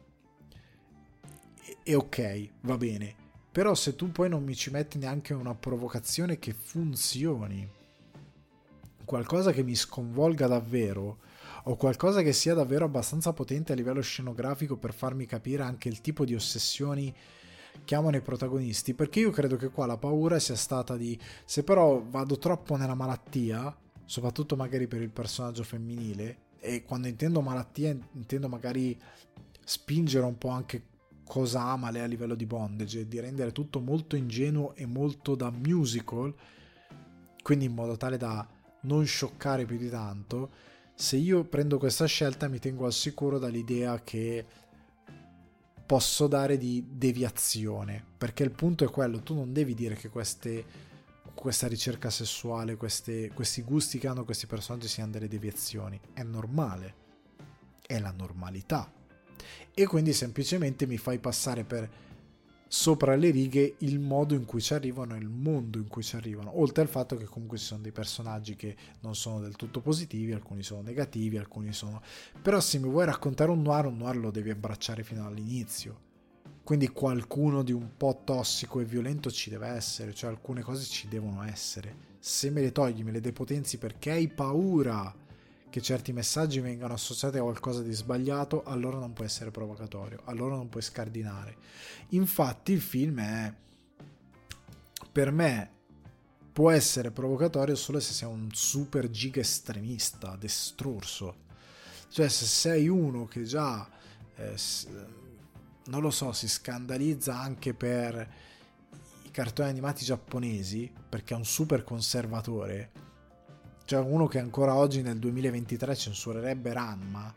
e ok, va bene, però se tu poi non mi ci metti neanche una provocazione che funzioni, qualcosa che mi sconvolga davvero, o qualcosa che sia davvero abbastanza potente a livello scenografico per farmi capire anche il tipo di ossessioni che amano i protagonisti, perché io credo che qua la paura sia stata di, se però vado troppo nella malattia, soprattutto magari per il personaggio femminile, e quando intendo malattia intendo magari spingere un po' anche cosa ama lei a livello di bondage, di rendere tutto molto ingenuo e molto da musical, quindi in modo tale da non scioccare più di tanto. Se io prendo questa scelta mi tengo al sicuro dall'idea che posso dare di deviazione, perché il punto è quello, tu non devi dire che questa ricerca sessuale, questi gusti che hanno questi personaggi siano delle deviazioni, è normale, è la normalità, e quindi semplicemente mi fai passare per sopra le righe il modo in cui ci arrivano e il mondo in cui ci arrivano, oltre al fatto che comunque ci sono dei personaggi che non sono del tutto positivi, alcuni sono negativi, alcuni sono... Però se mi vuoi raccontare un noir lo devi abbracciare fino all'inizio, quindi qualcuno di un po' tossico e violento ci deve essere, cioè alcune cose ci devono essere. Se me le togli, me le depotenzi perché hai paura che certi messaggi vengano associati a qualcosa di sbagliato, allora non può essere provocatorio, allora non puoi scardinare. Infatti il film è, per me, può essere provocatorio solo se sei un super giga estremista, destrorso. Cioè se sei uno che già, non lo so, si scandalizza anche per i cartoni animati giapponesi, perché è un super conservatore, cioè uno che ancora oggi nel 2023 censurerebbe Ranma,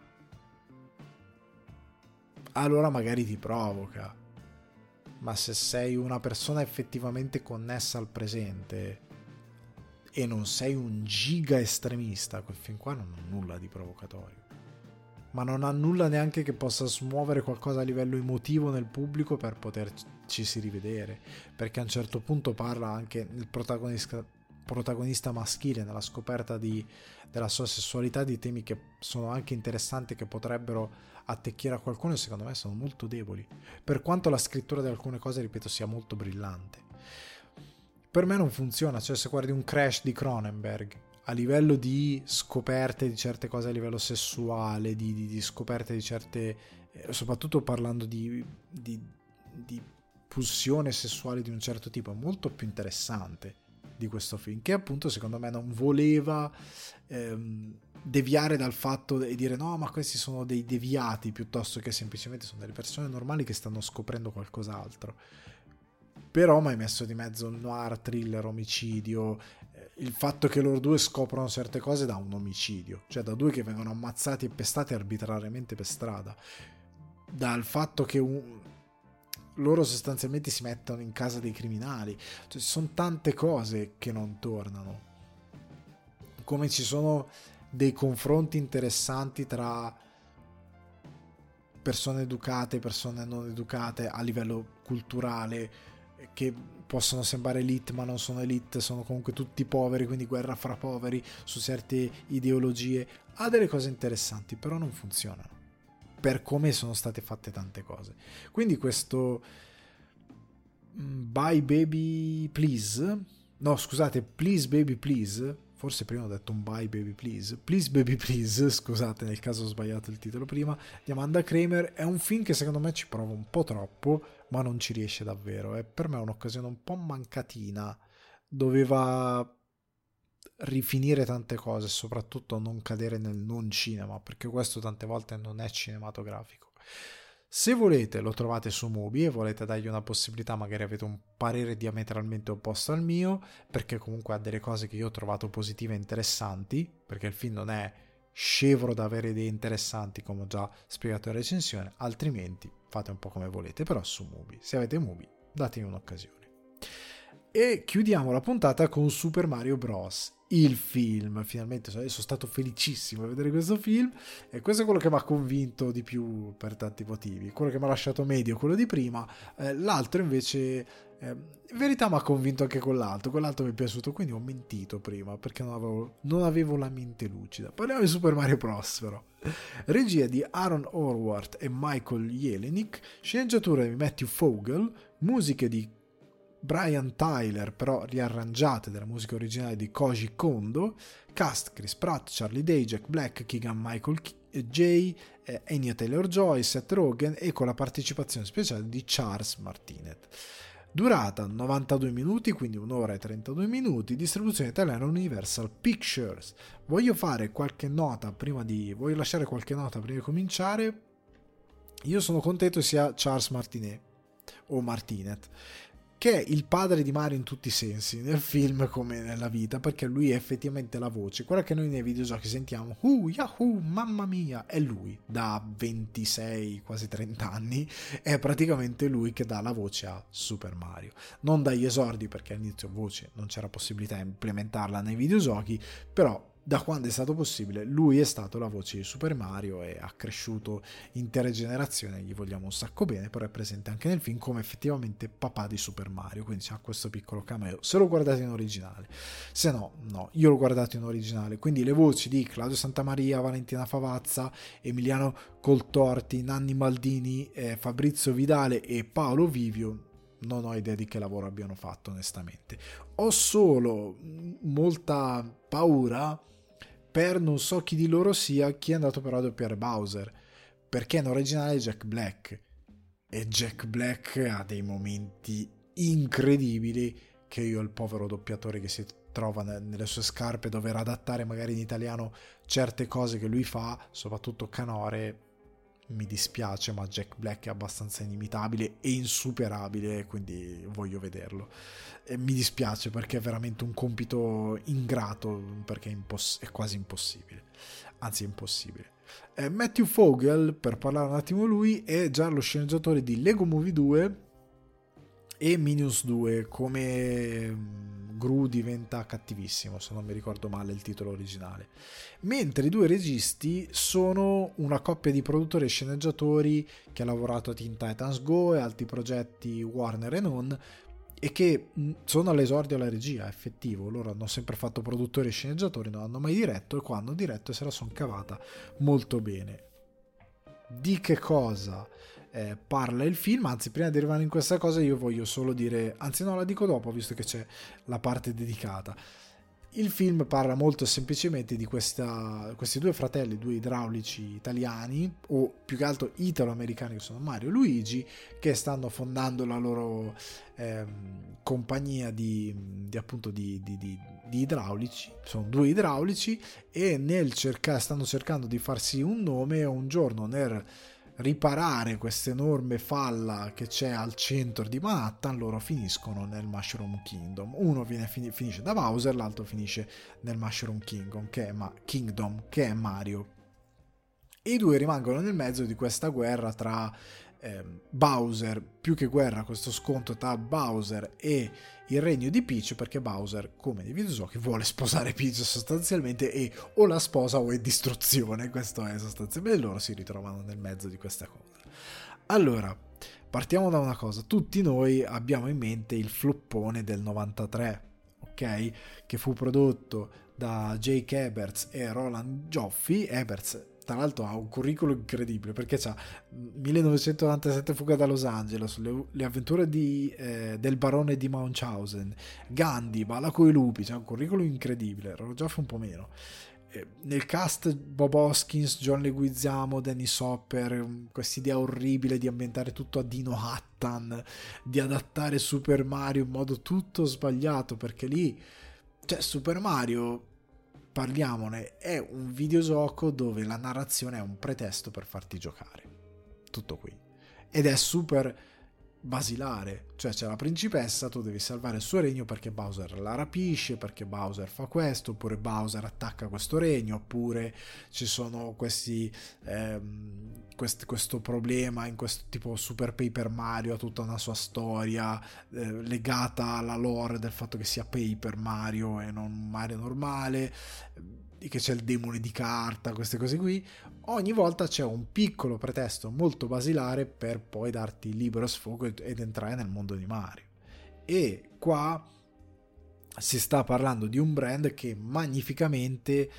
allora magari ti provoca. Ma se sei una persona effettivamente connessa al presente e non sei un giga estremista, quel film qua non ha nulla di provocatorio, ma non ha nulla neanche che possa smuovere qualcosa a livello emotivo nel pubblico per poterci si rivedere, perché a un certo punto parla anche il protagonista protagonista maschile nella scoperta della sua sessualità, di temi che sono anche interessanti, che potrebbero attecchire a qualcuno, e secondo me sono molto deboli, per quanto la scrittura di alcune cose, ripeto, sia molto brillante. Per me non funziona. Cioè, se guardi un Crash di Cronenberg, a livello di scoperte di certe cose a livello sessuale, di scoperte di certe, soprattutto parlando di pulsione sessuale di un certo tipo, è molto più interessante di questo film, che appunto secondo me non voleva deviare dal fatto e dire no, ma questi sono dei deviati, piuttosto che semplicemente sono delle persone normali che stanno scoprendo qualcos'altro. Però mi hai messo di mezzo un noir, thriller, omicidio, il fatto che loro due scoprono certe cose da un omicidio, cioè da due che vengono ammazzati e pestati arbitrariamente per strada, dal fatto che loro sostanzialmente si mettono in casa dei criminali. Cioè, ci sono tante cose che non tornano, come ci sono dei confronti interessanti tra persone educate e persone non educate a livello culturale, che possono sembrare elite ma non sono elite, sono comunque tutti poveri, quindi guerra fra poveri su certe ideologie. Ha delle cose interessanti, però non funzionano per come sono state fatte tante cose. Quindi questo Bye Baby Please, no scusate, Please Baby Please, forse prima ho detto un Bye Baby Please, Please Baby Please, scusate nel caso ho sbagliato il titolo prima, di Amanda Kramer, è un film che secondo me ci prova un po' troppo, ma non ci riesce davvero. È per me un'occasione un po' mancatina, doveva rifinire tante cose, soprattutto non cadere nel non cinema, perché questo tante volte non è cinematografico. Se volete lo trovate su Mubi e volete dargli una possibilità, magari avete un parere diametralmente opposto al mio, perché comunque ha delle cose che io ho trovato positive e interessanti, perché il film non è scevro da avere idee interessanti come ho già spiegato in recensione, altrimenti fate un po' come volete, però su Mubi, se avete Mubi dategli un'occasione. E chiudiamo la puntata con Super Mario Bros. Il film, finalmente sono stato felicissimo di vedere questo film, e questo è quello che mi ha convinto di più per tanti motivi. Quello che mi ha lasciato medio quello di prima, l'altro invece in verità mi ha convinto anche quell'altro mi è piaciuto, quindi ho mentito prima perché non avevo la mente lucida. Parliamo di Super Mario Bros. Però regia di Aaron Horwath e Michael Jelenic, sceneggiatura di Matthew Vogel, musiche di Brian Tyler, però riarrangiate della musica originale di Koji Kondo, cast Chris Pratt, Charlie Day, Jack Black, Keegan Michael J, Anya Taylor-Joy, Seth Rogen, e con la partecipazione speciale di Charles Martinet. Durata 92 minuti, quindi 1 ora e 32 minuti, distribuzione italiana Universal Pictures. Voglio lasciare qualche nota prima di cominciare. Io sono contento sia Charles Martinet o Martinet, che è il padre di Mario in tutti i sensi, nel film come nella vita, perché lui è effettivamente la voce, quella che noi nei videogiochi sentiamo, yahoo, mamma mia, è lui, da 26, quasi 30 anni, è praticamente lui che dà la voce a Super Mario. Non dagli esordi, perché all'inizio voce non c'era possibilità di implementarla nei videogiochi, però da quando è stato possibile lui è stato la voce di Super Mario e ha cresciuto intere generazioni, gli vogliamo un sacco bene, però è presente anche nel film come effettivamente papà di Super Mario, quindi c'ha questo piccolo cameo, se lo guardate in originale. Se no, io l'ho guardato in originale, quindi le voci di Claudio Santamaria, Valentina Favazza, Emiliano Coltorti, Nanni Maldini, Fabrizio Vidale e Paolo Vivio, non ho idea di che lavoro abbiano fatto onestamente. Ho solo molta paura per non so chi di loro sia chi è andato però a doppiare Bowser, perché in originale è Jack Black, e Jack Black ha dei momenti incredibili che io, il povero doppiatore che si trova nelle sue scarpe, dover adattare magari in italiano certe cose che lui fa, soprattutto canore, mi dispiace, ma Jack Black è abbastanza inimitabile e insuperabile, quindi voglio vederlo. E mi dispiace perché è veramente un compito ingrato, perché è quasi impossibile, anzi impossibile. Matthew Vogel, per parlare un attimo lui, è già lo sceneggiatore di Lego Movie 2 e Minions 2, come Gru diventa cattivissimo, se non mi ricordo male il titolo originale, mentre i due registi sono una coppia di produttori e sceneggiatori che ha lavorato a Teen Titans Go e altri progetti Warner e non, e che sono all'esordio alla regia, effettivo. Loro hanno sempre fatto produttori e sceneggiatori, non hanno mai diretto, e qua hanno diretto e se la sono cavata molto bene. Di che cosa parla il film? Anzi, prima di arrivare in questa cosa io voglio solo dire, anzi no, la dico dopo visto che c'è la parte dedicata. Il film parla molto semplicemente di questi due fratelli, due idraulici italiani, o più che altro italo-americani, che sono Mario e Luigi, che stanno fondando la loro compagnia di idraulici. Sono due idraulici e stanno cercando di farsi un nome, e un giorno nel riparare questa enorme falla che c'è al centro di Manhattan, loro finiscono nel Mushroom Kingdom. Uno finisce da Bowser, l'altro finisce nel Mushroom Kingdom, che è Mario. E i due rimangono nel mezzo di questa guerra tra Bowser, più che guerra, questo scontro tra Bowser e il regno di Peach, perché Bowser, come nei videogiochi, vuole sposare Peach sostanzialmente, e o la sposa o è distruzione. Questo è sostanzialmente, loro si ritrovano nel mezzo di questa cosa. Allora, partiamo da una cosa: tutti noi abbiamo in mente il floppone del 93, ok? Che fu prodotto da Jake Eberts e Roland Joffe. Eberts tra l'altro ha un curriculum incredibile, perché c'ha 1997 Fuga da Los Angeles, le avventure del barone di Munchausen, Gandhi, Balla coi lupi. C'ha un curriculum incredibile. Roland Joffe un po' meno. Nel cast Bob Hoskins, John Leguizamo, Dennis Hopper, quest'idea orribile di ambientare tutto a Dino Hattan, di adattare Super Mario in modo tutto sbagliato, perché lì, cioè, Super Mario, parliamone, è un videogioco dove la narrazione è un pretesto per farti giocare. Tutto qui. Ed è super basilare, cioè c'è la principessa, tu devi salvare il suo regno perché Bowser la rapisce, perché Bowser fa questo, oppure Bowser attacca questo regno, oppure ci sono questo problema in questo tipo Super Paper Mario, ha tutta una sua storia legata alla lore del fatto che sia Paper Mario e non Mario normale, e che c'è il demone di carta, queste cose qui. Ogni volta c'è un piccolo pretesto molto basilare per poi darti libero sfogo ed entrare nel mondo di Mario. E qua si sta parlando di un brand che magnificamente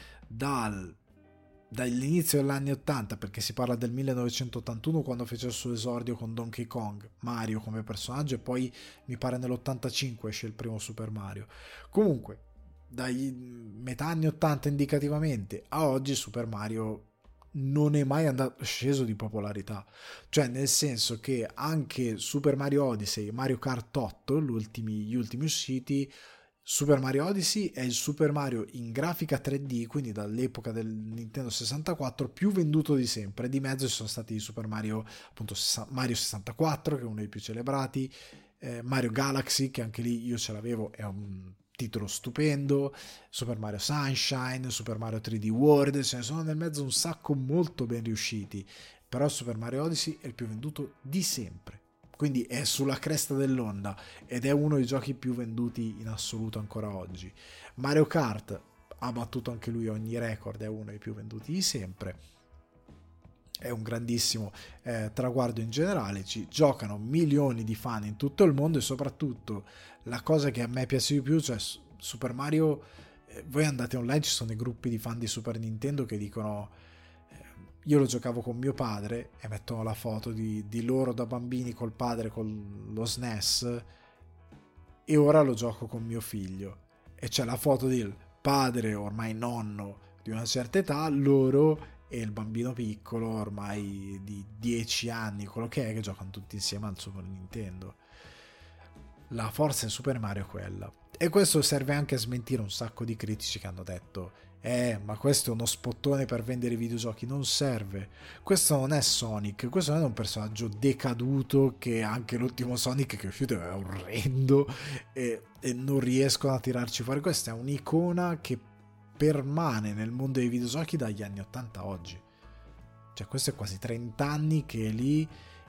dall'inizio degli anni 80, perché si parla del 1981 quando fece il suo esordio con Donkey Kong, Mario come personaggio, e poi mi pare nell'85 esce il primo Super Mario. Comunque dai metà anni 80 indicativamente a oggi Super Mario non è mai sceso di popolarità, cioè nel senso che anche Super Mario Odyssey e Mario Kart 8, gli ultimi usciti, Super Mario Odyssey è il Super Mario in grafica 3D, quindi dall'epoca del Nintendo 64, più venduto di sempre. Di mezzo ci sono stati i Super Mario, appunto Mario 64, che è uno dei più celebrati, Mario Galaxy, che anche lì io ce l'avevo, è un titolo stupendo, Super Mario Sunshine, Super Mario 3D World, ce ne sono nel mezzo un sacco molto ben riusciti, però Super Mario Odyssey è il più venduto di sempre, quindi è sulla cresta dell'onda ed è uno dei giochi più venduti in assoluto ancora oggi. Mario Kart ha battuto anche lui ogni record, è uno dei più venduti di sempre, è un grandissimo traguardo in generale, ci giocano milioni di fan in tutto il mondo, e soprattutto la cosa che a me piace di più, cioè Super Mario, voi andate online, ci sono i gruppi di fan di Super Nintendo che dicono io lo giocavo con mio padre, e mettono la foto di loro da bambini col padre con lo SNES, e ora lo gioco con mio figlio, e c'è la foto del padre ormai nonno di una certa età, loro e il bambino piccolo ormai di 10 anni, quello che è, che giocano tutti insieme al Super Nintendo. La forza di Super Mario è quella, e questo serve anche a smentire un sacco di critici che hanno detto ma questo è uno spottone per vendere i videogiochi. Non serve, questo non è Sonic, questo non è un personaggio decaduto, che anche l'ultimo Sonic che è uscito è orrendo e non riescono a tirarci fuori. Questa è un'icona che permane nel mondo dei videogiochi dagli anni 80 a oggi, cioè questo è quasi 30 anni che è lì,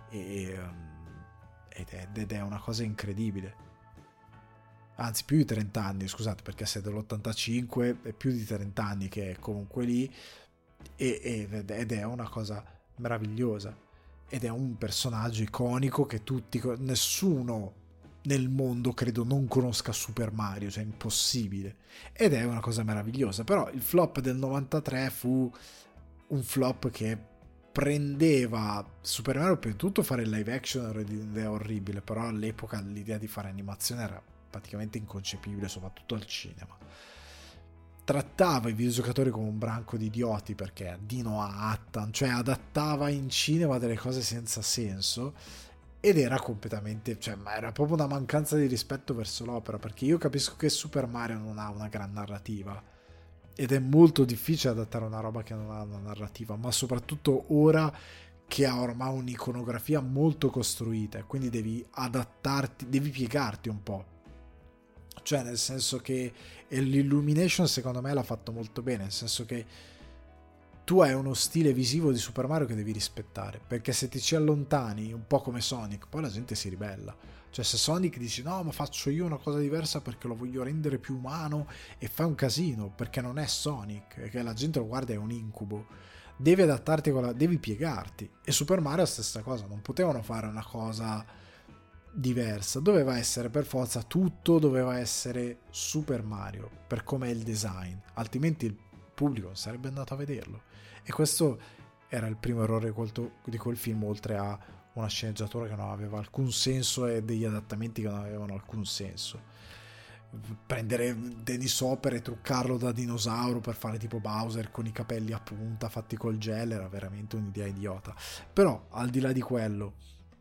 ed è una cosa incredibile, anzi più di 30 anni, scusate, perché se è dell'85 è più di 30 anni che è comunque lì, ed è una cosa meravigliosa, ed è un personaggio iconico che nessuno nel mondo credo non conosca Super Mario, cioè impossibile, ed è una cosa meravigliosa. Però il flop del 93 fu un flop che prendeva Super Mario, per tutto fare il live action era un'idea orribile, però all'epoca l'idea di fare animazione era praticamente inconcepibile, soprattutto al cinema. Trattava i videogiocatori come un branco di idioti, perché di Noah Hatton, cioè adattava in cinema delle cose senza senso, ed era completamente, cioè, ma era proprio una mancanza di rispetto verso l'opera, perché io capisco che Super Mario non ha una gran narrativa ed è molto difficile adattare una roba che non ha una narrativa, ma soprattutto ora che ha ormai un'iconografia molto costruita, quindi devi adattarti, devi piegarti un po', cioè nel senso che l'Illumination secondo me l'ha fatto molto bene, nel senso che tu hai uno stile visivo di Super Mario che devi rispettare, perché se ti ci allontani un po' come Sonic, poi la gente si ribella. Cioè se Sonic dice no, ma faccio io una cosa diversa perché lo voglio rendere più umano, e fai un casino perché non è Sonic e che la gente lo guarda, è un incubo, devi adattarti, devi piegarti. E Super Mario è la stessa cosa, non potevano fare una cosa diversa, doveva essere per forza, tutto doveva essere Super Mario per come è il design, altrimenti il pubblico non sarebbe andato a vederlo. E questo era il primo errore di quel film, oltre a una sceneggiatura che non aveva alcun senso e degli adattamenti che non avevano alcun senso. Prendere Dennis Hopper e truccarlo da dinosauro per fare tipo Bowser con i capelli a punta fatti col gel era veramente un'idea idiota. Però al di là di quello,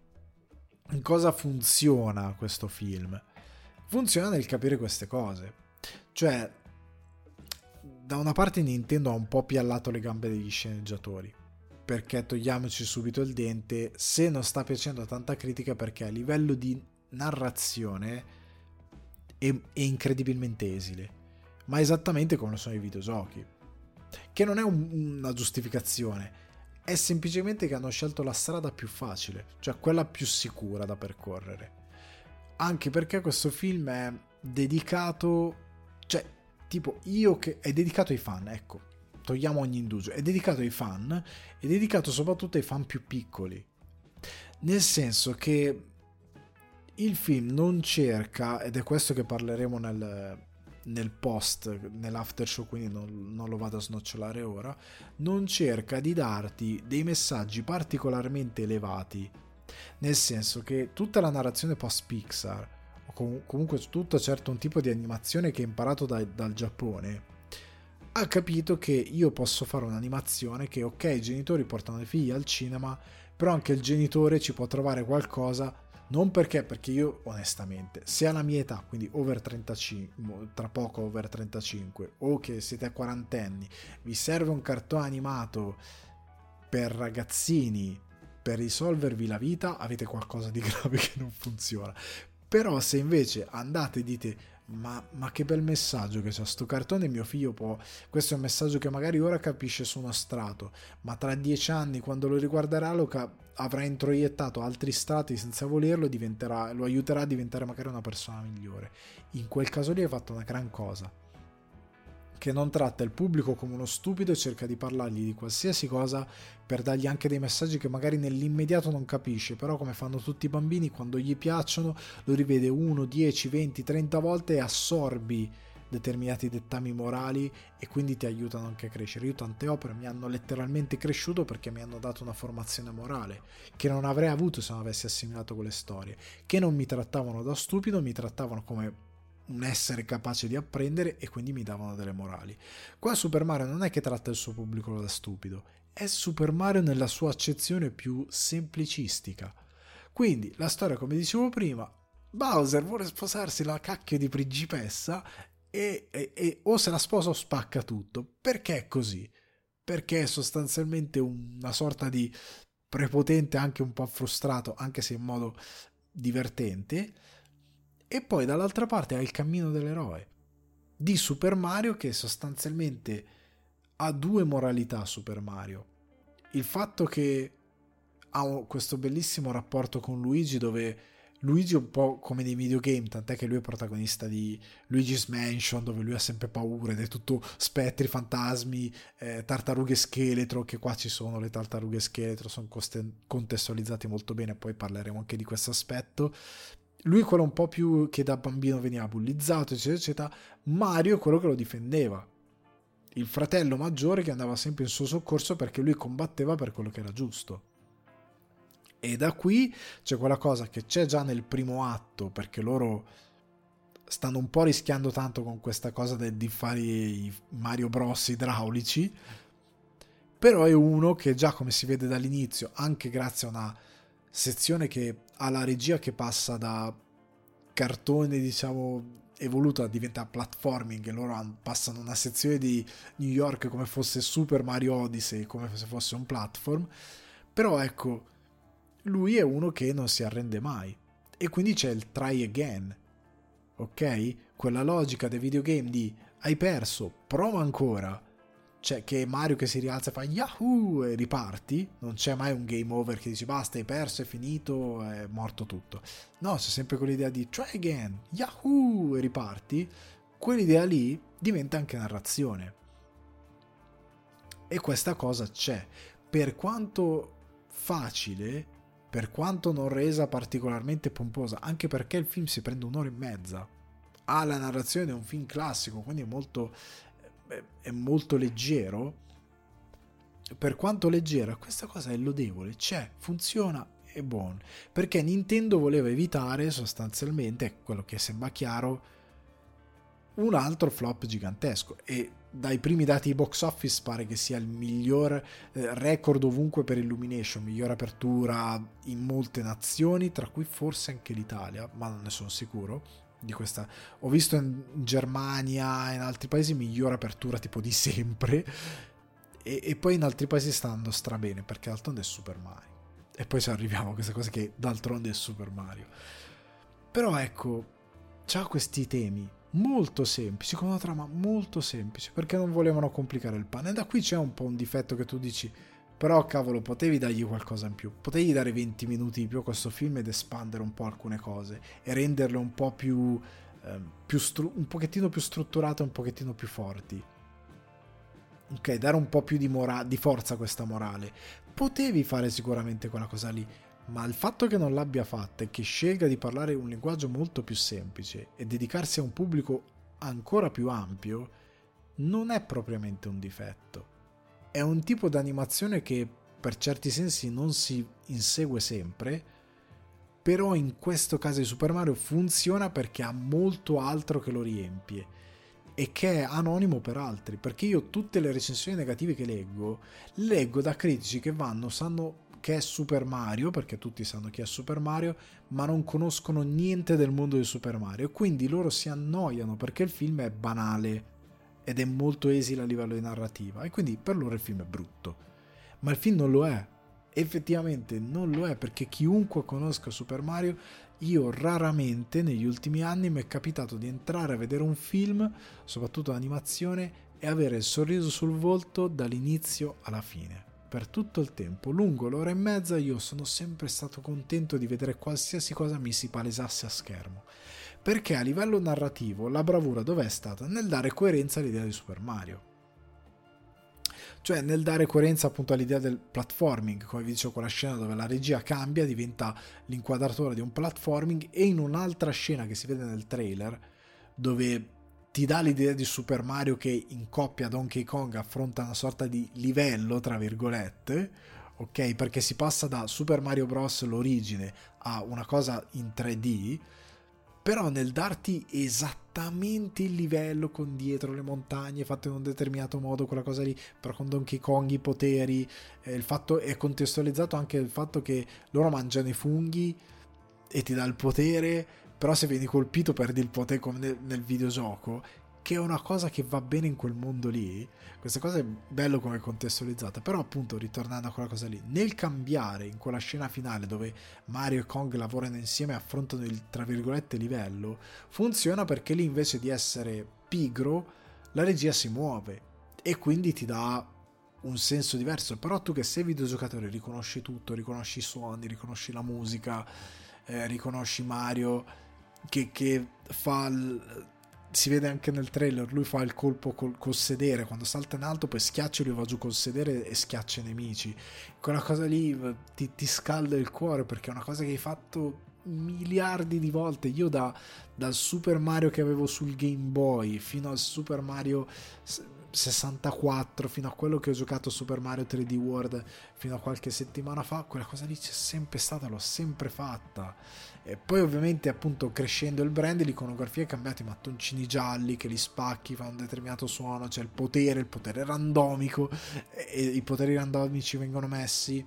in cosa funziona questo film? Funziona nel capire queste cose. Cioè, da una parte Nintendo ha un po' piallato le gambe degli sceneggiatori, perché togliamoci subito il dente, se non sta piacendo a tanta critica perché a livello di narrazione è incredibilmente esile, ma esattamente come sono i videogiochi, che non è una giustificazione, è semplicemente che hanno scelto la strada più facile, cioè quella più sicura da percorrere, anche perché questo film è dedicato, cioè tipo io che è dedicato ai fan, ecco, togliamo ogni indugio, è dedicato ai fan, è dedicato soprattutto ai fan più piccoli, nel senso che il film non cerca, ed è questo che parleremo nel post, nell'after show, quindi non lo vado a snocciolare ora, non cerca di darti dei messaggi particolarmente elevati, nel senso che tutta la narrazione post Pixar, o comunque tutto certo un tipo di animazione che è imparato dal Giappone, ha capito che io posso fare un'animazione che, ok, i genitori portano i figli al cinema, però anche il genitore ci può trovare qualcosa. Non perché io onestamente, se alla mia età, quindi over 35, tra poco over 35, o che siete quarantenni, vi serve un cartone animato per ragazzini per risolvervi la vita, avete qualcosa di grave che non funziona. Però se invece andate e dite ma che bel messaggio che c'è sto cartone, mio figlio può, questo è un messaggio che magari ora capisce su uno strato, ma tra 10 anni quando lo riguarderà avrà introiettato altri strati senza volerlo, lo aiuterà a diventare magari una persona migliore. In quel caso lì hai fatto una gran cosa, che non tratta il pubblico come uno stupido e cerca di parlargli di qualsiasi cosa per dargli anche dei messaggi che magari nell'immediato non capisce, però come fanno tutti i bambini, quando gli piacciono lo rivede 1, 10, 20, 30 volte e assorbi determinati dettami morali e quindi ti aiutano anche a crescere. Io tante opere mi hanno letteralmente cresciuto perché mi hanno dato una formazione morale che non avrei avuto se non avessi assimilato quelle storie, che non mi trattavano da stupido, mi trattavano come un essere capace di apprendere e quindi mi davano delle morali. Qua Super Mario non è che tratta il suo pubblico da stupido, è Super Mario nella sua accezione più semplicistica. Quindi la storia, come dicevo prima, Bowser vuole sposarsi la cacchio di principessa e o se la sposa o spacca tutto. Perché è così? Perché è sostanzialmente una sorta di prepotente, anche un po' frustrato, anche se in modo divertente. E poi dall'altra parte ha il cammino dell'eroe di Super Mario, che sostanzialmente ha due moralità. Super Mario, il fatto che ha questo bellissimo rapporto con Luigi, dove Luigi è un po' come nei videogame, tant'è che lui è protagonista di Luigi's Mansion, dove lui ha sempre paura ed è tutto spettri, fantasmi, tartarughe scheletro, che qua ci sono le tartarughe scheletro, sono contestualizzati molto bene, poi parleremo anche di questo aspetto. Lui è quello un po' più che da bambino veniva bullizzato, eccetera, eccetera. Mario è quello che lo difendeva. Il fratello maggiore che andava sempre in suo soccorso perché lui combatteva per quello che era giusto. E da qui c'è quella cosa che c'è già nel primo atto, perché loro stanno un po' rischiando tanto con questa cosa di fare i Mario Bros idraulici, però è uno che già, come si vede dall'inizio, anche grazie a una sezione che ha la regia che passa da cartone, diciamo, evoluto a diventare platforming, e loro passano una sezione di New York come fosse Super Mario Odyssey, come se fosse un platform. Però ecco, lui è uno che non si arrende mai, e quindi c'è il try again, ok? Quella logica dei videogame di hai perso, prova ancora. Cioè, che Mario che si rialza e fa Yahoo e riparti, non c'è mai un game over che dici basta, hai perso, è finito, è morto tutto. No, c'è sempre quell'idea di try again, Yahoo e riparti. Quell'idea lì diventa anche narrazione, e questa cosa c'è, per quanto facile, per quanto non resa particolarmente pomposa, anche perché il film si prende un'ora e mezza, ha la narrazione di un film classico, quindi è molto leggero. Per quanto leggera, questa cosa è lodevole, c'è, funziona, è buono, perché Nintendo voleva evitare sostanzialmente, quello che sembra chiaro, un altro flop gigantesco, e dai primi dati di box office pare che sia il miglior record ovunque per Illumination, miglior apertura in molte nazioni, tra cui forse anche l'Italia, ma non ne sono sicuro di questa. Ho visto in Germania e in altri paesi miglior apertura tipo di sempre, e poi in altri paesi sta andando strabene perché d'altronde è Super Mario, e poi ci arriviamo a questa cosa che d'altronde è Super Mario. Però ecco, c'ha questi temi molto semplici, con una trama molto semplice, perché non volevano complicare il pane. E da qui c'è un po' un difetto che tu dici, però cavolo, potevi dargli qualcosa in più, potevi dare 20 minuti in più a questo film ed espandere un po' alcune cose e renderle un po' più, un pochettino più strutturate, un pochettino più forti. Ok, dare un po' più di forza a questa morale. Potevi fare sicuramente quella cosa lì, ma il fatto che non l'abbia fatta e che scelga di parlare un linguaggio molto più semplice e dedicarsi a un pubblico ancora più ampio non è propriamente un difetto. È un tipo di animazione che per certi sensi non si insegue sempre, però in questo caso di Super Mario funziona perché ha molto altro che lo riempie e che è anonimo per altri, perché io tutte le recensioni negative che leggo da critici che sanno che è Super Mario, perché tutti sanno chi è Super Mario, ma non conoscono niente del mondo di Super Mario, quindi loro si annoiano perché il film è banale ed è molto esile a livello di narrativa, e quindi per loro il film è brutto. Ma il film non lo è, effettivamente non lo è, perché chiunque conosca Super Mario, io raramente negli ultimi anni mi è capitato di entrare a vedere un film, soprattutto animazione, e avere il sorriso sul volto dall'inizio alla fine. Per tutto il tempo, lungo l'ora e mezza, io sono sempre stato contento di vedere qualsiasi cosa mi si palesasse a schermo, perché a livello narrativo la bravura dov'è stata? Nel dare coerenza all'idea di Super Mario, cioè nel dare coerenza appunto all'idea del platforming, come vi dicevo, con la scena dove la regia cambia, diventa l'inquadratura di un platforming, e in un'altra scena che si vede nel trailer, dove ti dà l'idea di Super Mario che in coppia a Donkey Kong affronta una sorta di livello, tra virgolette, ok? Perché si passa da Super Mario Bros. L'origine a una cosa in 3D, però nel darti esattamente il livello, con dietro le montagne fatte in un determinato modo, quella cosa lì, però con Donkey Kong i poteri, il fatto è contestualizzato anche il fatto che loro mangiano i funghi e ti dà il potere, però se vieni colpito perdi il potere come nel videogioco, che è una cosa che va bene in quel mondo lì. Questa cosa è bello come contestualizzata, però appunto ritornando a quella cosa lì, nel cambiare in quella scena finale dove Mario e Kong lavorano insieme e affrontano il tra virgolette livello, funziona perché lì invece di essere pigro la regia si muove e quindi ti dà un senso diverso. Però tu che sei videogiocatore riconosci tutto, riconosci i suoni, riconosci la musica, riconosci Mario che fa si vede anche nel trailer, lui fa il colpo col sedere, quando salta in alto poi schiaccia e lui va giù col sedere e schiaccia i nemici. Quella cosa lì ti scalda il cuore, perché è una cosa che hai fatto miliardi di volte. Io dal Super Mario che avevo sul Game Boy fino al Super Mario 64, fino a quello che ho giocato Super Mario 3D World fino a qualche settimana fa, quella cosa lì c'è sempre stata, l'ho sempre fatta. E poi ovviamente appunto crescendo il brand, l'iconografia è cambiata, i mattoncini gialli che li spacchi fa un determinato suono, c'è il potere randomico, e i poteri randomici vengono messi,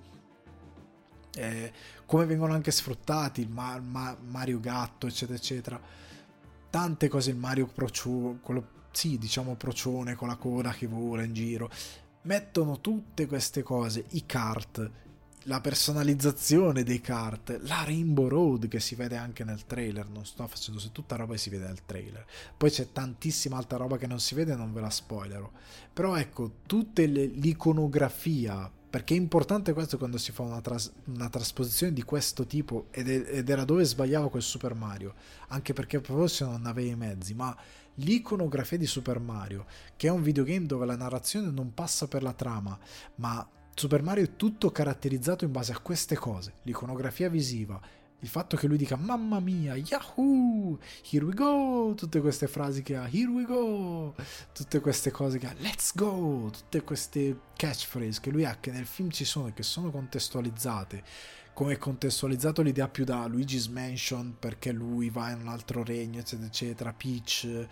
come vengono anche sfruttati il Mario gatto eccetera eccetera, tante cose, il Mario quello sì, diciamo procione con la coda che vola in giro, mettono tutte queste cose, i kart, la personalizzazione dei kart, la Rainbow Road che si vede anche nel trailer, non sto facendo se tutta roba che si vede nel trailer, poi c'è tantissima altra roba che non si vede, non ve la spoilerò, però ecco, l'iconografia, perché è importante questo quando si fa una trasposizione di questo tipo, ed era dove sbagliavo quel Super Mario, anche perché proprio se non avevi i mezzi, ma l'iconografia di Super Mario, che è un videogame dove la narrazione non passa per la trama, ma Super Mario è tutto caratterizzato in base a queste cose, l'iconografia visiva, il fatto che lui dica mamma mia, yahoo, here we go, tutte queste frasi che ha, here we go, tutte queste cose che ha, let's go, tutte queste catchphrase che lui ha, che nel film ci sono e che sono contestualizzate, come è contestualizzato l'idea più da Luigi's Mansion perché lui va in un altro regno eccetera eccetera, Peach,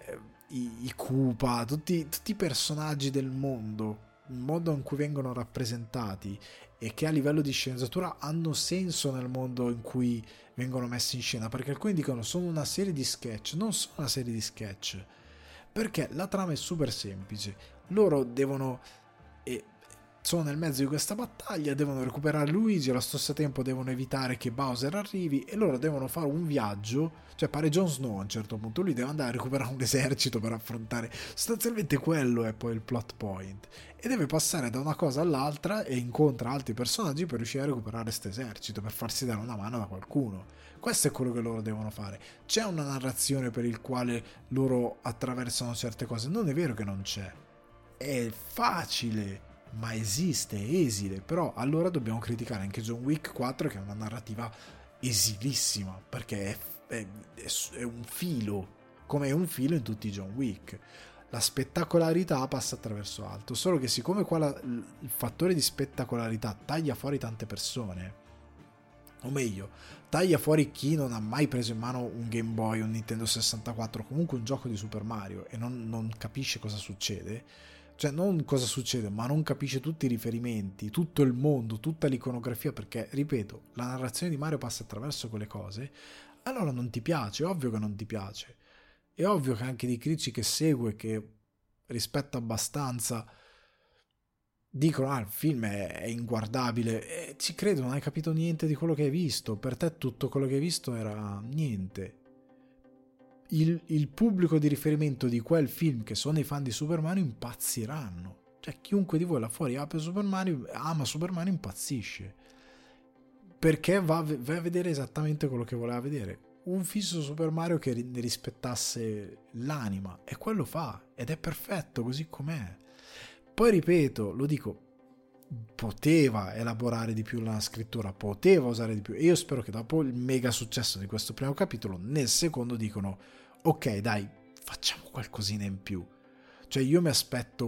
i Koopa, tutti i personaggi del mondo, il modo in cui vengono rappresentati e che a livello di sceneggiatura hanno senso nel mondo in cui vengono messi in scena, perché alcuni dicono sono una serie di sketch, non sono una serie di sketch, perché la trama è super semplice, loro devono sono nel mezzo di questa battaglia, devono recuperare Luigi, allo stesso tempo devono evitare che Bowser arrivi e loro devono fare un viaggio, cioè pare Jon Snow a un certo punto, lui deve andare a recuperare un esercito per affrontare, sostanzialmente quello è poi il plot point, e deve passare da una cosa all'altra e incontra altri personaggi per riuscire a recuperare questo esercito, per farsi dare una mano da qualcuno. Questo è quello che loro devono fare. C'è una narrazione per il quale loro attraversano certe cose? Non è vero che non c'è, è facile, ma esiste, è esile. Però allora dobbiamo criticare anche John Wick 4, che è una narrativa esilissima, perché è un filo, come è un filo in tutti i John Wick. La spettacolarità passa attraverso altro, solo che siccome qua il fattore di spettacolarità taglia fuori tante persone, o meglio, taglia fuori chi non ha mai preso in mano un Game Boy, un Nintendo 64, comunque un gioco di Super Mario, e non capisce cosa succede, cioè non cosa succede, ma non capisce tutti i riferimenti, tutto il mondo, tutta l'iconografia, perché, ripeto, la narrazione di Mario passa attraverso quelle cose, allora non ti piace, è ovvio che non ti piace. È ovvio che anche di critici che segue, che rispetto abbastanza, dicono il film è inguardabile, e ci credo, non hai capito niente di quello che hai visto, per te tutto quello che hai visto era niente. Il pubblico di riferimento di quel film, che sono i fan di Super Mario, impazziranno, cioè chiunque di voi là fuori ama Super Mario impazzisce, perché va a vedere esattamente quello che voleva vedere, un fisso Super Mario che ne rispettasse l'anima, e quello fa, ed è perfetto così com'è. Poi ripeto, lo dico, poteva elaborare di più la scrittura, poteva usare di più, e io spero che dopo il mega successo di questo primo capitolo, nel secondo dicono ok dai, facciamo qualcosina in più. Cioè io mi aspetto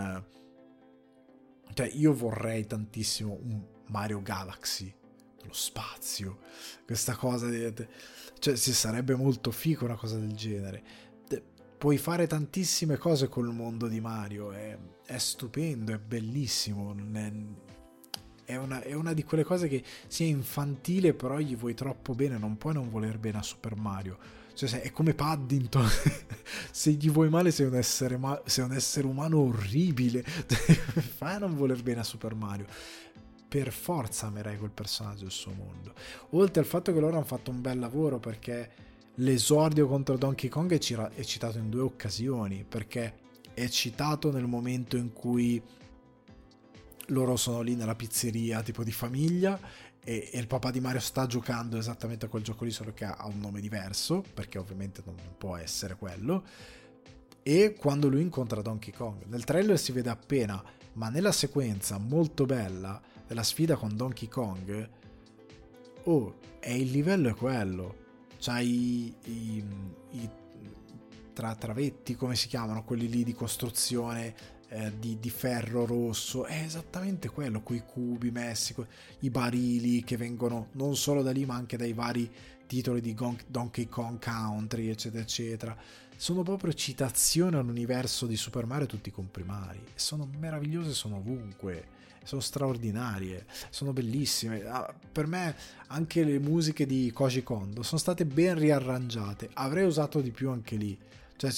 cioè io vorrei tantissimo un Mario Galaxy dello spazio, questa cosa cioè si sarebbe molto figo una cosa del genere. Puoi fare tantissime cose col mondo di Mario, è stupendo, è bellissimo, è una di quelle cose che sia infantile però gli vuoi troppo bene, non puoi non voler bene a Super Mario, cioè è come Paddington, se gli vuoi male sei un essere umano orribile, fai a non voler bene a Super Mario, per forza amerai quel personaggio e il suo mondo. Oltre al fatto che loro hanno fatto un bel lavoro, perché l'esordio contro Donkey Kong è citato in 2 occasioni, perché è citato nel momento in cui loro sono lì nella pizzeria tipo di famiglia e il papà di Mario sta giocando esattamente a quel gioco lì, solo che ha un nome diverso, perché ovviamente non può essere quello, e quando lui incontra Donkey Kong nel trailer si vede appena, ma nella sequenza molto bella della sfida con Donkey Kong e il livello è quello. C'hai i travetti, come si chiamano, quelli lì di costruzione di ferro rosso, è esattamente quello, quei cubi messi, i barili che vengono non solo da lì ma anche dai vari titoli di Donkey Kong Country, eccetera eccetera. Sono proprio citazioni all'universo di Super Mario tutti comprimari, sono meravigliose, sono ovunque, sono straordinarie, sono bellissime. Per me anche le musiche di Koji Kondo sono state ben riarrangiate, avrei usato di più anche lì, cioè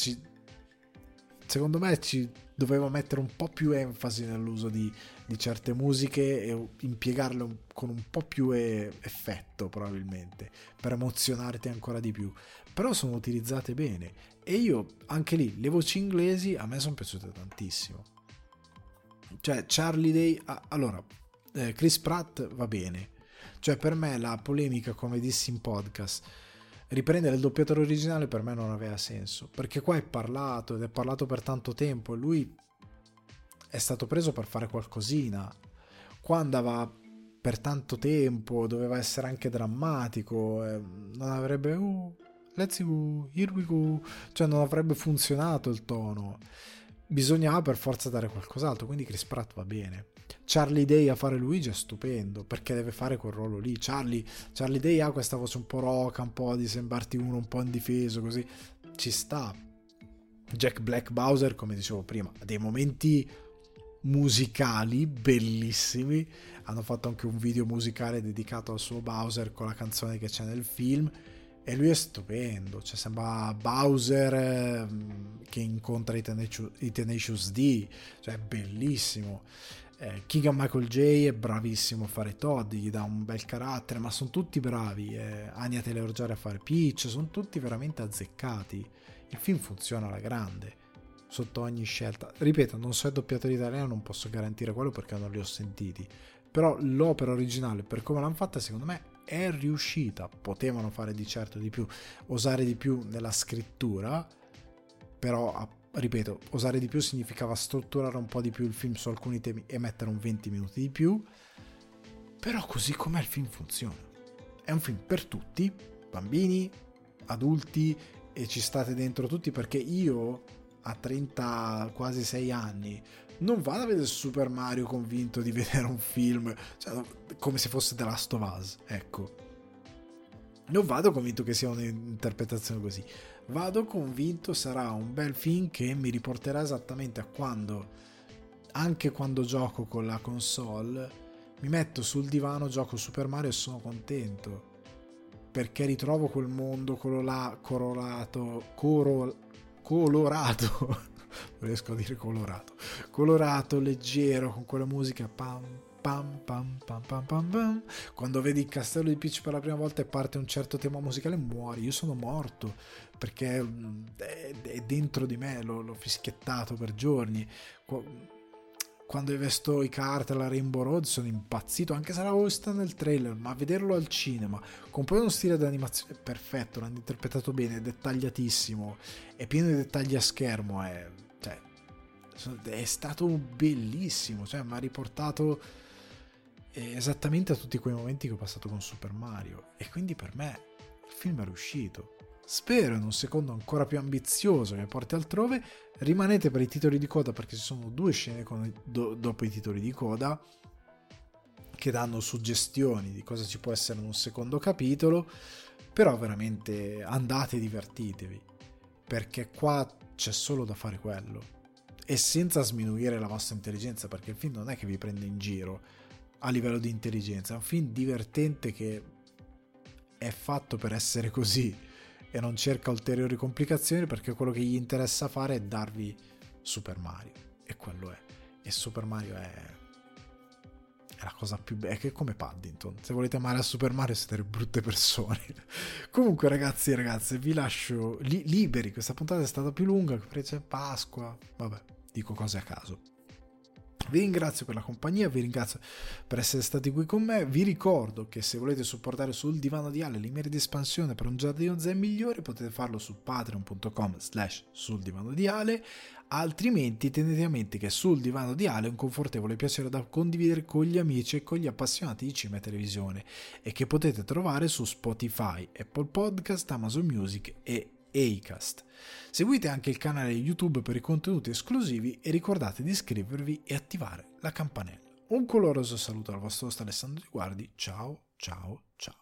secondo me ci doveva mettere un po' più enfasi nell'uso di certe musiche e impiegarle con un po' più effetto, probabilmente, per emozionarti ancora di più, però sono utilizzate bene. E io anche lì le voci inglesi a me sono piaciute tantissimo, cioè Charlie Day, allora Chris Pratt va bene, cioè per me la polemica, come dissi in podcast, riprendere il doppiatore originale per me non aveva senso, perché qua è parlato ed è parlato per tanto tempo e lui è stato preso per fare qualcosina, qua andava per tanto tempo, doveva essere anche drammatico, non avrebbe let's go, here we go, cioè non avrebbe funzionato il tono, bisognava per forza dare qualcos'altro, quindi Chris Pratt va bene. Charlie Day a fare Luigi è stupendo, perché deve fare quel ruolo lì. Charlie Day ha questa voce un po' roca, un po' di sembrarti uno un po' indifeso, così ci sta. Jack Black Bowser, come dicevo prima, ha dei momenti musicali bellissimi, hanno fatto anche un video musicale dedicato al suo Bowser con la canzone che c'è nel film e lui è stupendo, cioè sembra Bowser che incontra i Tenacious D, cioè è bellissimo. Keegan Michael J è bravissimo a fare Todd, gli dà un bel carattere, ma sono tutti bravi. Anya Taylor-Joy a fare Peach, sono tutti veramente azzeccati. Il film funziona alla grande sotto ogni scelta. Ripeto, non so il doppiatore italiano, non posso garantire quello perché non li ho sentiti, però l'opera originale, per come l'hanno fatta, secondo me è riuscita. Potevano fare di certo di più, osare di più nella scrittura, però ripeto, osare di più significava strutturare un po' di più il film su alcuni temi e mettere un 20 minuti di più, però così com'è il film funziona. È un film per tutti, bambini, adulti, e ci state dentro tutti, perché io a 30, quasi 6 anni non vado a vedere Super Mario convinto di vedere un film, cioè, come se fosse The Last of Us, ecco. Non vado convinto che sia un'interpretazione così, vado convinto sarà un bel film che mi riporterà esattamente a quando, anche quando gioco con la console, mi metto sul divano, gioco Super Mario e sono contento, perché ritrovo quel mondo colorato non riesco a dire colorato, leggero, con quella musica pam pam pam pam pam pam pam. Quando vedi il castello di Peach per la prima volta e parte un certo tema musicale, muori. Io sono morto perché è dentro di me, l'ho fischiettato per giorni. Quando hai visto i carte alla Rainbow Road sono impazzito, anche se l'avevo visto nel trailer, ma vederlo al cinema con poi uno stile di animazione perfetto, l'hanno interpretato bene, è dettagliatissimo, è pieno di dettagli a schermo, è stato bellissimo, cioè mi ha riportato esattamente a tutti quei momenti che ho passato con Super Mario, e quindi per me il film è riuscito. Spero in un secondo ancora più ambizioso che mi porti altrove. Rimanete per i titoli di coda, perché ci sono 2 scene dopo i titoli di coda che danno suggestioni di cosa ci può essere in un secondo capitolo. Però veramente andate e divertitevi, perché qua c'è solo da fare quello, e senza sminuire la vostra intelligenza, perché il film non è che vi prende in giro a livello di intelligenza, è un film divertente che è fatto per essere così e non cerca ulteriori complicazioni, perché quello che gli interessa fare è darvi Super Mario, e quello è. E Super Mario è la cosa più bella, che è come Paddington. Se volete amare a Super Mario siete delle brutte persone. Comunque ragazzi e ragazze, vi lascio liberi, questa puntata è stata più lunga, c'è Pasqua, vabbè, dico cose a caso. Vi ringrazio per la compagnia, vi ringrazio per essere stati qui con me. Vi ricordo che se volete supportare Sul Divano di Ale l'Imeria di espansione per un giardino zen migliore, potete farlo su patreon.com/Sul Divano di Ale. Altrimenti tenete a mente che Sul Divano di Ale è un confortevole piacere da condividere con gli amici e con gli appassionati di cinema e televisione, e che potete trovare su Spotify, Apple Podcast, Amazon Music e Acast. Seguite anche il canale YouTube per i contenuti esclusivi e ricordate di iscrivervi e attivare la campanella. Un caloroso saluto al vostro host Alessandro Di Guardi, ciao ciao ciao.